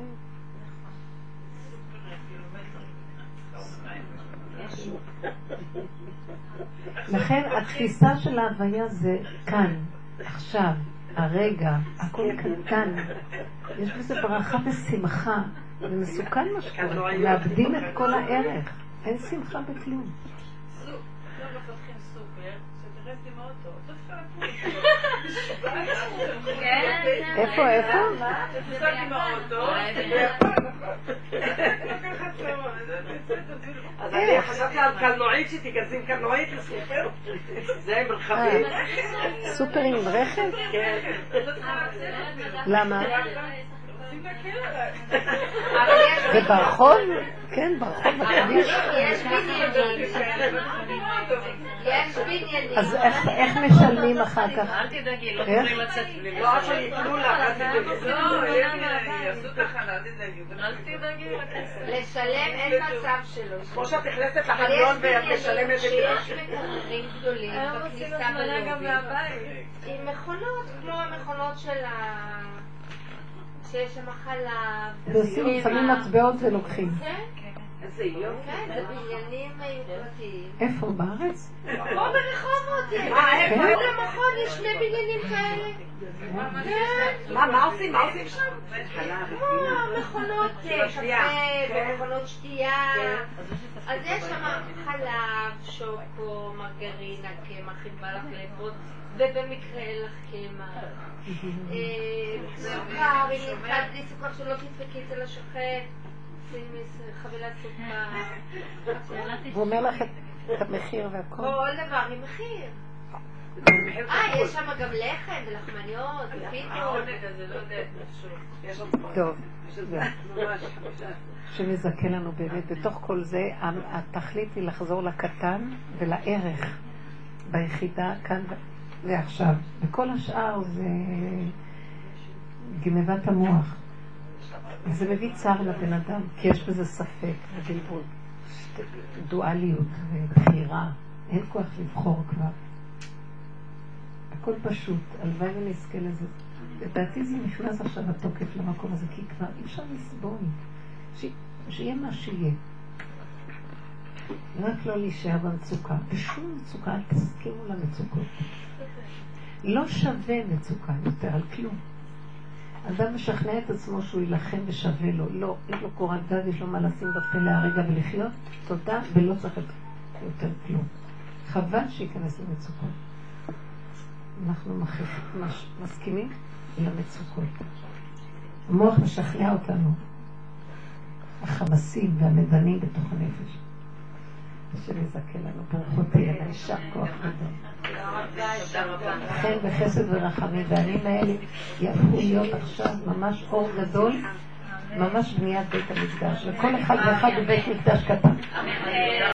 [SPEAKER 2] לכן התפיסה של ההוויה זה כאן, עכשיו, הרגע, הכל קטן. יש בזה ברכה ושמחה, ומסוכן מה שקורה, מאבדים את כל הערך, אין שמחה בכלום.
[SPEAKER 4] לא מפתחים סופר, שתרס עם האוטו,
[SPEAKER 2] איפה?
[SPEAKER 4] תפסק עם האוטו,
[SPEAKER 5] אז אני חשבתי על קלנועית שתיכנסים קלנועית לסופר. זה עם רכבים.
[SPEAKER 2] סופר עם רכב?
[SPEAKER 5] כן.
[SPEAKER 2] למה?
[SPEAKER 4] רוצים להקל עליי.
[SPEAKER 2] זה ברחוב? כן, ברחוב בכביש.
[SPEAKER 6] יש בניינים.
[SPEAKER 2] אז איך משלמים אחר כך?
[SPEAKER 7] אל תדאגי, לא תוכלי לצאת בלי
[SPEAKER 5] לא, עכשיו יקנו לה, אל תדאגי.
[SPEAKER 4] לא, יעשו תחנה, אל תדאגי.
[SPEAKER 7] אל תדאגי לכסף.
[SPEAKER 6] לשלם אין מצב שלו.
[SPEAKER 5] כמו שאת נכנסת
[SPEAKER 6] אבל
[SPEAKER 5] לחניון
[SPEAKER 6] יש
[SPEAKER 5] ואת משלמת את
[SPEAKER 6] שיש
[SPEAKER 5] זה.
[SPEAKER 6] מקררים גדולים בכניסה בלובי עם מכונות כמו המכונות של שיש שם חלב.
[SPEAKER 2] ועושים, שמים מטבעות ולוקחים.
[SPEAKER 5] איזה יופי.
[SPEAKER 6] כן, זה בניינים יוקרתיים.
[SPEAKER 2] איפה? בארץ?
[SPEAKER 6] פה ברחובות יש.
[SPEAKER 5] איפה?
[SPEAKER 6] פה למכון יש שני בניינים כאלה.
[SPEAKER 5] מה עושים? מה עושים שם?
[SPEAKER 6] כמו מכונות קפה ומכונות שתייה. אז יש שם חלב, שוקו, מרגרינה, קמח עם מלפפון, ובמקרה אין לך קמח. סוכר, אם נתחלת בלי סוכר שלא תדפקי אצל השוחט. חבילת סוכר.
[SPEAKER 2] הוא אומר לך את המחיר והכל.
[SPEAKER 6] כל דבר עם מחיר. יש שם גם לחם ולחמניות ופיתות.
[SPEAKER 4] העונג הזה לא יודע משהו.
[SPEAKER 2] טוב, שמזכה לנו באמת. בתוך כל זה, התכלית היא לחזור לקטן ולערך ביחידה כאן ועכשיו. וכל השאר זה גנבת המוח. זה מביא צער לבן אדם, כי יש בזה ספק ובלבול, דואליות ובחירה. אין כוח לבחור כבר. הכל פשוט, הלוואי ונזכה לזה. לדעתי זה נכנס עכשיו התוקף למקום הזה, כי כבר אי אפשר לסבול. שיהיה מה שיהיה. רק לא להישאר במצוקה. בשום מצוקה, אל תסכימו למצוקות. לא שווה מצוקה יותר על כלום. אדם משכנע את עצמו שהוא ילחם ושווה לו. לא, יש לו קורת גג, יש לו מה לשים בפה להרגע ולחיות. תודה, ולא צריך יותר כלום. חבל שיכנס למצוקות. אנחנו מסכימים למצוקות. המוח משכנע אותנו. החמסים והמדנים בתוך הנפש. שנזכה לנו, ברכות תהיה לה, יישר כוח גדול. לכן בחסד ורחמים, והעלים האלה יהפכו להיות עכשיו ממש אור גדול, ממש בניית בית המקדש. לכל אחד ואחד בבית מקדש קטן.